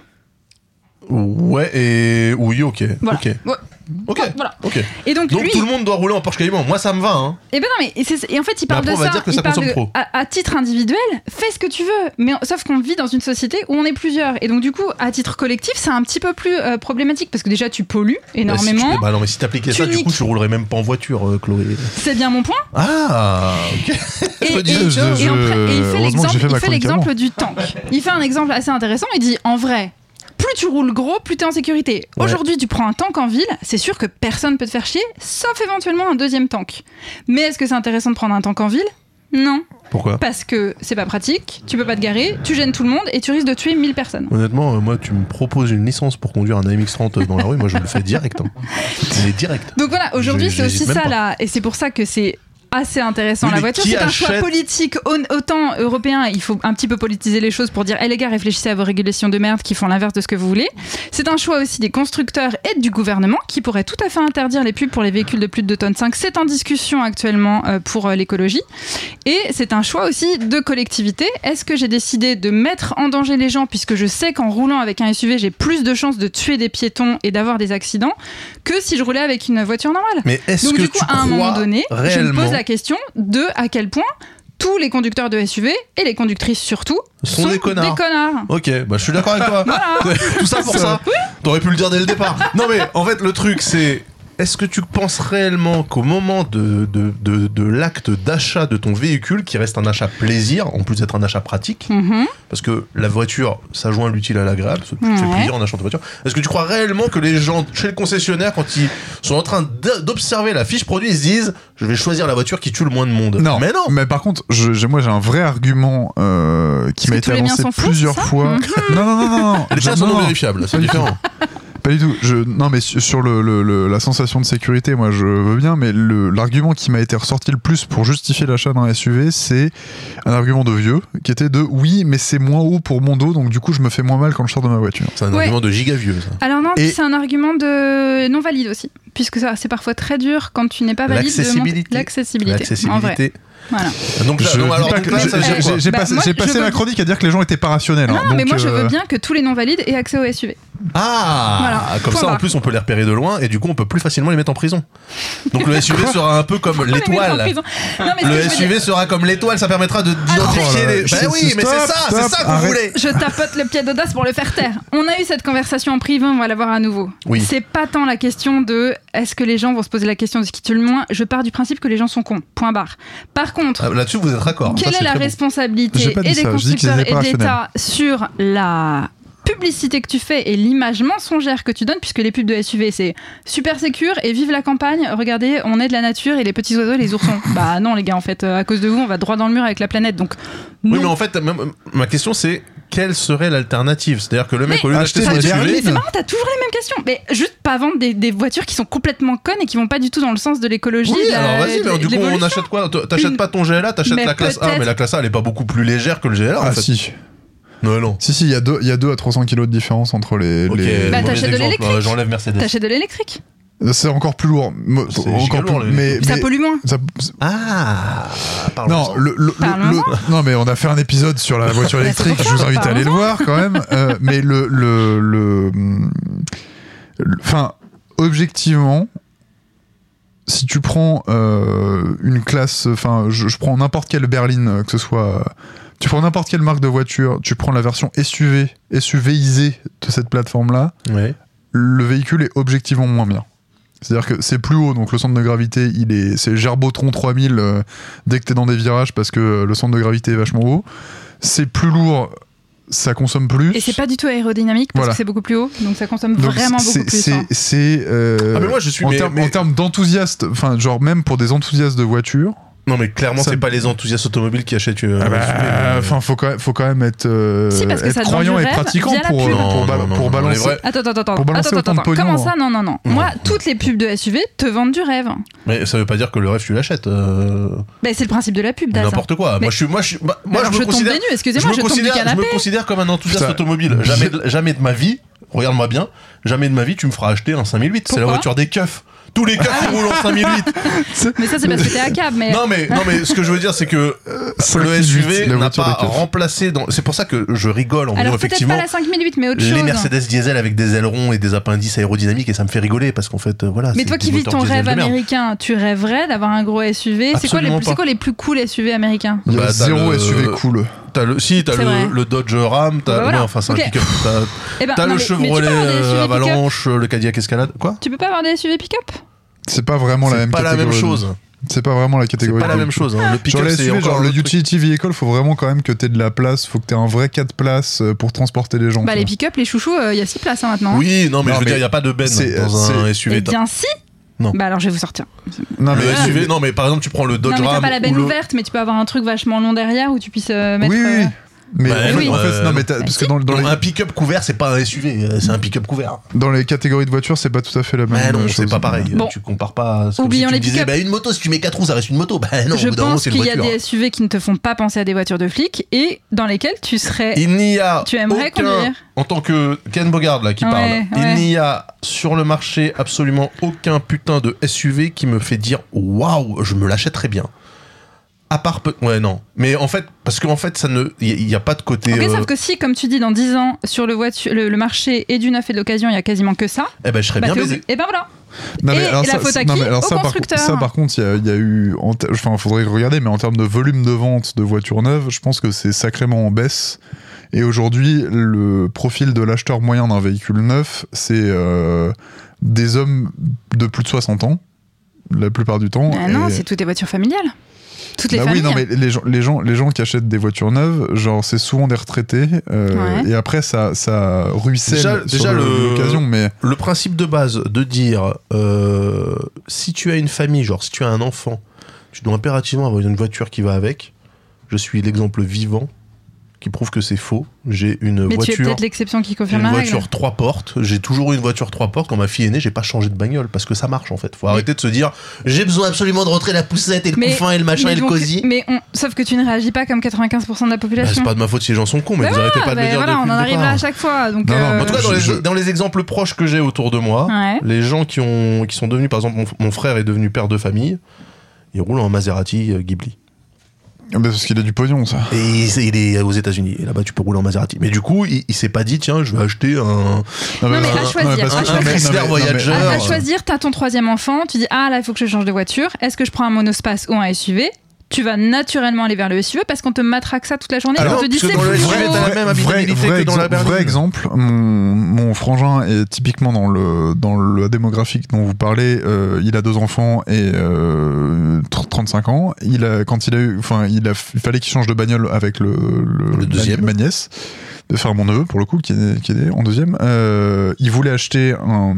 Ouais, et oui, ok. Voilà. Ok. Ouais. Ok. Voilà. Ok. Et donc, Donc lui, tout le monde doit rouler en Porsche Cayman. Moi, ça me va, hein. et ben non, mais et, c'est- et en fait, il parle après, de on va ça. dire que il ça parle consomme de- trop. À, à titre individuel, fais ce que tu veux. Mais sauf qu'on vit dans une société où on est plusieurs. Et donc, du coup, à titre collectif, c'est un petit peu plus euh, problématique parce que déjà, tu pollues Bah, si énormément. tu- bah non, mais si t'appliquais Tu ça, du coup, niques. tu roulerais même pas en voiture, euh, Chloé. C'est bien mon point. Ah, ok. Et, me et- disais, je- et en je- pré- et il fait heureusement que l'exemple, j'ai fait ma il fait chronique l'exemple avant. du tank. Il fait un exemple assez intéressant. Il dit en vrai, plus tu roules gros, plus tu es en sécurité. Ouais. Aujourd'hui, tu prends un tank en ville, c'est sûr que personne peut te faire chier, sauf éventuellement un deuxième tank. Mais est-ce que c'est intéressant de prendre un tank en ville ? Non, Pourquoi parce que c'est pas pratique, tu peux pas te garer, tu gênes tout le monde et tu risques de tuer mille personnes. Honnêtement, euh, moi, tu me proposes une licence pour conduire un A M X trente dans la rue, moi, je le fais direct. Hein. C'est direct. Donc voilà, aujourd'hui Je- c'est aussi j'hésite même ça pas. là, et c'est pour ça que c'est assez intéressant Oui, la mais voiture. qui C'est un choix achète- politique au- autant européen. Il faut un petit peu politiser les choses pour dire, hé les gars, réfléchissez à vos régulations de merde qui font l'inverse de ce que vous voulez. C'est un choix aussi des constructeurs et du gouvernement qui pourrait tout à fait interdire les pubs pour les véhicules de plus de deux tonnes cinq. C'est en discussion actuellement euh, pour euh, l'écologie. Et c'est un choix aussi de collectivité. Est-ce que j'ai décidé de mettre en danger les gens puisque je sais qu'en roulant avec un S U V, j'ai plus de chances de tuer des piétons et d'avoir des accidents que si je roulais avec une voiture normale? Mais est-ce Donc que du coup, tu à un moment crois donné, je me réellement pose la question de à quel point tous les conducteurs de S U V, et les conductrices surtout, Sont des connards. connards. Ok, bah je suis d'accord avec toi. Voilà. Tout ça pour ça. T'aurais pu le dire dès le départ. Non mais en fait le truc c'est, est-ce que tu penses réellement qu'au moment de, de, de, de l'acte d'achat de ton véhicule, qui reste un achat plaisir, en plus d'être un achat pratique, Mhm. parce que la voiture, ça joint l'utile à l'agréable, tu te fais Ouais. plaisir en achetant ta voiture, est-ce que tu crois réellement que les gens chez le concessionnaire, quand ils sont en train d- d'observer la fiche produit, ils se disent je vais choisir la voiture qui tue le moins de monde? Non, Mais non. Mais par contre, je- j'ai- moi j'ai un vrai argument euh, qui Parce m'a que été tous les miens avancé sont faux, plusieurs c'est ça fois. Non, non, non, non, non. Les Je- tiens sont non, non non. vérifiables, c'est différent. Pas du tout. Je, non, mais su- sur le, le- le- la sensation de sécurité, moi je veux bien, mais le- l'argument qui m'a été ressorti le plus pour justifier l'achat d'un S U V, c'est un argument de vieux qui était de oui, mais c'est moins haut pour mon dos, donc du coup je me fais moins mal quand je sors de ma voiture. C'est un Ouais. argument de giga vieux ça. Alors non, Et- c'est un argument de non valide aussi, puisque ça c'est parfois très dur quand tu n'es pas valide de monter- L'accessibilité. l'accessibilité. En vrai. L'accessibilité. Voilà. Donc, là, Je donc, dis alors, pas donc que- là, j'ai- ça veut dire j'ai quoi j'ai Bah, passé, moi, j'ai je passé veux ma bien- chronique à dire que les gens étaient pas rationnels. Non, hein, non, mais donc, moi je euh, veux bien que tous les non-valides aient accès au S U V. Ah, Voilà. comme Point ça en barre. plus on peut les repérer de loin et du coup on peut plus facilement les mettre en prison. Donc le S U V sera un peu comme Pourquoi les mettre en l'étoile. prison Non, mais ce Le que je veux S U V dire- sera comme l'étoile, ça permettra de d'identifier Oh là les. là, Bah c'est- oui, c'est- mais c'est stop, ça, c'est stop, ça que vous arrête. voulez. Je tapote le pied d'audace pour le faire taire. On a eu cette conversation en privé, on va la voir à nouveau. Oui. C'est pas tant la question de est-ce que les gens vont se poser la question de ce qui tue le moins. Je pars du principe que les gens sont cons. Point barre. Par contre, Ah, là-dessus vous êtes raccord. quelle Ça, est c'est la très bon. responsabilité J'ai pas dit et des ça, je dis qu'ils constructeurs étaient et pas de l'État sur la publicité que tu fais et l'image mensongère que tu donnes, puisque les pubs de S U V c'est super sécure et vive la campagne, regardez, on est de la nature et les petits oiseaux et les oursons. Bah non les gars, en fait, euh, à cause de vous, on va droit dans le mur avec la planète, donc non. Oui, mais en fait, ma, ma question c'est quelle serait l'alternative? C'est-à-dire que le mec Mais- au lieu d'acheter Acheter son des S U V, berlines. Mais c'est marrant, t'as toujours les mêmes questions. Mais juste pas vendre des, des voitures qui sont complètement connes et qui vont pas du tout dans le sens de l'écologie. oui, de la- alors vas-y, de- mais du de coup on l'évolution. achète quoi? T'achètes Une- pas ton G L A, t'achètes Mais la classe A, peut-être- mais la classe A elle est pas beaucoup plus légère que le G L A en Ah fait. si. Non, non. Si, si, il y a deux- il y a deux à trois cents kilos de différence entre les. Ok, les- Bah, mauvais t'achètes de exemple. l'électrique. Euh, J'enlève Mercedes. T'achètes de l'électrique. C'est encore plus lourd. Mo- C'est encore giga lourd, plus- le- mais, Ça mais- pollue moins. ça- Ah, non, parlons-en. le, le- le- Parlons-en. le- non, mais on a fait un épisode sur la voiture Bah, électrique. c'est Je pour vous ça, invite à aller le voir quand même. Euh, mais le, le, le, le- enfin, objectivement, si tu prends euh, une classe, enfin, je, je prends n'importe quelle berline, euh, que ce soit, tu prends n'importe quelle marque de voiture, tu prends la version S U V, S U V-isée de cette plateforme-là, Ouais. le véhicule est objectivement moins bien. C'est-à-dire que c'est plus haut, donc le centre de gravité, il est, c'est Gerbotron trois mille euh, dès que t'es dans des virages parce que le centre de gravité est vachement haut. C'est plus lourd, ça consomme plus. Et c'est pas du tout aérodynamique parce Voilà. que c'est beaucoup plus haut, donc ça consomme Donc vraiment c'est- beaucoup plus. C'est, hein. c'est, euh, Ah, mais moi, je suis- en, mais- termes, mais- en termes d'enthousiastes, enfin genre même pour des enthousiastes de voiture. Non, mais clairement, Ça- c'est pas les enthousiastes automobiles qui achètent euh, Ah bah, un S U V, mais- enfin faut quand même, faut quand même être, euh, Si, parce que être ça demande croyant du et rêve pratiquant via la pour, pub. euh, pour, Non, ba- non, non, pour non, balancer. les vrais- Attends, attends, attends, Pour balancer attends, autant de attends. pognon, Comment hein. ça? Non, non, non. Moi, toutes les pubs de S U V te vendent du rêve. Mais ça veut pas dire que le rêve tu l'achètes. euh, Bah, c'est le principe de la pub, Daz. N'importe quoi. Mais- Moi, je suis, moi, je suis, bah, moi, Alors, je me je tombe considère. des nues, excusez-moi, me je tombe du considère- canapé. Je me considère comme un enthousiaste Putain. automobile. Jamais, de- jamais de ma vie. Regarde-moi bien. Jamais de ma vie, tu me feras acheter un cinq mille huit. C'est la Pourquoi voiture des keufs. Tous les keufs ils roulent en cinq mille huit. Mais ça, c'est parce que t'es à cab. Mais... Non mais non mais ce que je veux dire c'est que euh, cinq le mille S U huit, V la n'a voiture pas des keufs. remplacé. Dans... C'est pour ça que je rigole en disant Alors, peut-être effectivement. pas la cinq mille huit, mais autre chose. Les Mercedes diesel avec des ailerons et des appendices aérodynamiques et ça me fait rigoler parce qu'en fait euh, voilà. Mais c'est toi des qui vis moteurs ton diesel rêve de merde. américain, tu rêverais d'avoir un gros S U V. C'est quoi, les, Absolument c'est pas. quoi les plus cool S U V américains? Il y a Bah, t'as zéro le- S U V cool. T'as le si t'as C'est vrai. le, le Dodge Ram, t'as Bah voilà. ouais, enfin c'est Ok. un pick-up. T'as, Eh ben, t'as non, le mais- mais tu peux Chevrolet avoir des S U V euh, pick-up. Avalanche, le Cadillac Escalade. Quoi? Tu peux pas avoir des S U V pick-up? C'est pas vraiment la C'est même pas la catégorie. même chose. C'est pas vraiment la C'est catégorie. pas la de- même chose. hein. Le Genre pick-up les c'est S U V, encore genre un le autre truc. utility vehicle, faut vraiment quand même que t'aies de la place, faut que t'aies un vrai quatre places euh, pour transporter les gens. Bah, tu les vois. pick-up, les chouchous, il y a six places hein, maintenant. Oui, non mais Non, je veux mais dire il y a pas de benne c'est- dans un c'est- S U V. Eh bien, si. Non. Bah, alors je vais vous sortir. Non, Le mais S U V, non mais par exemple tu prends le Dodge non, mais t'as Ram pas la ou benne le- ouverte, mais tu peux avoir un truc vachement long derrière où tu puisses euh, mettre. oui, oui. euh, Mais Bah, en fait, oui. en fait, Euh, non, mais t'as- bah, parce que si. dans, dans Non, les, un pick-up couvert, c'est pas un S U V, euh, c'est un pick-up couvert. dans les catégories de voitures, c'est pas tout à fait la même Bah non, chose. c'est pas pareil. Bon. Tu compares pas. C'est comme Oublions si tu les me disais, pick-up. bah une moto, si tu mets quatre roues, ça reste une moto. Bah non, je au bout d'un moment, pense c'est une qu'il y a voiture. des S U V qui ne te font pas penser à des voitures de flics et dans lesquelles tu serais. Il n'y a Tu aimerais aucun, conduire. en tant que Ken Bogard là qui Ouais, parle, ouais. il n'y a sur le marché absolument aucun putain de S U V qui me fait dire waouh, je me l'achèterais bien. À part peu... ouais non, mais en fait parce qu'en fait ça ne, il y, a pas de côté. Ok, euh, sauf que si, comme tu dis, dans dix ans, sur le, voiture, le, le marché et du neuf et de l'occasion, il y a quasiment que ça. Eh ben je serais Bah, bien t'es baisé. obligé- Et ben voilà. Non, mais Et alors la ça, faute à non, qui mais alors Au ça, par, constructeur. ça, par contre, il y a, il y a eu. en te- Enfin, faudrait regarder, mais en termes de volume de vente de voitures neuves, je pense que c'est sacrément en baisse. Et aujourd'hui, le profil de l'acheteur moyen d'un véhicule neuf, c'est euh, des hommes de plus de soixante ans, la plupart du temps. Bah non, Et- c'est toutes les voitures familiales. Toutes les Bah familles. oui, non, mais les gens, les, gens, les gens qui achètent des voitures neuves, genre, c'est souvent des retraités. euh, Ouais. Et après, ça, ça ruisselle Déjà- sur déjà, le- le- l'occasion. Mais Le principe de base de dire euh, si tu as une famille, genre si tu as un enfant, tu dois impérativement avoir une voiture qui va avec. Je suis l'exemple vivant qui prouve que c'est faux. J'ai une Mais tu es voiture. peut-être l'exception qui J'ai confirme une la règle. voiture trois portes. J'ai toujours eu une voiture trois portes. Quand ma fille est née, j'ai pas changé de bagnole parce que ça marche en fait. Faut arrêter de se dire j'ai besoin absolument de rentrer la poussette et le Mais- couffin et le machin mais et le donc- cosy. Mais on- sauf que tu ne réagis pas comme quatre-vingt-quinze pour cent de la Bah, population. c'est pas de ma faute si les gens sont cons, mais Bah vous arrêtez voilà, pas de me bah dire voilà, depuis on en le arrive départ. là à chaque fois. Donc, Non, non, euh, En tout cas, dans les, Je- dans les exemples proches que j'ai autour de moi, Ouais. les gens qui, ont, qui sont devenus, par exemple, mon, mon frère est devenu père de famille, il roule en Maserati euh, Ghibli. Ah bah parce qu'il a du pognon, ça. Et il, il est aux États-Unis. Et là-bas, tu peux rouler en Maserati. Mais du coup, il, il s'est pas dit, tiens, je vais acheter un. Non, mais à un- choisir, parce à que- choisir. non, mais- Chrysler non, mais- Voyager. À, à Alors, choisir, t'as ton troisième enfant, tu dis ah là il faut que je change de voiture. Est-ce que je prends un monospace ou un S U V? Tu vas naturellement aller vers le S U V parce qu'on te matraque ça toute la journée. Alors, on te dit parce que c'est dans le plus S U V, gros. t'as la même habitabilité que dans la exemple, berline. vrai exemple, mon, mon frangin est typiquement dans le dans la démographique dont vous parlez. Euh, il a deux enfants et euh, trente-cinq ans. Il a quand il a eu, enfin, il a, il fallait qu'il change de bagnole avec le, le, Le deuxième. ma nièce, de faire mon neveu pour le coup qui est qui est né en deuxième. Euh, il voulait acheter un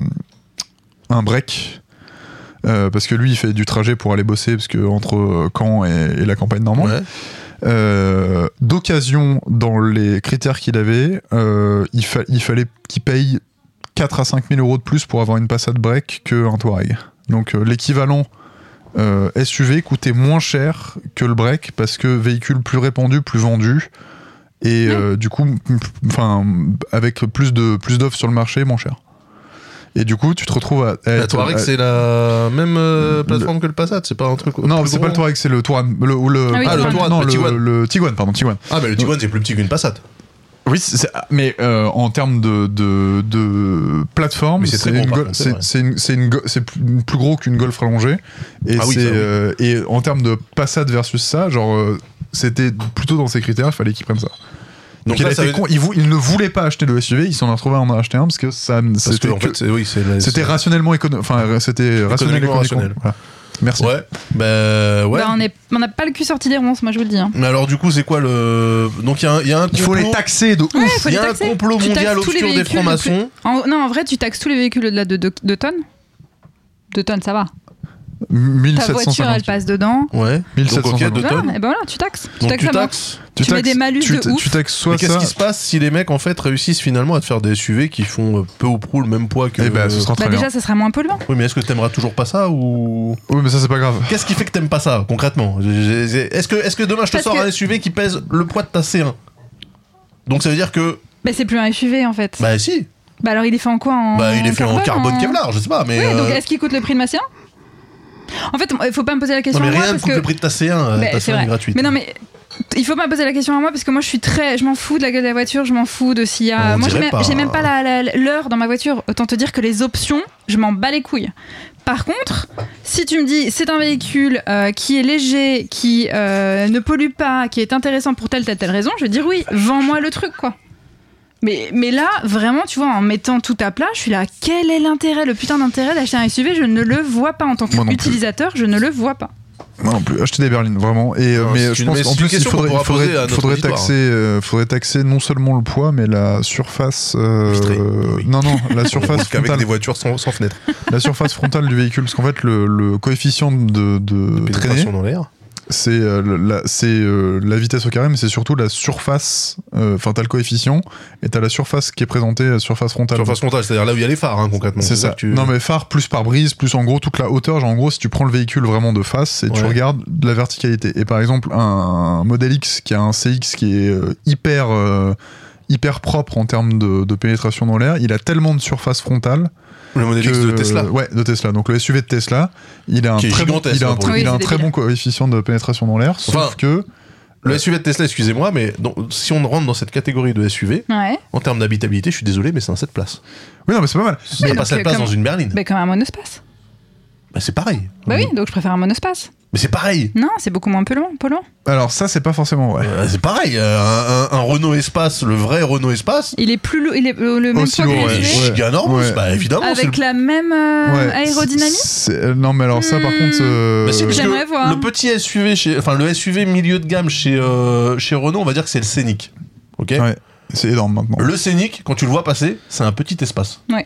un break. Euh, parce que lui il fait du trajet pour aller bosser parce que entre Caen et, et la campagne normande. Ouais. Euh, d'occasion, dans les critères qu'il avait, euh, il, fa- il fallait qu'il paye quatre à cinq mille euros de plus pour avoir une Passat break qu'un Touareg. Donc euh, l'équivalent euh, S U V coûtait moins cher que le break parce que véhicule plus répandu, plus vendu et euh, du coup, enfin, avec plus de plus d'offres sur le marché, moins cher. Et du coup, tu te retrouves à, à La être- Touareg, à- c'est la même euh, plateforme que le Passat, c'est pas un truc. non, plus c'est gros pas le Touareg, c'est le Touran. Le, ou le, Ah oui, Ah, le Touran, non, le le, Tiguan. le Tiguan, pardon, Tiguan. Ah, mais le Tiguan, c'est plus petit qu'une Passat. Oui, c'est- c'est- mais euh, en termes de, de, de plateforme, Mais c'est très c'est gros, une par Go- contre, c'est c'est vrai. c'est une- c'est une Go- c'est plus, plus gros qu'une Golf rallongée. Et, Ah oui, c'est, ça, oui. euh, et en termes de Passat versus ça, genre, euh, c'était plutôt dans ses critères, il fallait qu'il prenne ça. Donc, Donc il, là, a ça été veut- con, il, vou- il ne voulait pas acheter le S U V, il s'en a retrouvé à en acheter un parce que ça, Parce c'était, que, en que- fait, c'est- oui, c'est la- c'était c'est- rationnellement économique. Enfin, c'était rationnel Économiquement économiquement. rationnel. Voilà. Merci. Ouais, bah ouais. Bah, on est- on n'a pas le cul sorti des ronces, moi je vous le dis. hein. Mais alors, du coup, c'est quoi le. Donc, il y, a un- il y a un Il faut complot- les taxer de ouf. Ouais, faut Il y les a un taxer. complot Tu mondial taxes tous les obscur des véhicules le francs-maçons. plus- En- non, en vrai, tu taxes tous les véhicules au-delà de deux tonnes. deux tonnes, ça va. Ta mille sept cent voiture, elle cinquante. passe dedans. Ouais. mille sept Donc, cent ok, cinquante. deux Voilà, tonnes. et ben voilà, tu taxes. Tu Donc, taxes tu à mort. taxes. Tu mets des malus tu, de tu- ouf. tu taxes soit Mais qu'est-ce ça. qui se passe si les mecs en fait réussissent finalement à te faire des S U V qui font euh, peu ou prou le même poids que. Eh ben, ce sera Bah, très bien. déjà, ça sera moins polluant. Oui, mais est-ce que t'aimeras toujours pas ça ou. Oui, mais ça, c'est pas grave. Qu'est-ce qui fait que t'aimes pas ça concrètement? J'ai- j'ai- Est-ce que, est-ce que demain je te Parce sors que- un S U V qui pèse le poids de ta C un? Donc ça veut dire que. Bah, c'est plus un S U V en fait. Bah si. Bah, alors il est fait en quoi en Bah il est fait en carbone Kevlar, je sais pas, mais. Oui, donc euh, est-ce qu'il coûte le prix de ma C un? En fait, il faut pas me poser la Non question mais à moi rien ne parce coûte que. le prix de ta C un, euh, Bah, ta c'est C un vrai. est gratuite. Mais non, mais il faut pas me poser la question à moi parce que moi je suis très. Je m'en fous de la gueule de la voiture, je m'en fous de s'il y a. On moi j'ai dirait même, pas. j'ai même pas la- la- l'heure dans ma voiture. Autant te dire que les options, je m'en bats les couilles. Par contre, si tu me dis c'est un véhicule euh, qui est léger, qui euh, ne pollue pas, qui est intéressant pour telle, telle, telle raison, je vais dire oui, vends-moi le truc quoi. Mais, mais là, vraiment, tu vois, en mettant tout à plat, je suis là, quel est l'intérêt, le putain d'intérêt d'acheter un S U V? Je ne le vois pas en tant Moi non plus. qu'utilisateur, je ne le vois pas. Moi non plus, acheter des berlines, vraiment. Et, euh, Non, mais c'est je une- pense mais qu'en c'est plus, une il question qu'on faudrait, pourra il faudrait, poser à notre faudrait auditoire. taxer, euh, faudrait taxer non seulement le poids, mais la surface. euh, Vitrée, oui. Non, non, la On surface roule qu'avec frontale. des voitures sans, sans fenêtre. La surface frontale du véhicule, parce qu'en fait, le, le coefficient de, de, traînée, Pénétration dans l'air. c'est euh, le- la, c'est, euh, la vitesse au carré, mais c'est surtout la surface. Enfin, t'as le coefficient et t'as la surface qui est présentée, la surface frontale. Surface frontale, c'est-à-dire là où il y a les phares, hein, concrètement. C'est ça. que tu- Non mais phare plus pare-brise plus en gros toute la hauteur. Genre en gros si tu prends le véhicule vraiment de face et tu Ouais. regardes de la verticalité. Et par exemple un, un Model X qui a un C X qui est euh, hyper euh, hyper propre en termes de, de pénétration dans l'air, il a tellement de surface frontale. Le modèle X que- de Tesla. Ouais, de Tesla. Donc le S U V de Tesla, il a un Qui est très bon, gigantesque, il a un, hein, pour le il a coup. un Oui, très c'est bon coefficient de pénétration dans l'air. Sauf Enfin, que Le S U V de Tesla, excusez-moi, mais donc, si on rentre dans cette catégorie de S U V, Ouais. en termes d'habitabilité, je suis désolé, mais c'est un sept places. oui non mais c'est pas mal. C'est donc, pas sept euh, places comme- dans une berline. Bah, comme un monospace. Bah, c'est pareil. Bah oui, donc je préfère un monospace. Mais c'est pareil. Non, c'est beaucoup moins polluant. polluant. Alors ça c'est pas forcément vrai. Euh, c'est pareil. euh, un, un- un Renault Espace, le vrai Renault Espace, Il est plus lourd, il est euh, le même Aussi poids que lourd, le ouais. S U V, giga giganormous, Ouais. bah évidemment. c'est avec le- la même euh, Ouais, aérodynamique. c'est- euh, non mais alors ça par Hmm. contre. euh, Bah si, parce que J'aimerais voir. le petit S U V chez, enfin le S U V milieu de gamme chez euh, chez Renault, on va dire que c'est le Scénic. Ok. ouais, c'est énorme maintenant. Le Scénic, quand tu le vois passer, c'est un petit espace. Ouais.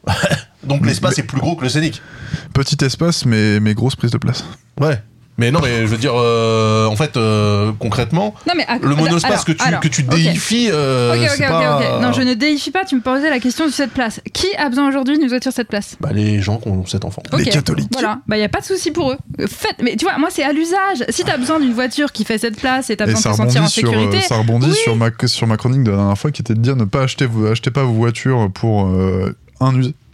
Donc l'espace est plus gros que le Scénic. Petit espace mais, mais grosse prise de place. Ouais. Mais non, mais je veux dire, euh, en fait, euh, concrètement, Non mais à- le monospace alors, que tu alors, que tu ok. déifies, euh, Ok, ok, c'est ok, pas. ok. Non, je ne déifie pas, tu me posais la question du sept places. Qui a besoin aujourd'hui d'une voiture sept places? Bah les gens qui ont sept enfants. Ok, Les catholiques. Voilà, bah y a pas de souci pour eux. Euh, Faites, mais tu vois, moi c'est à l'usage. Si t'as besoin d'une voiture qui fait sept places et t'as Et besoin de ça te sentir en rebondit, sur, sécurité, euh, ça rebondit oui. sur, ma, sur ma chronique de la dernière fois qui était de dire ne pas acheter, vos- achetez pas vos voitures pour euh, un us-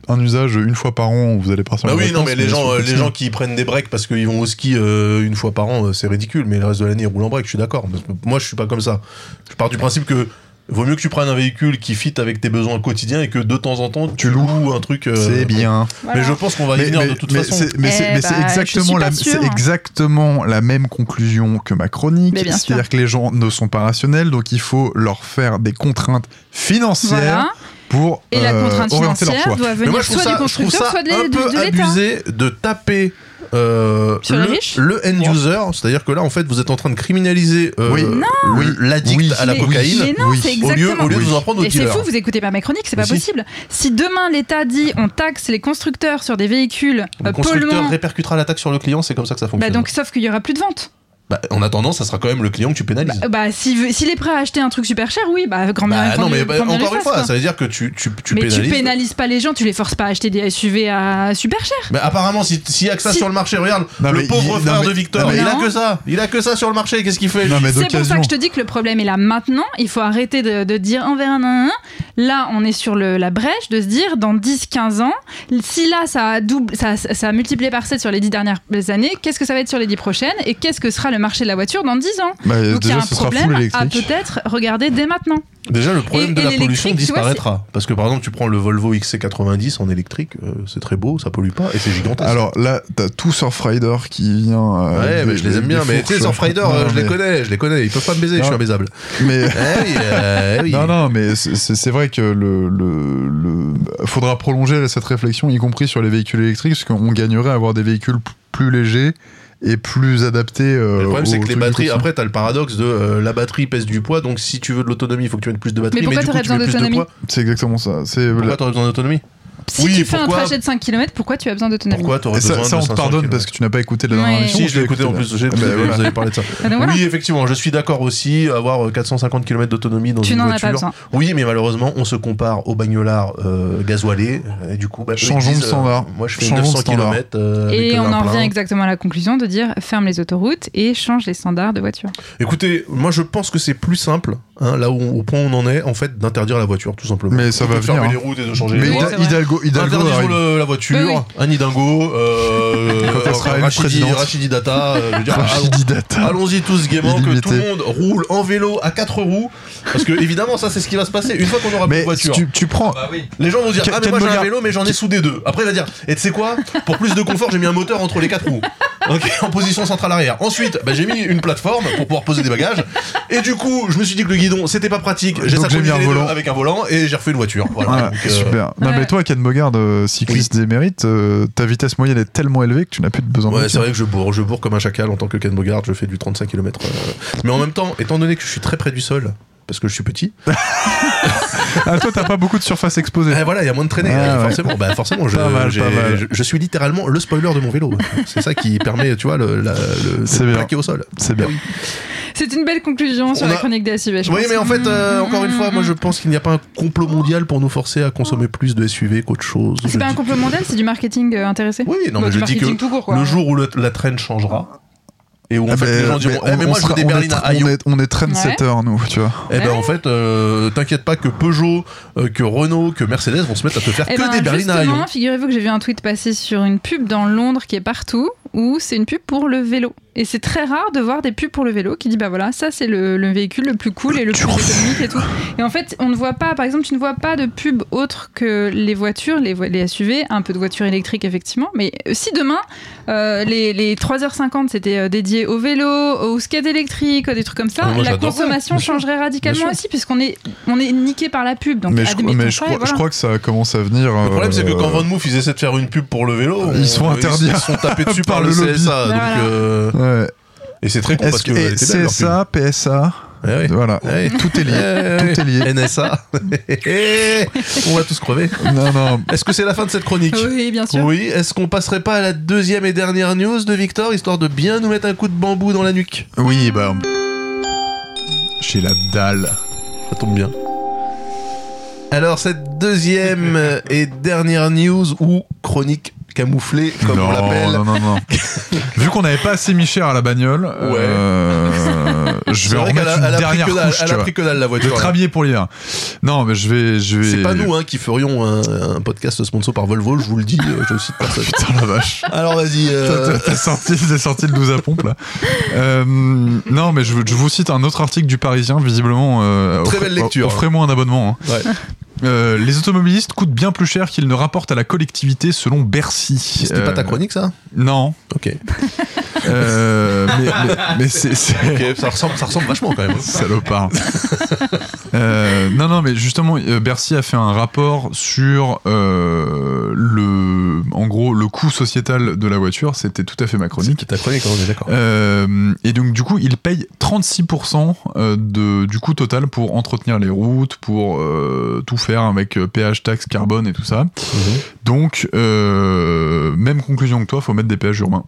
un usage une fois par an où vous allez partir Bah en oui, non, vacances, mais les sur gens, le euh, les quotidien. gens qui prennent des breaks parce qu'ils vont au ski euh, une fois par an, euh, c'est ridicule. Mais le reste de l'année, ils roulent en break, je suis d'accord. Parce que moi, je suis pas comme ça. Je pars du principe que vaut mieux que tu prennes un véhicule qui fit avec tes besoins quotidiens et que de temps en temps, tu loues un truc. euh, C'est bien. Voilà. Mais je pense qu'on va y Mais, venir mais- de toute mais façon. c'est, mais, c'est, Eh mais c'est bah, je suis exactement pas la, sûre, c'est hein. exactement la même conclusion que ma chronique. Mais bien sûr. C'est-à-dire que les gens ne sont pas rationnels, donc il faut leur faire des contraintes financières Voilà. pour Et la euh, contrainte orienter leur financière choix. doit Mais venir moi, je trouve soit ça, du je trouve constructeur, ça soit de, un l'é- peu de, de l'État. abusé de taper euh, Sur le, les riches le end user, c'est-à-dire que là, en fait, vous êtes en train de criminaliser euh, Oui. le- Oui. l'addict Oui. à la Mais- cocaïne. Mais non, Oui. c'est Au lieu, exactement. au lieu de vous en prendre aux Et c'est dealers. fou, vous écoutez pas ma chronique, c'est Mais pas si. possible. Si demain l'État dit on taxe les constructeurs sur des véhicules Le euh, constructeur polluants, répercutera la taxe sur le client, c'est comme ça que ça bah fonctionne. donc sauf qu'il y aura plus de ventes. Bah, en attendant, ça sera quand même le client que tu pénalises. Bah, bah s'il s'il est prêt à acheter un truc super cher, oui, bah grand bien. Bah, grand non, bien- mais bah, grand bien encore lui une fasse, fois, quoi. ça veut dire que tu, tu, tu mais pénalises. tu pénalises pas les gens, tu les forces pas à acheter des S U V à super cher. Mais apparemment, si- s'il y a que ça Si- sur le marché, regarde, Non, le mais pauvre il- frère non, mais- de Victor, non, mais- il a Non. que ça. Il a que ça sur le marché, qu'est-ce qu'il fait lui Non, mais C'est pour ça d'occasion. que je te dis que le problème est là maintenant. Il faut arrêter de, de dire on verra. nan, nan, nan. Là, on est sur le, la brèche de se dire dans dix quinze ans, si là ça a, double, ça, ça a multiplié par sept sur les dix dernières années, qu'est-ce que ça va être sur les dix prochaines et qu'est-ce que sera le marché de la voiture dans dix ans? Bah, Donc il y a déjà, un ce sera full problème à électrique. peut-être regarder dès maintenant. Déjà, le problème Et- de et la pollution l'électrique, tu vois, disparaîtra. Parce que par exemple, tu prends le Volvo X C quatre-vingt-dix en électrique, euh, c'est très beau, ça pollue pas et c'est gigantesque. Alors là, t'as tout Surfrider qui vient. euh, ouais, mais des- je les aime des bien. Mais tu sais, fourches. Surfrider, Non, euh, je les mais- connais, je les connais. Ils peuvent pas me baiser, je suis Non. imbaisable. Mais. Eh oui, euh, oui. Non, non, mais c'est- c'est c'est vrai que le, le, le- faudra prolonger cette réflexion, y compris sur les véhicules électriques, parce qu'on gagnerait à avoir des véhicules p- plus légers et plus adaptés. Euh, Le problème, c'est aux que les trucs du batteries, quotidien. après, t'as le paradoxe de euh, la batterie pèse du poids, donc si tu veux de l'autonomie, il faut que tu mettes plus de batterie. Mais pourquoi du coup, t'aurais tu mets besoin plus de d'autonomie poids. C'est exactement ça. C'est Pourquoi la- t'aurais besoin d'autonomie Si Oui, tu fais pourquoi un trajet de cinq kilomètres, pourquoi tu as besoin d'autonomie? Pourquoi t'aurais Et ça, besoin ça, de on te cinq cents pardonne kilomètres parce que tu n'as pas écouté la dernière Ouais. émission. Si, je l'ai écouté en plus, j'ai Ah bah vous voilà. avez parlé de ça. Ah, donc voilà. Oui, effectivement, je suis d'accord aussi, avoir quatre cent cinquante kilomètres d'autonomie dans Tu une n'en as voiture. pas besoin. Oui, mais malheureusement, on se compare aux bagnolards euh, gasoilés, et du coup, bah, eux, ils Changeons de disent, euh, standard. moi, je fais Changeons de neuf cents standard. kilomètres. euh, avec Et un on en plein. revient exactement à la conclusion de dire ferme les autoroutes et change les standards de voiture. Écoutez, moi, je pense que c'est plus simple, hein, là où, au point où on en est, en fait, d'interdire la voiture, tout simplement. Mais ça Plutôt va que de fermer venir, les routes et de changer Mais les Oui, lois. c'est vrai. Hidalgo, Hidalgo Interdisons arrive. le- la voiture, Oui, oui. Anne Hidalgo, euh, Quand elle sera élue Rachidi, présidente. Rachidi Data, euh, je veux dire, Rachidi Data. allons- allons-y tous gaiement, que Illimité. tout le monde roule en vélo à quatre roues, parce que évidemment ça c'est ce qui va se passer, une fois qu'on aura plus de Mais voiture. tu, tu prends. Bah oui. Les gens vont dire Ken- ah mais moi Ken j'ai un Bogart- vélo mais j'en ai soudé deux. Après il va dire et tu sais quoi, pour plus de confort j'ai mis un moteur entre les quatre roues. Ok, en position centrale arrière. Ensuite bah, j'ai mis une plateforme pour pouvoir poser des bagages et du coup je me suis dit que le guidon c'était pas pratique. J'ai Donc, j'ai mis un synchronisé les deux volant. avec un volant et j'ai refait une voiture. Voilà. Voilà, Donc, euh, super. Non, Ouais. mais toi, Ken Bogard, euh, cycliste d'émérite, euh, ta vitesse moyenne est tellement élevée que tu n'as plus de besoin de Ouais, c'est voiture. vrai que je bourre, je bourre comme un chacal en tant que Ken Bogart, je fais du trente-cinq kilomètres. Mais en même temps, étant donné que je suis très près du sol, parce que je suis petit, Ah, toi, t'as pas beaucoup de surface exposée. eh, voilà, il y a moins de traîner, Ah, euh, ouais. forcément. Bah, forcément, je, Pas mal, j'ai- pas mal. je, je suis littéralement le spoiler de mon vélo. C'est ça qui permet, tu vois, le, la, le C'est de bien. plaquer au sol. C'est bien. Eh oui. C'est une belle conclusion sur On la a- chronique des S U V. je Oui, pense. mais en fait, euh, encore une fois, moi je Mm, pense qu'il n'y a pas un complot mondial pour nous forcer à consommer plus de S U V qu'autre chose. C'est Je pas un dis- complot mondial, c'est du marketing euh, intéressé. Oui, non, Bon, mais du je dis que marketing tout court, quoi. le jour où le- la traîne changera, et où en Ah, fait ben, les gens diront mais Eh, mais on- moi on je veux sera- des on est berlines tr- à Hayon. on est, on est trendsetter, nous, tu vois. Eh ben Ouais. en fait, euh, t'inquiète pas que Peugeot, euh, que Renault, que Mercedes vont se mettre à te faire Eh que ben, des berlines à justement, Hayon. figurez-vous que j'ai vu un tweet passer sur une pub dans Londres qui est partout, où c'est une pub pour le vélo. Et c'est très rare de voir des pubs pour le vélo qui dit bah voilà, ça c'est le, le véhicule le plus cool et le plus économique et tout. Et en fait, on ne voit pas, par exemple, tu ne vois pas de pub autre que les voitures, les, vo- les S U V, un peu de voitures électriques effectivement. Mais si demain, euh, les, les trois heures cinquante c'était euh, dédié au vélo, au skate électrique, des trucs comme ça, Ah, moi, la j'adorerais, consommation bien sûr. changerait radicalement Bien sûr. aussi, puisqu'on est, on est niqué par la pub. Donc, mais je, admettons mais je ça, et crois, voilà. je crois que ça commence à venir. Le problème, c'est que quand euh, Van Moof ils essaient de faire une pub pour le vélo, Ils on- sont interdits Ils se sont tapés dessus par par le le lobby. C S A. Donc, Voilà. euh, Ouais. et c'est très con Est-ce parce que que et elle était belle, leur C S A, P S A, pub. Eh oui. voilà, Ouais. tout est lié. Eh oui. Tout est lié. N S A. On va tous crever. Non, non. Est-ce que c'est la fin de cette chronique? Oui, bien sûr. Oui. Est-ce qu'on passerait pas à la deuxième et dernière news de Victor, histoire de bien nous mettre un coup de bambou dans la nuque? Oui, bah. J'ai la dalle. Ça tombe bien. Alors, cette deuxième et dernière news, ou chronique camouflé, comme non, on l'appelle. Non, non, non. Vu qu'on n'avait pas assez mis cher à la bagnole, ouais. euh, je vais en remettre une dernière dalle, couche. Elle a pris que dalle, la voiture. Je vais te rhabiller pour l'hiver. Non, mais je vais, je vais. C'est pas nous hein, qui ferions un, un podcast sponsor par Volvo, je vous le dis, je cite personne. Putain la vache. Alors vas-y. Euh... T'as, t'as, sorti, t'as sorti le douze à pompe là. Euh, non, mais je, je vous cite un autre article du Parisien, visiblement. Euh, Très offre, belle lecture. Offrez-moi un abonnement. Hein. Ouais. Euh, les automobilistes coûtent bien plus cher qu'ils ne rapportent à la collectivité selon Bercy. C'était euh, pas ta chronique ça ? Non. Ok. Euh, mais, mais, mais c'est, c'est... Okay, ça, ressemble, ça ressemble vachement quand même. Salopard. euh, non, non, mais justement, Bercy a fait un rapport sur euh, le, en gros, le coût sociétal de la voiture. C'était tout à fait ma chronique. C'était ta chronique, on est d'accord. Euh, et donc, du coup, il paye trente-six pour cent de, du coût total pour entretenir les routes, pour euh, tout faire avec péage, taxe, carbone et tout ça. Mmh. Donc, euh, même conclusion que toi, faut mettre des péages urbains.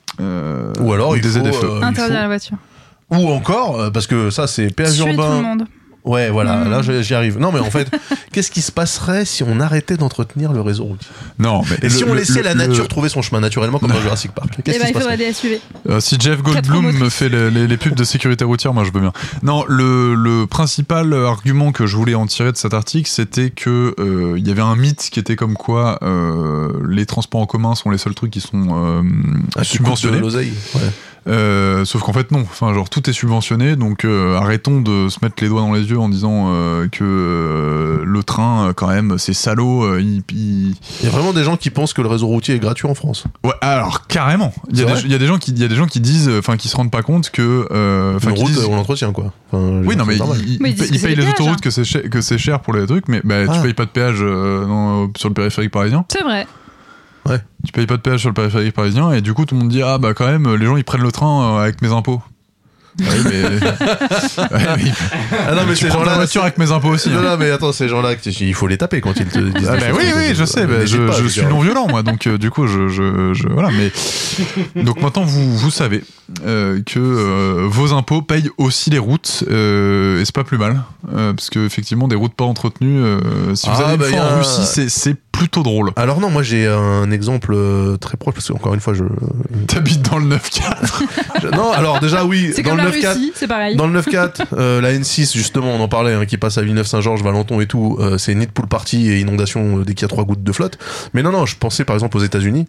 Euh, ou alors il des faut euh, interdire la voiture. Ou encore parce que ça c'est péage Tuer urbain. Tout le monde. Ouais, voilà, mmh. là j'y arrive. Non, mais en fait, qu'est-ce qui se passerait si on arrêtait d'entretenir le réseau routier ? Non, mais et le, si on le, laissait le, la nature le... trouver son chemin naturellement comme dans Jurassic Park ? Qu'est-ce eh ben, qui se il faudrait passerait ? des S U V. Euh, si Jeff Goldblum me fait les, les, les pubs de sécurité routière, moi je veux bien. Non, le, le principal argument que je voulais en tirer de cet article, c'était que euh, il y avait un mythe qui était comme quoi euh, les transports en commun sont les seuls trucs qui sont euh, ah, subventionnés. De l'oseille. Ouais. Euh, sauf qu'en fait non, enfin genre tout est subventionné, donc euh, arrêtons de se mettre les doigts dans les yeux en disant euh, que euh, le train euh, quand même c'est salaud. Euh, il, il... il y a vraiment des gens qui pensent que le réseau routier est gratuit en France. Ouais, alors carrément. Il y a des, il y a des gens qui, il y a des gens qui disent, enfin qui se rendent pas compte que, euh, une route disent... on l'entretient quoi. Enfin, oui non mais ils, mais ils, ils, ils payent les autoroutes hein. que c'est cher, que c'est cher pour les trucs, mais bah, ah. tu payes pas de péage euh, dans, sur le périphérique parisien. C'est vrai. Ouais. Tu payes pas de péage sur le périphérique parisien et du coup tout le monde dit ah bah quand même les gens ils prennent le train euh, avec mes impôts. Oui, mais... ouais, mais... Ah non, mais ces gens-là. voiture avec mes impôts aussi. Non, hein. non, mais attends, ces gens-là, il faut les taper quand ils te disent. Ah, bah oui, oui, je sais, bah, je, pas, je, je suis non-violent, moi, donc euh, du coup, je, je, je. Voilà, mais. Donc maintenant, vous, vous savez euh, que euh, vos impôts payent aussi les routes, euh, et c'est pas plus mal, euh, parce qu'effectivement, des routes pas entretenues, euh, si vous ah, allez bah, une fois a... en Russie, c'est, c'est plutôt drôle. Alors non, moi j'ai un exemple très proche, parce qu'encore une fois, je. T'habites dans le neuf quatre. Non, alors déjà, oui, c'est dans comme le la neuf quatre. Russie, c'est pareil. Dans le neuf quatre, euh, la N six, justement, on en parlait, hein, qui passe à Villeneuve-Saint-Georges, Valenton et tout, euh, c'est nid de poule party et inondation euh, dès qu'il y a trois gouttes de flotte. Mais non, non, je pensais par exemple aux États-Unis,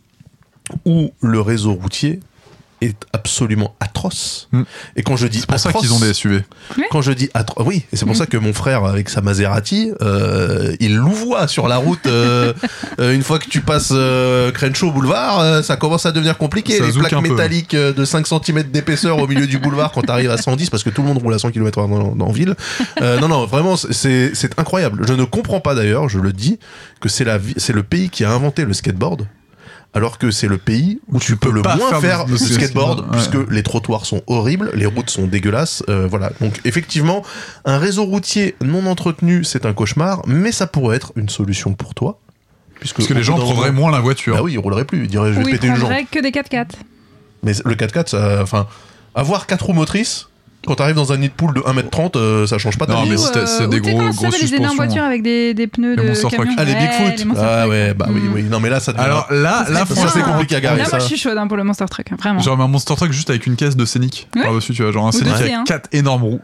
où le réseau routier est absolument atroce. Mmh. Et quand je dis c'est pour atroce, ça qu'ils ont des S U V. Oui. Quand je dis atroce, oui, et c'est pour mmh. ça que mon frère avec sa Maserati, euh, il louvoie sur la route. Euh, euh, une fois que tu passes euh, Crenshaw Boulevard, euh, ça commence à devenir compliqué. Ça Les plaques métalliques peu. de cinq centimètres d'épaisseur au milieu du boulevard quand t'arrives à cent dix, parce que tout le monde roule à cent kilomètres heure dans, dans ville. Euh, non, non, vraiment, c'est, c'est incroyable. Je ne comprends pas d'ailleurs, je le dis, que c'est la, c'est le pays qui a inventé le skateboard. Alors que c'est le pays où tu, tu peux, peux le moins faire, faire de skateboard, ouais. puisque les trottoirs sont horribles, les routes sont dégueulasses, euh, voilà. Donc effectivement, un réseau routier non entretenu, c'est un cauchemar, mais ça pourrait être une solution pour toi. Puisque Parce que les gens prendraient moins la voiture. Ah oui, ils rouleraient plus, ils diraient je vais oui, péter une jambe. Ils prendraient que des quatre-quatre. Mais le quatre-quatre, ça, enfin, avoir quatre roues motrices, quand t'arrives dans un nid de poule de un mètre trente, euh, ça change pas ta vie. Non, mais c'est, c'est des gros, grosses suspensions. Les énormes voitures avec des, des pneus de camion. Ah, les Bigfoot. Les ah ouais, bah mmh. oui, oui. Non, mais là, ça devient... Alors là, là, franchement, c'est compliqué à garer, là, ça. Moi, je suis chaude hein, pour le Monster Truck, vraiment. Genre un Monster Truck juste avec une caisse de Scénic ouais. par-dessus, tu vois. Genre un Scénic avec hein. quatre énormes roues.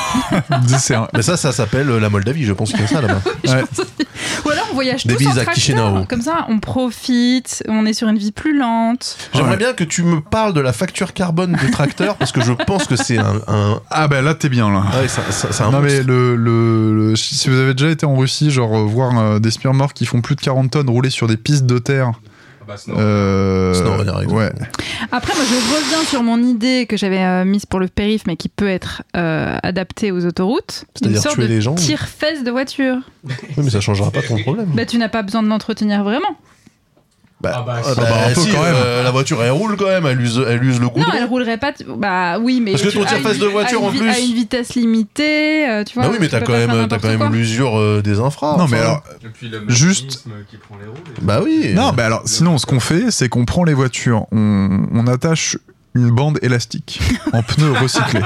c'est un... Mais ça, ça s'appelle la Moldavie, je pense qu'il y a ça là-bas. oui, ouais. Ou alors, on voyage tous en tracteur. Comme ça, on profite, on est sur une vie plus lente. J'aimerais ouais. bien que tu me parles de la facture carbone du tracteur, parce que je pense que c'est un... un... Ah bah là, t'es bien, là. Ah oui, ça, ça, c'est un non monstre. mais le, le, le, si vous avez déjà été en Russie, genre euh, voir euh, des Smirmors qui font plus de quarante tonnes rouler sur des pistes de terre. Ah bah, Snow. Euh, Snow, ouais. Après, moi, je reviens sur mon idée que j'avais euh, mise pour le périph', mais qui peut être euh, adaptée aux autoroutes. C'est-à-dire une sorte tuer de les gens. tire-fesse de voiture. Oui, mais ça changera pas ton problème. Bah, tu n'as pas besoin de l'entretenir vraiment. Bah, ah bah, ah bah, bah un peu si, quand même. Euh, la voiture elle roule quand même, elle use, elle use le goudron. Non, elle roulerait pas. T- bah oui, mais. Parce que ton tire-fesse de voiture en vi- plus. À une vitesse limitée, euh, tu vois. Bah oui, mais t'as quand même, t'as quand même l'usure euh, des infras. Non, enfin. mais alors. Et puis le juste. Qui prend les roues, les... Bah oui. Non, bah alors, sinon, ce qu'on fait, c'est qu'on prend les voitures, on, on attache une bande élastique en pneus recyclés.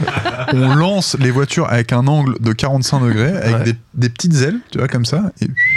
On lance les voitures avec un angle de quarante-cinq degrés, avec ouais. des, des petites ailes, tu vois, comme ça, et.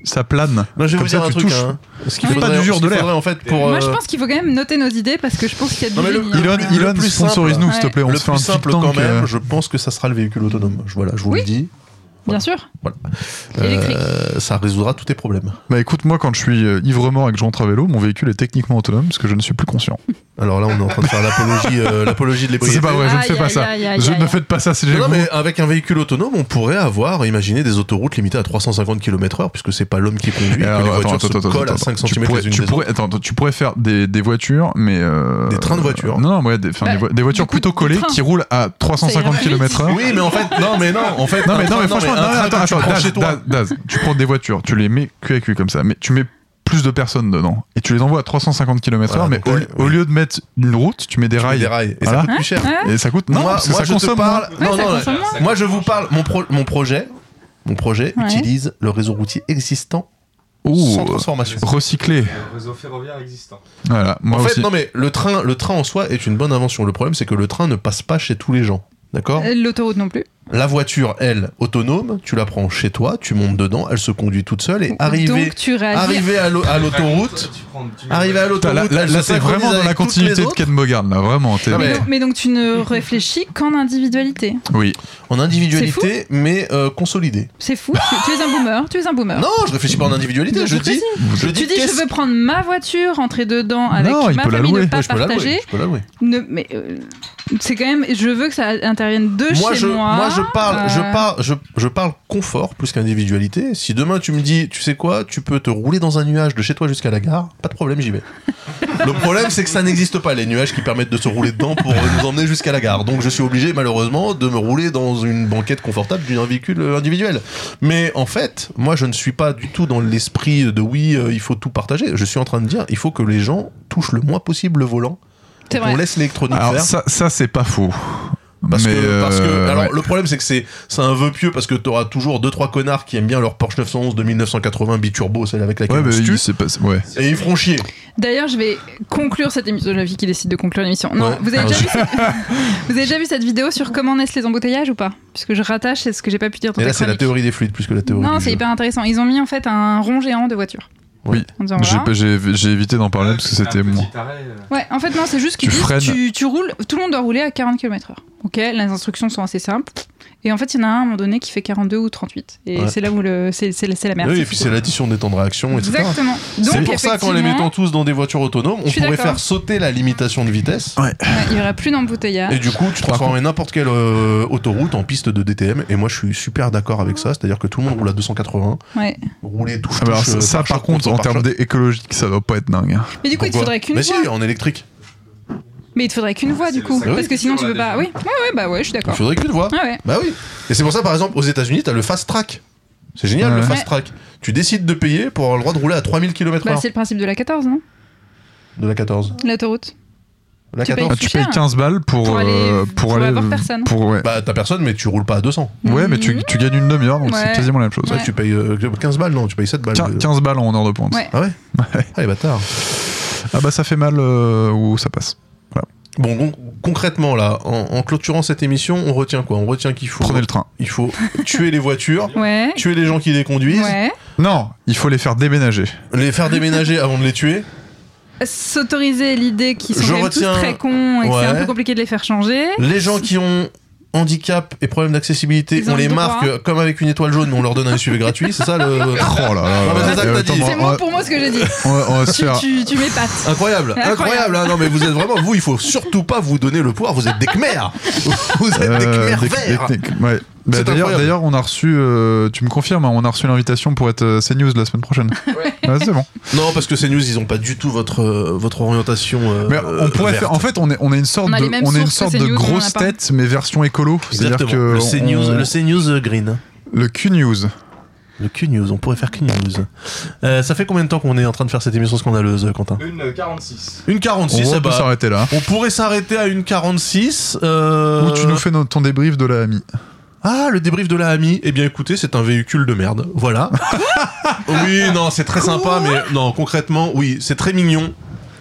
ça plane. Non, je vais Comme vous dire ça, un tu truc. touches. Hein. Ce qu'il Ouais. faudrait, Pas d'usure ce de qu'il l'air. faudrait, en fait pour. Moi, je euh, pense qu'il faut quand même noter nos idées parce que je pense qu'il y a du Non, mais le- génie, hein. Elon, Le Elon plus sponsorise-nous, simple. s'il te plaît. On le se fait un plus petit simple tank, quand même, euh, je pense que ça sera le véhicule autonome. Je, voilà, je vous Oui. le dis. Bien sûr. Voilà. Électrique. Euh, ça résoudra tous tes problèmes. Bah écoute, moi quand je suis euh, ivre-mort et que je rentre à vélo, mon véhicule est techniquement autonome parce que je ne suis plus conscient. Alors là, on est en train de faire l'apologie, euh, l'apologie de Ça, l'ébriété. c'est pas vrai, je ne Aïe, fais pas aïe, ça. aïe, aïe, Je aïe. ne faites pas ça, c'est Non, vous. mais avec un véhicule autonome, on pourrait avoir, imaginez, des autoroutes limitées à trois cent cinquante kilomètres heure, puisque c'est pas l'homme qui conduit, Alors, que les attends, voitures attends, se attends, collent attends, à cinq tu centimètres pourrais, les unes tu des pourrais, autres. attends, attends, tu pourrais faire des, des voitures, mais euh, Des trains de voitures. Non, non, ouais, des, enfin, Bah, des, vo- des voitures du coup, plutôt des collées trains. qui roulent à trois cent cinquante Ça ira plus kilomètres heure. Oui, mais en fait, non, mais non, en fait. Non un mais, non, train- mais franchement, un non, train attends, que tu attends, prends Daz, chez toi. Daz, Daz, tu prends des voitures, tu les mets cul à cul comme ça, mais tu mets plus de personnes dedans et tu les envoies à trois cent cinquante kilomètres heure, Voilà, mais donc, au, ouais, au oui. lieu de mettre une route, tu mets des Tu mets rails. des rails. Et Voilà. ça coûte plus cher. Et ça coûte non, moi, parce que moi ça je te consomme parle. moins. Non, Ouais, ça non, consomme moins. moi je vous parle. Mon, pro- mon projet, mon projet Ouais. utilise le réseau routier existant Ouh, sans transformation. recyclé. Le réseau ferroviaire existant. Voilà, moi en fait, aussi. non mais le train, le train en soi est une bonne invention. Le problème, c'est que le train ne passe pas chez tous les gens. D'accord. Euh, L'autoroute non plus. La voiture, elle, autonome, tu la prends chez toi, tu montes dedans, elle se conduit toute seule et arriver, Donc tu réagis. arriver à l'au- à l'autoroute, Tu prends- tu mets- arriver à Putain, là, l'autoroute, là, elle là, se t'es vraiment synchronise dans la avec toutes continuité les de autres. Ken Bogard, là, vraiment. t'es- Non, Mais mais- donc, mais donc tu ne réfléchis qu'en individualité. Oui. En individualité, mais euh, consolidée. C'est fou. tu, tu es un boomer. Tu es un boomer. Non, je réfléchis pas en individualité, je Je dis, je Tu dis qu'est-ce- je veux prendre ma voiture, rentrer dedans avec Non, il ma peut la famille, louer. ne pas Ouais, je peux la louer, partager. je peux la louer. Ne- mais euh, c'est quand même. Je veux que ça intervienne de Moi chez je, moi. moi, je parle, je Euh, parle, je, je parle confort plus qu'individualité. Si demain tu me dis, tu sais quoi, tu peux te rouler dans un nuage de chez toi jusqu'à la gare, pas de problème, j'y vais. Le problème, c'est que ça n'existe pas, les nuages qui permettent de se rouler dedans pour nous emmener jusqu'à la gare. Donc je suis obligé, malheureusement, de me rouler dans une banquette confortable d'un véhicule individuel. Mais en fait, moi, je ne suis pas du tout dans l'esprit de oui, euh, il faut tout partager. Je suis en train de dire, il faut que les gens touchent le moins possible le volant. C'est On vrai. laisse l'électronique Alors faire. ça, ça c'est pas faux. Parce, Mais, que, parce que euh, alors ouais. le problème c'est que c'est c'est un vœu pieux parce que t'auras toujours deux trois connards qui aiment bien leur Porsche neuf cent onze de mille neuf cent quatre-vingts biturbo, celle avec laquelle Ouais, on mais se tue, il- c'est pas. Ouais. et ils feront chier. D'ailleurs, je vais conclure cette émission. La vie qui décide de conclure l'émission. Non, Ouais. vous, avez Ah, déjà je- vu cette... vous avez déjà vu cette vidéo sur comment naissent les embouteillages ou pas? Puisque je rattache, c'est ce que j'ai pas pu dire dans Et ta là c'est la chronique. théorie des fluides plus que la théorie Non, du c'est jeu. hyper intéressant. Ils ont mis en fait un rond géant de voiture. Oui. En disant, J'ai voilà. j'ai- j'ai évité d'en parler parce que C'est un c'était petit moi. arrêt, euh, Ouais, en fait, non, c'est juste qu'ils Tu disent freines. tu, tu roules, tout le monde doit rouler à quarante kilomètres heure. Ok, les instructions sont assez simples. Et en fait, il y en a un à un moment donné qui fait quarante-deux ou trente-huit. Et Ouais. c'est là où le, c'est, c'est, c'est la merde. Oui, c'est et puis fou. c'est l'addition des temps de réaction, et cetera. Exactement. Donc, C'est pour ça qu'en les effectivement, mettant tous dans des voitures autonomes, on Je suis pourrait d'accord. faire sauter la limitation de vitesse. ouais, il n'y aura plus d'embouteillage. Et du coup, tu transformes n'importe quelle euh, autoroute en piste de D T M. Et moi, je suis super d'accord avec ça. C'est-à-dire que tout le monde roule à deux cent quatre-vingts. Ouais. Rouler touche Ah bah alors, touche, ça, euh, ça, par pare-choc contre, en contre termes pare-choc. d'écologique, ça doit pas être dingue. hein. Mais du coup, il te Pourquoi faudrait qu'une Mais voie. si, en électrique. Mais il te faudrait qu'une voie, C'est du le coup. sacrifice Parce que sinon, tu sur peux la pas. Oui, ouais, ouais, bah ouais, je suis Il d'accord. faudrait qu'une voie. Ah ouais. Bah oui. Et c'est pour ça, par exemple, aux États-Unis, t'as le fast track. C'est génial, Ouais. le fast Ouais. track. Tu décides de payer pour avoir le droit de rouler à trois mille kilomètres Bah, heure c'est le principe de la quatorze, non? de la quatorze. L'autoroute. La Tu payes quatorze. Ah, tu cher. payes quinze balles pour, Pour aller- euh, pour aller avoir personne. Pour, ouais. Bah, t'as personne, mais tu roules pas à deux cents. ouais, mais tu, tu gagnes une demi-heure, donc Ouais. c'est quasiment la même chose. C'est vrai que tu payes euh, quinze balles, non, tu payes sept balles. Quin- quinze balles en heure de pointe. Ouais. Ah ouais Ah, les bâtards. Ah bah ça fait mal euh, où ça passe. Bon, con- concrètement, là, en, en clôturant cette émission, on retient quoi? On retient qu'il faut, Prenez le train. il faut tuer les voitures, Ouais. tuer les gens qui les conduisent, Ouais. Non, il faut les faire déménager. les faire déménager avant de les tuer. S'autoriser l'idée qu'ils sont Je quand même retiens- tous très cons et que c'est un Ouais. peu compliqué de les faire changer. Les gens qui ont handicap et problème d'accessibilité, Ils ont on les le droit. marque euh, comme avec une étoile jaune, mais on leur donne un S U V gratuit, c'est ça le. Oh là là. Non, mais c'est ça que t'as dit. Attends, C'est on mot va- pour mot ce que j'ai dit. on va- on va se Tu, faire. tu, tu m'épates. Incroyable, Incroyable. incroyable. hein. Non mais vous êtes vraiment, vous, il faut surtout pas vous donner le pouvoir. Vous êtes des Khmers. Vous êtes des Euh, Khmers des- verts. des- des- ouais. Bah, C'est d'ailleurs, incroyable. d'ailleurs, on a reçu, euh, tu me confirmes, hein, on a reçu l'invitation pour être euh, CNews la semaine prochaine. Ouais, c'est bon. Non, parce que CNews, ils ont pas du tout votre euh, votre orientation. euh, Mais on pourrait verte. faire. En fait, on est, on est une sorte On a de, les mêmes on est une sources que sorte de CNews, on en a grosse pas. tête, mais version écolo. C'est-à-dire Exactement. que le CNews, on- le CNews Green. le Q-News. Le Q-News, on pourrait faire Q-News. Euh, ça fait combien de temps qu'on est en train de faire cette émission scandaleuse, Quentin? Une euh, quarante-six. Une quarante-six, On eh peut bah, s'arrêter là. on pourrait s'arrêter à une quarante-six. Euh... Ou tu nous fais notre- ton débrief de la A M I. Ah, le débrief de la A M I. Eh bien, écoutez, c'est un véhicule de merde. Voilà. Oui, non, c'est très sympa, mais non, concrètement, oui, c'est très mignon.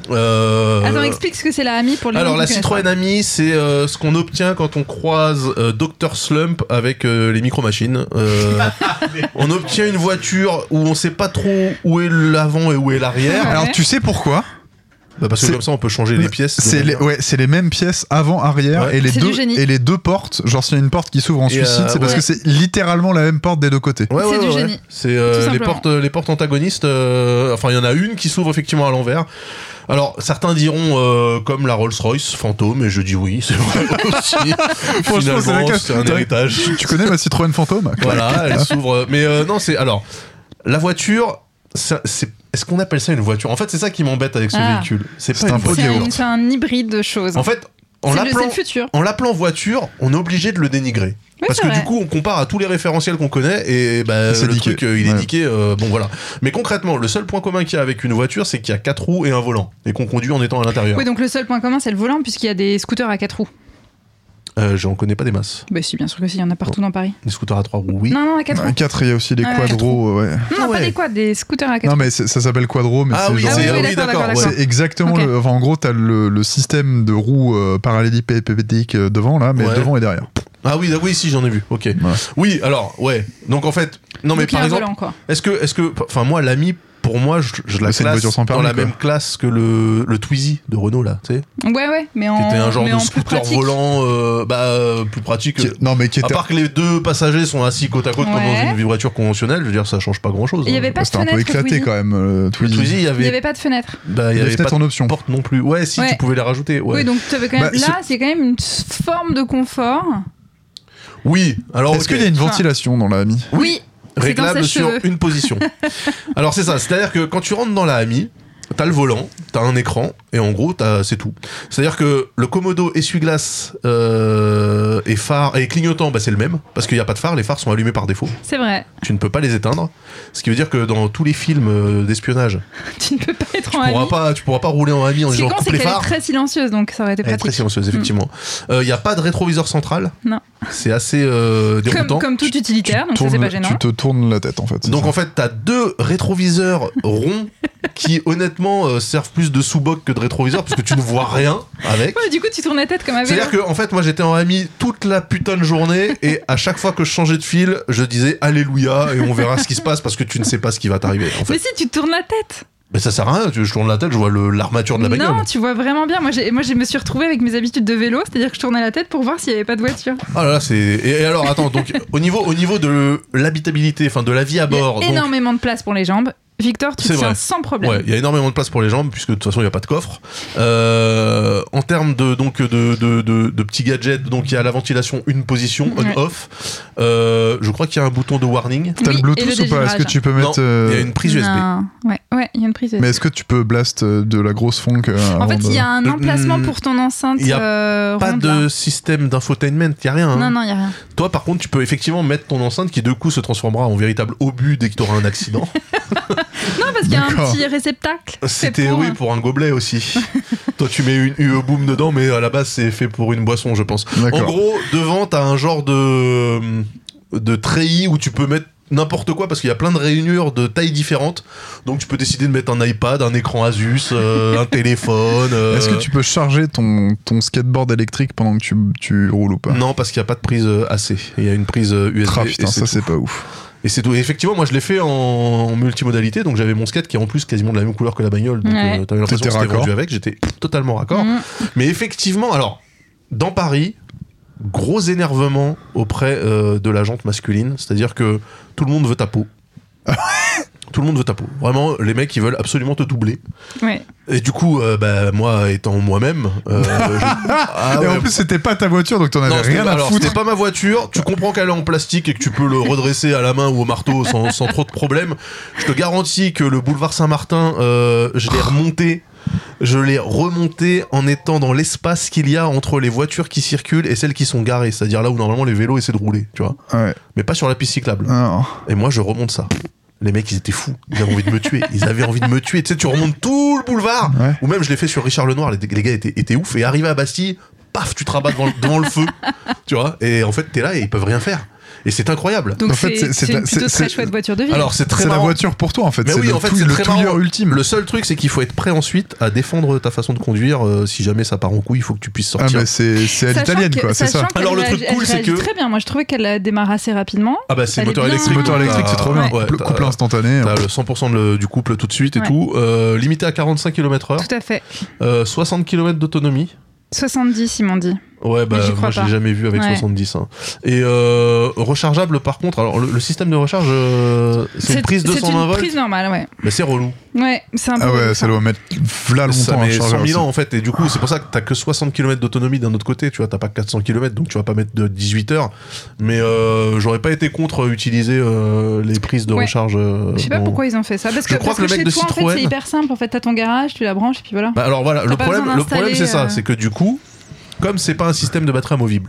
Euh... Attends, explique ce que c'est la Ami pour les gens Alors qui la connaissent Citroën pas. Ami, c'est euh, ce qu'on obtient quand on croise euh, docteur Slump avec euh, les micro-machines. Euh, on obtient une voiture où on sait pas trop où est l'avant et où est l'arrière. Ouais. Alors tu sais pourquoi? Bah parce que C'est- comme ça on peut changer les pièces. de C'est les, manière- ouais, c'est les mêmes pièces avant, arrière Ouais. et les C'est deux du génie. et les deux portes. Genre s'il y a une porte qui s'ouvre en Et, suicide, euh, c'est parce ouais. que c'est littéralement la même porte des deux côtés. Ouais, C'est ouais, du ouais, génie. ouais. C'est euh, Tout les simplement. portes, les portes antagonistes. euh, enfin, il y en a une qui s'ouvre effectivement à l'envers. Alors, certains diront euh, comme la Rolls-Royce fantôme, et je dis oui, c'est vrai aussi. Franchement, c'est la Finalement, classe. c'est un T'as- héritage. Tu connais ma Citroën Fantôme? Voilà, elle s'ouvre. Mais euh, non, c'est alors la voiture. ça- c'est Est-ce qu'on appelle ça une voiture? En fait, c'est ça qui m'embête avec ce Ah. véhicule. C'est C'est pas un une pot de C'est voiture. un, c'est un hybride de choses. En fait, en c'est le, c'est l'appelant le futur. en l'appelant voiture, on est obligé de le dénigrer. Oui, Parce c'est que vrai. du coup, on compare à tous les référentiels qu'on connaît et bah, C'est le niqué. truc, euh, il est Ouais. niqué. euh, bon, voilà. Mais concrètement, le seul point commun qu'il y a avec une voiture, c'est qu'il y a quatre roues et un volant et qu'on conduit en étant à l'intérieur. Oui, donc le seul point commun, c'est le volant, puisqu'il y a des scooters à quatre roues. Euh, J'en connais pas des masses. Bah, si, bien sûr que si, il y en a partout dans Paris. Des scooters à trois roues, oui. Non, non, à quatre roues. Un quatre, il y a aussi les Ah ouais, quadros. Ouais. Non, ouais. pas des quads, des scooters à quatre Non, roues. mais c'est- ça s'appelle quadro, mais Ah c'est oui, genre. Ah oui, c'est oui, oui, d'accord, d'accord. d'accord, ouais. C'est exactement Ok. le. Enfin, en gros, t'as le, le système de roues euh, parallélépipédiques euh, devant là, mais Ouais. devant et derrière. Ah oui, oui, si j'en ai vu. Ok. Voilà. Oui, alors ouais. Donc en fait, non mais Donc, il y a par un exemple, volant, quoi. est-ce que, est-ce que, enfin moi l'Ami, pour moi, je, je la Mais c'est une classe voiture sans dans permis, la quoi. même classe que le, le Twizy de Renault là, tu sais, Ouais, ouais, mais en, qui était un genre mais de en plus scooter pratique. volant, euh, bah euh, plus pratique. Qui- Non, mais qui À était. part que les deux passagers sont assis côte à côte comme dans Ouais. une voiture conventionnelle, je veux dire, ça change pas grand chose. Et il y avait pas de C'était un peu fenêtre. éclaté Twizy. quand même, euh, Le Twizy. Twizy, il y Il n'y avait, avait pas de fenêtre. bah, il y Les avait fenêtres pas en de option. porte non plus. Ouais, si Ouais. tu pouvais les rajouter. Ouais. Oui, donc tu avais quand même. Bah, Là, c'est quand même une forme de confort. Oui, alors Est-ce ok. qu'il y a une Enfin, ventilation dans la Ami? Oui. c'est dans Réglable ses sur cheveux. une position. Alors c'est ça, c'est-à-dire que quand tu rentres dans la Ami, t'as le volant, t'as un écran, et en gros, t'as, c'est tout. C'est-à-dire que le Komodo essuie-glace euh, et phare et clignotant, bah, c'est le même, parce qu'il n'y a pas de phare, les phares sont allumés par défaut. C'est vrai. Tu ne peux pas les éteindre. Ce qui veut dire que dans tous les films euh, d'espionnage, Tu ne peux pas être tu en pourras ami. pas, tu pourras pas rouler en Ami en Ce qui est disant con, coupe c'est les qu'elle est phares. très silencieuse, donc ça aurait été Elle est très pratique. silencieuse, effectivement. Il n'y a pas de rétroviseur central. Non. C'est assez euh, déroutant. Comme, comme tout utilitaire, donc ça Tournes- c'est pas gênant. Tu te tournes la tête en fait. c'est Donc ça. en fait, t'as deux rétroviseurs ronds qui honnêtement euh, servent plus de sous-boc que de rétroviseur parce que tu ne vois rien avec. Ouais, du coup, tu tournes la tête comme un vélo. C'est-à-dire que en fait, moi j'étais en Ami toute la putain de journée et à chaque fois que je changeais de fil, je disais Alléluia et on verra ce qui se passe parce que tu ne sais pas ce qui va t'arriver. En Mais fait, si, tu tournes la tête. mais ça sert à rien. Je tourne la tête, je vois le- l'armature de la bagnole. Non, tu vois vraiment bien. Moi, j'ai, moi, je me suis retrouvée avec mes habitudes de vélo, c'est-à-dire que je tournais la tête pour voir s'il n'y avait pas de voiture. Ah là là, c'est. Et, et alors attends, donc au niveau, au niveau de l'habitabilité, enfin de la vie à Il y a bord. donc- énormément de place pour les jambes. Victor, tu C'est tiens vrai. sans problème. Ouais, il y a énormément de place pour les jambes puisque de toute façon il n'y a pas de coffre. Euh, en termes de donc de, de, de, de petits gadgets, donc il y a la ventilation une position Ouais. on-off. Euh, je crois qu'il y a un bouton de warning. T'as Oui, le et Bluetooth le ou pas? Est-ce que dégivrage. tu peux Non, mettre. euh, il y a une prise U S B. Non. Ouais, ouais, il y a une prise U S B. Mais est-ce que tu peux blast euh, de la grosse funk euh, En avant fait, de- il y a un Euh, emplacement hmm, pour ton enceinte il y a euh, Pas ronde, de là. système d'infotainment, il n'y a rien. hein. Non, non, il n'y a rien. Toi par contre tu peux effectivement mettre ton enceinte qui de coup se transformera en véritable obus dès que tu auras un accident. Non, parce qu'il y a un D'accord. petit réceptacle. C'était fait pour- oui pour un gobelet aussi. Toi tu mets une U E boom dedans mais à la base c'est fait pour une boisson je pense. En D'accord. gros devant t'as un genre de de treillis où tu peux mettre n'importe quoi parce qu'il y a plein de rainures de tailles différentes donc tu peux décider de mettre un iPad, un écran Asus, euh, un téléphone. euh, Est-ce que tu peux charger ton, ton skateboard électrique pendant que tu, tu roules ou pas? Non parce qu'il n'y a pas de prise euh, A C. Il y a une prise euh, U S B. Ah et putain, ça tout. c'est pas ouf. Et c'est tout. Et effectivement, moi je l'ai fait en, en multimodalité, donc j'avais mon skate qui est en plus quasiment de la même couleur que la bagnole, donc Ouais. euh, t'avais l'impression T'étais que c'était raccord. vendu avec, j'étais totalement raccord. Mm. Mais effectivement, alors, dans Paris, gros énervement auprès euh, de la jante masculine, c'est-à-dire que tout le monde veut ta peau. Tout le monde veut ta peau. Vraiment, les mecs, ils veulent absolument te doubler. Ouais. Et du coup, euh, bah, moi, étant moi-même... euh, je- Ah Et ouais, en plus, c'était pas ta voiture, donc t'en avais non, c'était- rien à alors, foutre. c'était pas ma voiture. Tu comprends qu'elle est en plastique et que tu peux le redresser à la main ou au marteau sans, sans trop de problème. Je te garantis que le boulevard Saint-Martin, euh, je l'ai remonté. Je l'ai remonté en étant dans l'espace qu'il y a entre les voitures qui circulent et celles qui sont garées. C'est-à-dire là où normalement les vélos essaient de rouler, tu vois. Ouais. Mais pas sur la piste cyclable. Non. Et moi, je remonte ça. Les mecs, ils étaient fous. Ils avaient envie de me tuer. Ils avaient envie de me tuer. Tu sais, tu remontes tout le boulevard. Ouais. Ou même, je l'ai fait sur Richard Lenoir. Les, les gars étaient, étaient ouf. Et arrivé à Bastille, paf, tu te rabats devant, devant le feu. Tu vois. Et en fait, t'es là et ils peuvent rien faire. Et c'est incroyable. Donc En fait, c'est c'est- c'est c'est de une la- plutôt c'est- très c'est- chouette voiture de ville. Alors c'est très C'est la marrant. voiture pour toi en fait. Mais c'est oui, le, en fait, tout- c'est le très touilleur marrant. ultime. Le seul truc, c'est qu'il faut être prêt ensuite à défendre ta façon de conduire. euh, si jamais ça part en couille, il faut que tu puisses Ah, sortir. mais c'est c'est à Sachant l'italienne que- quoi, c'est ça. sachant qu'elle Alors, le truc réagit- cool, elle c'est réagit que- très bien. Moi, je trouvais qu'elle démarre assez rapidement. Ah bah c'est Elle est moteur bien- électrique. Moteur électrique, t'as- c'est trop bien. ouais, Couple, t'as- couple instantané. T'as le cent pour cent de le- du couple tout de suite et Ouais. tout. Euh, limité à quarante-cinq kilomètres heure. Tout à fait. Euh, soixante kilomètres d'autonomie. soixante-dix, ils m'ont dit. Ouais, bah Mais j'y crois moi je l'ai pas. jamais vu avec Ouais. soixante-dix. Hein. Et euh, rechargeable par contre, alors le, le système de recharge, euh, c'est une prise deux cent vingt C'est une volts. prise normale, ouais. Mais c'est relou. Ouais, c'est un peu. Ah ouais, relou, ça doit mettre v'là Ça longtemps à met charger cent mille aussi. ans en fait. Et du coup, c'est pour ça que t'as que soixante kilomètres d'autonomie d'un autre côté. Tu vois, t'as pas quatre cents kilomètres, donc tu vas pas mettre de dix-huit heures. Mais euh, j'aurais pas été contre utiliser euh, les prises de Ouais. recharge. euh, Je sais pas dans- pourquoi ils ont fait ça. Parce Je que, crois parce que le que mec chez de toi, en fait, Citroën- c'est hyper simple. En fait, t'as ton garage, tu la branches, et puis voilà. Bah alors voilà, le pas problème, besoin le problème c'est d'installer, ça, euh, c'est que du coup, comme c'est pas un système de batterie amovible,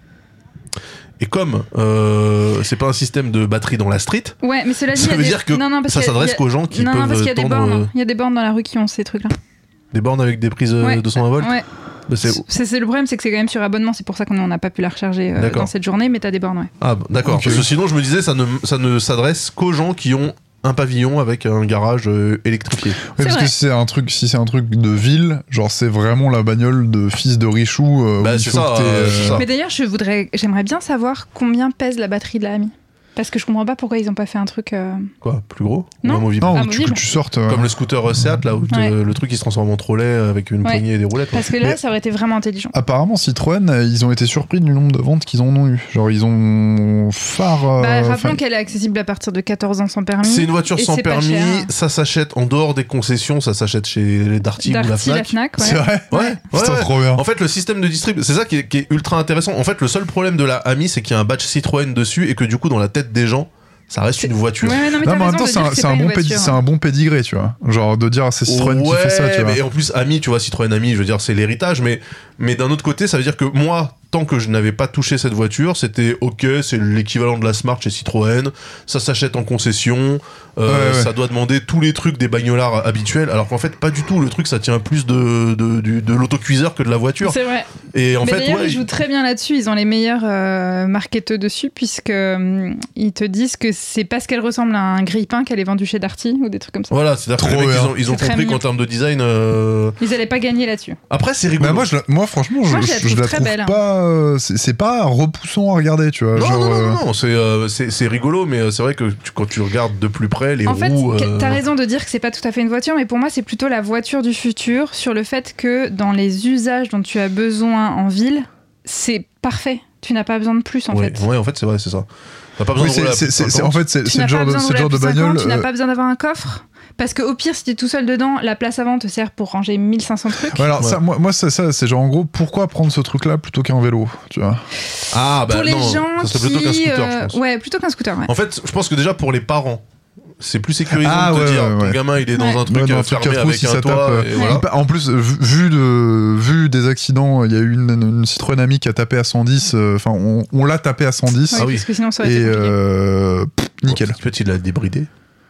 et comme euh, c'est pas un système de batterie dans la street, Ouais, mais cela dit, ça il y a veut des- dire que non, non, parce ça qu'il y a- s'adresse il y a- qu'aux gens qui Non, non, parce peuvent qu'il y a des tendre bornes. euh, Il y a des bornes dans la rue qui ont ces trucs-là. des bornes avec des prises euh, Ouais. deux cent vingt volts. Ouais. Bah, c'est- C'est c'est le problème, c'est que c'est quand même sur abonnement. C'est pour ça qu'on n'a pas pu la recharger euh, D'accord. dans cette journée, mais t'as des bornes, ouais. Ah bah, d'accord. Ok. Parce que sinon je me disais ça ne ça ne s'adresse qu'aux gens qui ont un pavillon avec un garage euh, électrifié. Oui, C'est parce vrai. que si c'est un truc, si c'est un truc de ville, genre c'est vraiment la bagnole de fils de Richoux. euh, Bah, où il c'est faut ça, que t'aies, euh, c'est ça. Mais d'ailleurs, je voudrais, j'aimerais bien savoir combien pèse la batterie de la Ami. Parce que je comprends pas pourquoi ils ont pas fait un truc. euh, Quoi, plus gros Non. ou amovible Non, Ah, où tu, mobile. que tu sortes. euh, Comme le scooter euh, Seat là où te- Ouais. le truc il se transforme en trolley avec une Ouais. poignée et des roulettes. Parce que là, Mais- ça aurait été vraiment intelligent. Apparemment, Citroën, euh, ils ont été surpris du nombre de ventes qu'ils en ont eu. Genre, ils ont phare. euh, Bah, rappelons enfin, qu'elle est accessible à partir de quatorze ans sans permis. C'est une voiture Et sans c'est pas permis, cher. ça s'achète en dehors des concessions, ça s'achète chez les Darty ou la Darty, la Fnac. Fnac, ouais. C'est vrai. Ouais, ouais, Putain, ouais. trop bien. En fait, le système de distrib, c'est ça qui est, qui est ultra intéressant. En fait, le seul problème de la Ami, c'est qu'il y a un badge Citroën dessus et que du coup, dans la tête des gens, ça reste une voiture. Ouais, ouais, non, mais Non, t'as mais en raison même temps, de c'est dire un, que c'est pas un une bon pédi- voiture. c'est un bon pédigré, tu vois. Genre, de dire c'est Citroën qui fait ça, tu vois. mais en plus, Ami, tu vois, Citroën Ami, je veux dire, c'est l'héritage, mais, mais d'un autre côté, ça veut dire que moi, tant que je n'avais pas touché cette voiture, c'était ok, c'est l'équivalent de la Smart chez Citroën, ça s'achète en concession, euh, Ouais, ouais. ça doit demander tous les trucs des bagnolards habituels, alors qu'en fait, pas du tout. Le truc, ça tient plus de, de, du- de l'autocuiseur que de la voiture. C'est vrai. Et en mais fait, d'ailleurs, ouais, ils jouent très bien là-dessus. Ils ont les meilleurs euh, marketeurs dessus, puisque hum, ils te disent que c'est parce qu'elle ressemble à un grille-pain qu'elle est vendue chez Darty ou des trucs comme ça. voilà, c'est-à-dire que Trop les mecs, bien. ils ont, ils ont C'est très compris mignon. qu'en termes de design. euh, Ils allaient pas gagner là-dessus. Après, c'est rigolo. Bah, moi, je la- moi, franchement, je, Moi, je la je trouve la très trouve belle, hein. pas. euh, c'est c'est pas repoussant à regarder, tu vois. Non, genre, non, non, euh, non, non, c'est, euh, c'est, c'est rigolo, mais euh, c'est vrai que tu- quand tu regardes de plus près les En fait, roues. que- euh, t'as raison de dire que c'est pas tout à fait une voiture, mais pour moi, c'est plutôt la voiture du futur sur le fait que dans les usages dont tu as besoin en ville, c'est parfait. Tu n'as pas besoin de plus en ouais, fait. ouais, en fait, c'est vrai, c'est ça. T'as pas besoin oui, de rouler c'est- à c'est- plus de c'est- en cinquante. fait, c'est Tu c'est n'as le pas genre de besoin de c'est le rouler à genre de plus de bagnole. cinquante, tu n'as euh, pas besoin d'avoir un coffre. Parce qu'au pire, si t'es tout seul dedans, la place avant te sert pour ranger mille cinq cents trucs. ouais, alors, Ouais. ça, moi, moi c'est ça, c'est genre en gros, pourquoi prendre ce truc-là plutôt qu'un vélo, tu vois. Ah, bah pour les non, gens ça serait qui. plutôt qu'un scooter, euh, je pense. Ouais, plutôt qu'un scooter, ouais. En fait, je pense que déjà pour les parents, c'est plus sécurisant Ah, de te ouais, dire ouais, ton ouais. gamin il est dans Ouais. un truc Ouais, dans euh, un truc fermé à trous, avec si un ça toit. tape, et euh, voilà. En plus, vu, vu de, vu des accidents, il y a eu une, une Citroën Ami qui a tapé à cent dix. euh, Enfin, on, on l'a tapé à cent dix. Ouais, Ah oui. Parce que sinon, ça aurait Et été compliqué. euh, pff, nickel. Bon, peut-être il l'a débridé.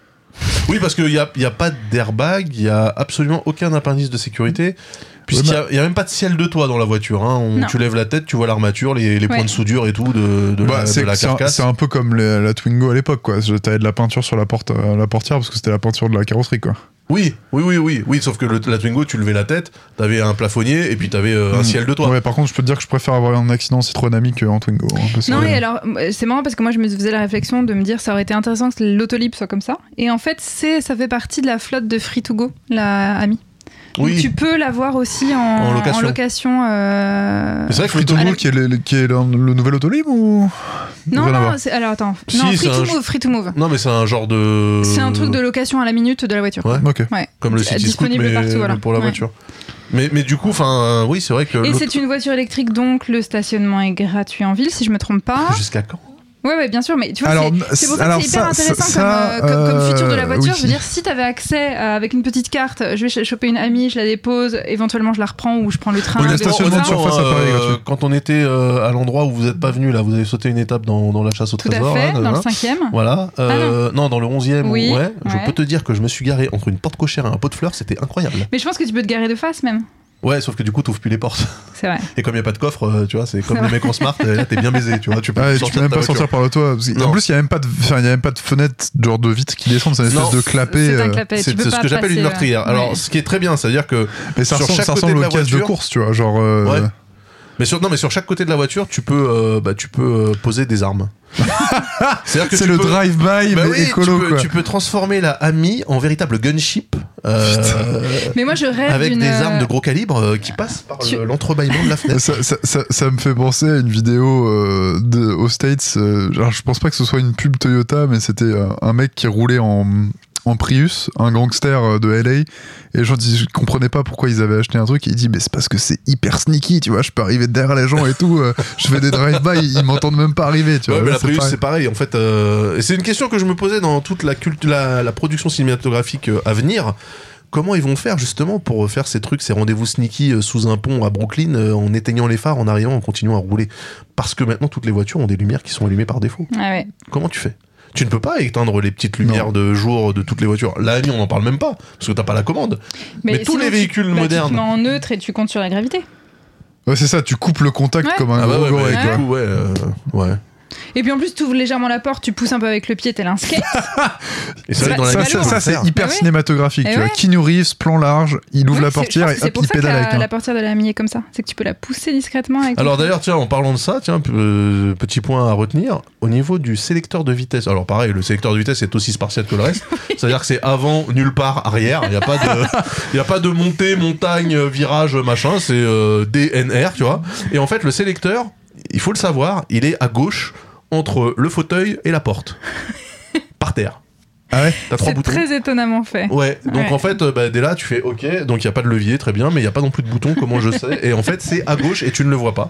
Oui, parce qu'il n'y a, il y a pas d'airbag, il n'y a absolument aucun appendice de sécurité, puisqu'il n'y a, il y a même pas de ciel de toit dans la voiture. Hein. On- Non. tu lèves la tête, tu vois l'armature, les, les points Ouais. de soudure et tout de, de Bah, la, c'est de la c'est un, carcasse. c'est un peu comme les- la Twingo à l'époque, quoi. T'avais de la peinture sur la, porte, euh, la portière parce que c'était la peinture de la carrosserie, quoi. Oui, oui, oui, oui, oui, sauf que le- la Twingo, tu levais la tête, t'avais un plafonnier et puis t'avais euh, un Mm. ciel de toit. Ouais, par contre, je peux te dire que je préfère avoir un accident Citroën Ami qu'en Twingo. hein, parce Non, que- et alors, euh, c'est marrant parce que moi, je me faisais la réflexion de me dire ça aurait été intéressant que l'autolib soit comme ça. Et en fait, c'est, ça fait partie de la flotte de Free to Go, la Ami. Donc, Oui. tu peux l'avoir aussi en, En location. en location, euh, Mais c'est vrai que Free to le Go qui est, le, qui est le, le nouvel Autolib ou Non, Rien à non, voir. c'est- alors attends. Si, non, c'est Free to un- Move, Free to Move. Non, mais c'est un genre de. C'est un truc de location à la minute de la voiture. Ouais. Ok. Ouais. Comme le City Scoot, Disponible mais partout, voilà. pour la Ouais. voiture. Mais, mais du coup, enfin, oui, c'est vrai que. Et l'auto- c'est une voiture électrique, donc le stationnement est gratuit en ville, si je me trompe pas. Jusqu'à quand Ouais, ouais, bien sûr, mais tu vois, Alors, c'est, c'est pour ça alors que c'est hyper ça- intéressant ça- comme, euh, comme, comme futur de la euh, voiture. oui. Je veux dire, si t'avais accès euh, avec une petite carte, je vais ch- choper une amie, je la dépose, éventuellement je la reprends ou je prends le train. Oui, la de- stationnement de ça. surface à Paris est euh, gratuit. quand on était euh, à l'endroit où vous n'êtes pas venu, là, vous avez sauté une étape dans, dans la chasse au Tout à trésor. fait, là, dans là. le cinquième. Voilà. Euh, non. dans le onzième. Oui, ouais. Je ouais. peux te dire que je me suis garé entre une porte cochère et un pot de fleurs, c'était incroyable. Mais je pense que tu peux te garer de face même. Ouais, sauf que du coup, t'ouvres plus les portes. C'est vrai. Et comme il n'y a pas de coffre, euh, tu vois, c'est comme C'est le vrai. mec en smart, euh, là t'es bien baisé, tu vois. Tu peux, Ouais, plus tu sortir peux même de ta pas sortir voiture. par le toit. Parce que- Non. en plus, il n'y a même pas de, enfin, il y a même pas de fenêtre, genre de vitre qui descendent, c'est une espèce Non. de clapet. C'est un euh, clapet. C'est Tu peux c'est ce pas que j'appelle une passer, meurtrière. ouais. Alors, Ouais. ce qui est très bien, c'est-à-dire que Mais ça sur ressemble, chaque ça côté ressemble de la aux caisses de voiture- course, tu vois. Genre. euh, Ouais. Mais sur, non, mais sur chaque côté de la voiture, tu peux, euh, bah, tu peux euh, poser des armes. C'est-à-dire que C'est tu le peux- drive-by, Bah mais oui, écolo, tu peux, quoi. tu peux transformer la Ami en véritable gunship euh, Mais moi, je rêve avec d'une. des armes de gros calibre euh, qui passent par Tu- le- l'entrebâillement de la fenêtre. Ça, ça, ça, ça me fait penser à une vidéo euh, de, aux States. Euh, genre, je pense pas que ce soit une pub Toyota, mais c'était euh, un mec qui roulait en, en Prius, un gangster euh, de L A. Et les gens disent, je comprenais pas pourquoi ils avaient acheté un truc. Et il dit, mais c'est parce que c'est hyper sneaky, tu vois. Je peux arriver derrière les gens et tout. euh, je fais des drive-by, ils m'entendent même pas arriver, tu Ouais, vois. mais Là, la Prius, pareil. c'est pareil. En fait, euh, et c'est une question que je me posais dans toute la, culte, la, la production cinématographique euh, à venir. Comment ils vont faire justement pour faire ces trucs, ces rendez-vous sneaky euh, sous un pont à Brooklyn euh, en éteignant les phares, en arrivant, en continuant à rouler? Parce que maintenant, toutes les voitures ont des lumières qui sont allumées par défaut. Ah ouais. Comment tu fais? Tu ne peux pas éteindre les petites lumières Non. de jour de toutes les voitures. La nuit, on n'en parle même pas, parce que t'as pas la commande. Mais tous sinon, les tu- véhicules bah, Tu modernes. te mets en neutre et tu comptes sur la gravité. Ouais, c'est ça, tu coupes le contact Ouais. comme un Ah bah gros ouais, gorille, bah, quoi. du coup, ouais, euh, ouais. Et puis en plus, tu ouvres légèrement la porte, tu pousses un peu avec le pied, tel un skate. Et c'est C'est vrai que dans la pas- nuit, c'est Ça, pas on ça, peut ça, le c'est faire. hyper Eh ouais. cinématographique, Eh tu vois. ouais. Keanu Reeves, plan large, il ouvre Oui, la c'est- je portière pense et que c'est hop, pour il ça que pédale la, avec un. la portière de la Ami est comme ça. C'est que tu peux la pousser discrètement avec. Alors ton- d'ailleurs, tiens, en parlant de ça, tiens, euh, petit point à retenir, au niveau du sélecteur de vitesse. Alors pareil, le sélecteur de vitesse est aussi spartiate que le reste. C'est-à-dire que c'est avant, nulle part, arrière. Il n'y a pas de, il y a pas de montée, montagne, virage, machin. C'est euh, D N R, tu vois. Et en fait, le sélecteur, il faut le savoir, il est à gauche entre le fauteuil et la porte, par terre. Ah ouais. T'as trois C'est boutons. très étonnamment fait. Ouais, donc Ouais. en fait, euh, bah, dès là, tu fais OK, donc il n'y a pas de levier, très bien, mais il n'y a pas non plus de bouton, comment je sais. Et en fait, c'est à gauche et tu ne le vois pas.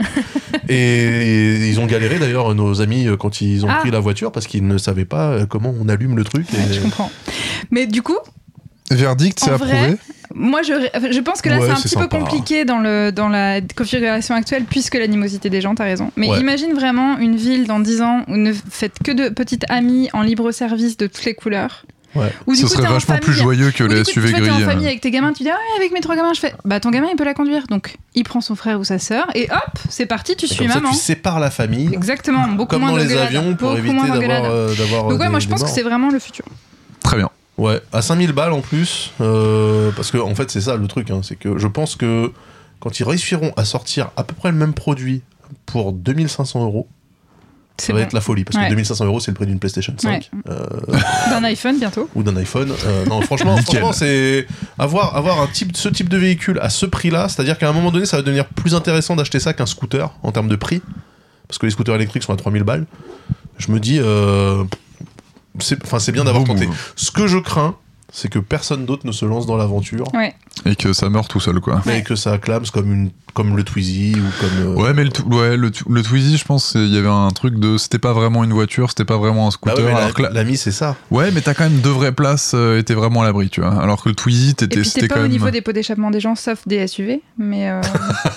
Et ils ont galéré d'ailleurs, nos amis, euh, quand ils ont Ah. pris la voiture, parce qu'ils ne savaient pas euh, comment on allume le truc. Ouais, et- je comprends. Mais du coup, Verdict, c'est En approuvé. vrai, moi je, je pense que là Ouais, c'est un c'est petit sympa. peu compliqué dans, le, dans la configuration actuelle puisque l'animosité des gens, t'as raison. Mais Ouais. imagine vraiment une ville dans dix ans où ne faites que de petites amies en libre service de toutes les couleurs. Ouais. Où du Ce coup, serait t'es en vachement plus famille. joyeux que Ou les du coup, S U tu V vois, t'es en gris. famille euh. avec tes gamins, tu dis ah ouais, avec mes trois gamins, je fais bah ton gamin il peut la conduire, donc il prend son frère ou sa sœur et hop, c'est parti, tu Et suis comme ça, maman. tu sépares la famille, Exactement, beaucoup comme moins dans les d'engueulades, avions, pour beaucoup éviter moins d'avoir d'engueulades. euh, d'avoir, euh, Donc ouais, des- moi je des pense que morts. c'est vraiment le futur. Très bien. Ouais, à cinq mille balles en plus, euh, parce que en fait c'est ça le truc, hein, c'est que je pense que quand ils réussiront à sortir à peu près le même produit pour deux mille cinq cents euros, ça C'est va bon. être la folie, parce Ouais. que deux mille cinq cents euros c'est le prix d'une PlayStation cinq euh, D'un iPhone bientôt. ou d'un iPhone. Euh, non, franchement, Nickel. franchement c'est avoir, avoir un type, ce type de véhicule à ce prix-là, c'est-à-dire qu'à un moment donné ça va devenir plus intéressant d'acheter ça qu'un scooter en termes de prix, parce que les scooters électriques sont à trois mille balles. Je me dis, euh, c'est, enfin, c'est bien d'avoir Beau tenté. move. Ce que je crains, c'est que personne d'autre ne se lance dans l'aventure. Ouais. Et que ça meurt tout seul, quoi. Et que ça acclame comme, une, comme le Twizy ou comme. euh, Ouais, mais le, tw- ouais, le, tw- le Twizy, je pense, il y avait un truc de. C'était pas vraiment une voiture, c'était pas vraiment un Bah scooter. ouais, mais alors que la- là- l'ami, c'est ça. Ouais, mais t'as quand même deux vraies places euh, et t'es vraiment à l'abri, tu vois. Alors que le Twizy, Et t'étais, puis c'était t'es quand pas au même. niveau des pots d'échappement des gens, sauf des S U V, mais. euh,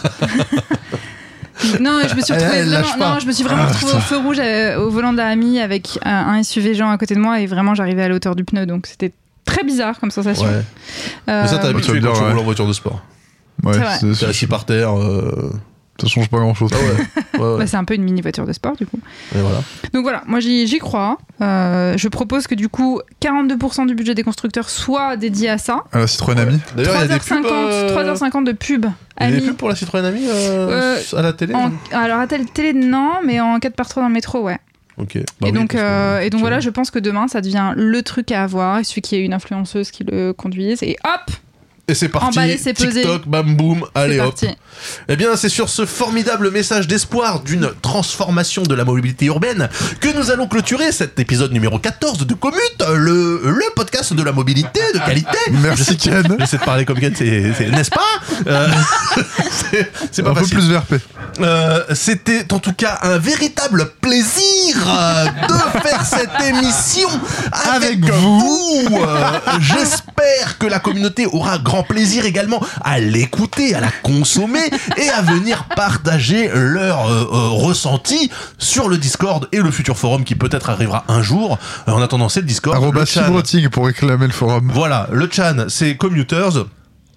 non, je me suis retrouvée Elle lâche vraiment, pas. non, je me suis vraiment Ah, retrouvée au putain. feu rouge euh, au volant de la Ami avec un, un S U V géant à côté de moi et vraiment j'arrivais à la hauteur du pneu, donc c'était très bizarre comme sensation. Ouais. Euh, Mais ça, t'es tu vas habitué me quand dire, tu ouais. roules en voiture de sport. Ouais, C'est vrai. c'est- T'es assis par terre. Euh... ça change pas grand chose. Ah ouais. ouais, ouais. bah, c'est un peu une mini voiture de sport du coup. Et voilà. Donc voilà, moi j'y, j'y crois. Euh, je propose que du coup quarante-deux pour cent du budget des constructeurs soit dédié à ça. À la Citroën Ami. D'ailleurs, il y a des trois heures pubs. cinquante, euh, trois heures cinquante de pub. Il y a des Ami. pubs pour la Citroën Ami euh, Euh, à la télé. En- non alors à télé, télé non, mais en quatre par trois dans le métro, ouais. Ok. Bah et, oui, donc, parce que- euh, et donc voilà, je pense que demain, ça devient le truc à avoir. Il suffit qu'il y ait une influenceuse qui le conduise. Et hop, Et c'est parti. Emballer, c'est pesé. TikTok, bam boum, allez c'est hop. parti. Eh bien, c'est sur ce formidable message d'espoir d'une transformation de la mobilité urbaine que nous allons clôturer cet épisode numéro quatorze de Commute, le, le podcast de la mobilité de qualité. Merci Ken. J'essaie de parler comme Ken, c'est, c'est- n'est-ce pas euh, c'est, c'est pas Un peu facile. plus V R P. Euh, c'était en tout cas un véritable plaisir euh, de faire cette émission avec, Avec vous. Euh, j'espère que la communauté aura grand plaisir également à l'écouter, à la consommer et à venir partager leur euh, euh, ressenti sur le Discord et le futur forum qui peut-être arrivera un jour. Euh, en attendant, c'est le Discord. Arroba Le Chan. Fibrotig pour réclamer le forum. Voilà, le Chan, c'est Commuters.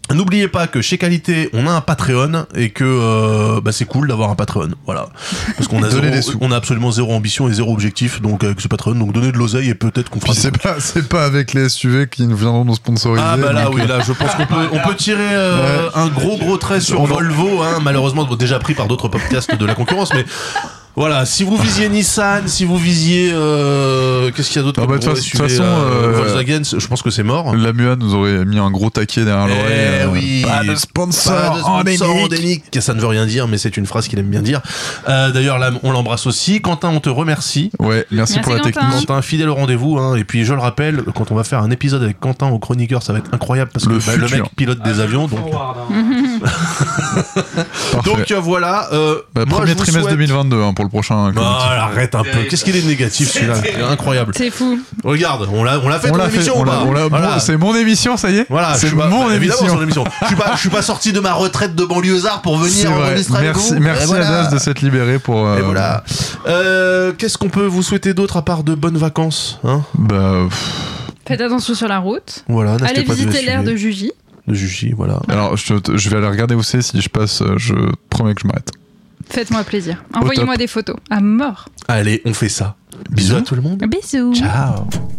N'oubliez pas que chez Qualité, on a un Patreon et que euh, bah, c'est cool d'avoir un Patreon. Voilà. Parce qu'on a, Donnez zéro, des sous. on a absolument zéro ambition et zéro objectif donc avec ce Patreon. Donc donnez de l'oseille et peut-être qu'on fera Puis des c'est pas, c'est pas avec les S U V qui nous viendront nous sponsoriser. Ah bah là donc, oui, là je pense qu'on peut, on peut tirer euh, Ouais. un gros gros trait sur On- Volvo, hein, malheureusement bon, déjà pris par d'autres podcasts de la concurrence, mais voilà, si vous visiez Nissan, si vous visiez euh, qu'est-ce qu'il y a d'autre Ah bah, comme de gros toute S U V, façon, euh, euh, Volkswagen, je pense que c'est mort. La M U A nous aurait mis un gros taquet derrière l'oreille. Eh euh, oui, Pas de sponsor, pas de sponsor endémique. endémique. Ça ne veut rien dire, mais c'est une phrase qu'il aime bien dire. Euh, D'ailleurs, là, on l'embrasse aussi. Quentin, on te remercie. Ouais, merci, Merci, pour la Quentin. technique. Quentin, fidèle au rendez-vous. Hein. Et puis, je le rappelle, quand on va faire un épisode avec Quentin au chroniqueur, ça va être incroyable parce Le que bah, le futur. mec pilote des avions. Donc, Forward, hein. Parfait. donc euh, voilà. Euh, Bah, moi, premier je vous trimestre souhaite- deux mille vingt-deux hein, pour le prochain. Ah, comité. arrête un peu. Qu'est-ce qu'il est négatif celui-là. C'est incroyable. C'est fou. Regarde, on l'a, on l'a fait on ton l'a fait, émission on ou l'a- pas on l'a- Voilà. bon, c'est mon émission, ça y est. Voilà, je c'est suis pas- mon bah, évidemment, émission. son émission. Je suis pas, je suis pas sorti de ma retraite de banlieusard pour C'est venir vrai. enregistrer avec Merci, vous. merci Et voilà. à Das de s'être libéré pour. euh, Et voilà. Euh, qu'est-ce qu'on peut vous souhaiter d'autre à part de bonnes vacances, hein Bah, pff, Faites attention sur la route. Voilà. n'achetez Allez pas de visiter S U V, l'air de Jugy. de Jugy, voilà. alors je, te- je vais aller regarder où c'est. Si je passe, euh, je promets que je m'arrête. Faites-moi plaisir. Envoyez-moi des photos. À mort. Allez, on fait ça. Bisous à tout le monde. Bisous. Ciao.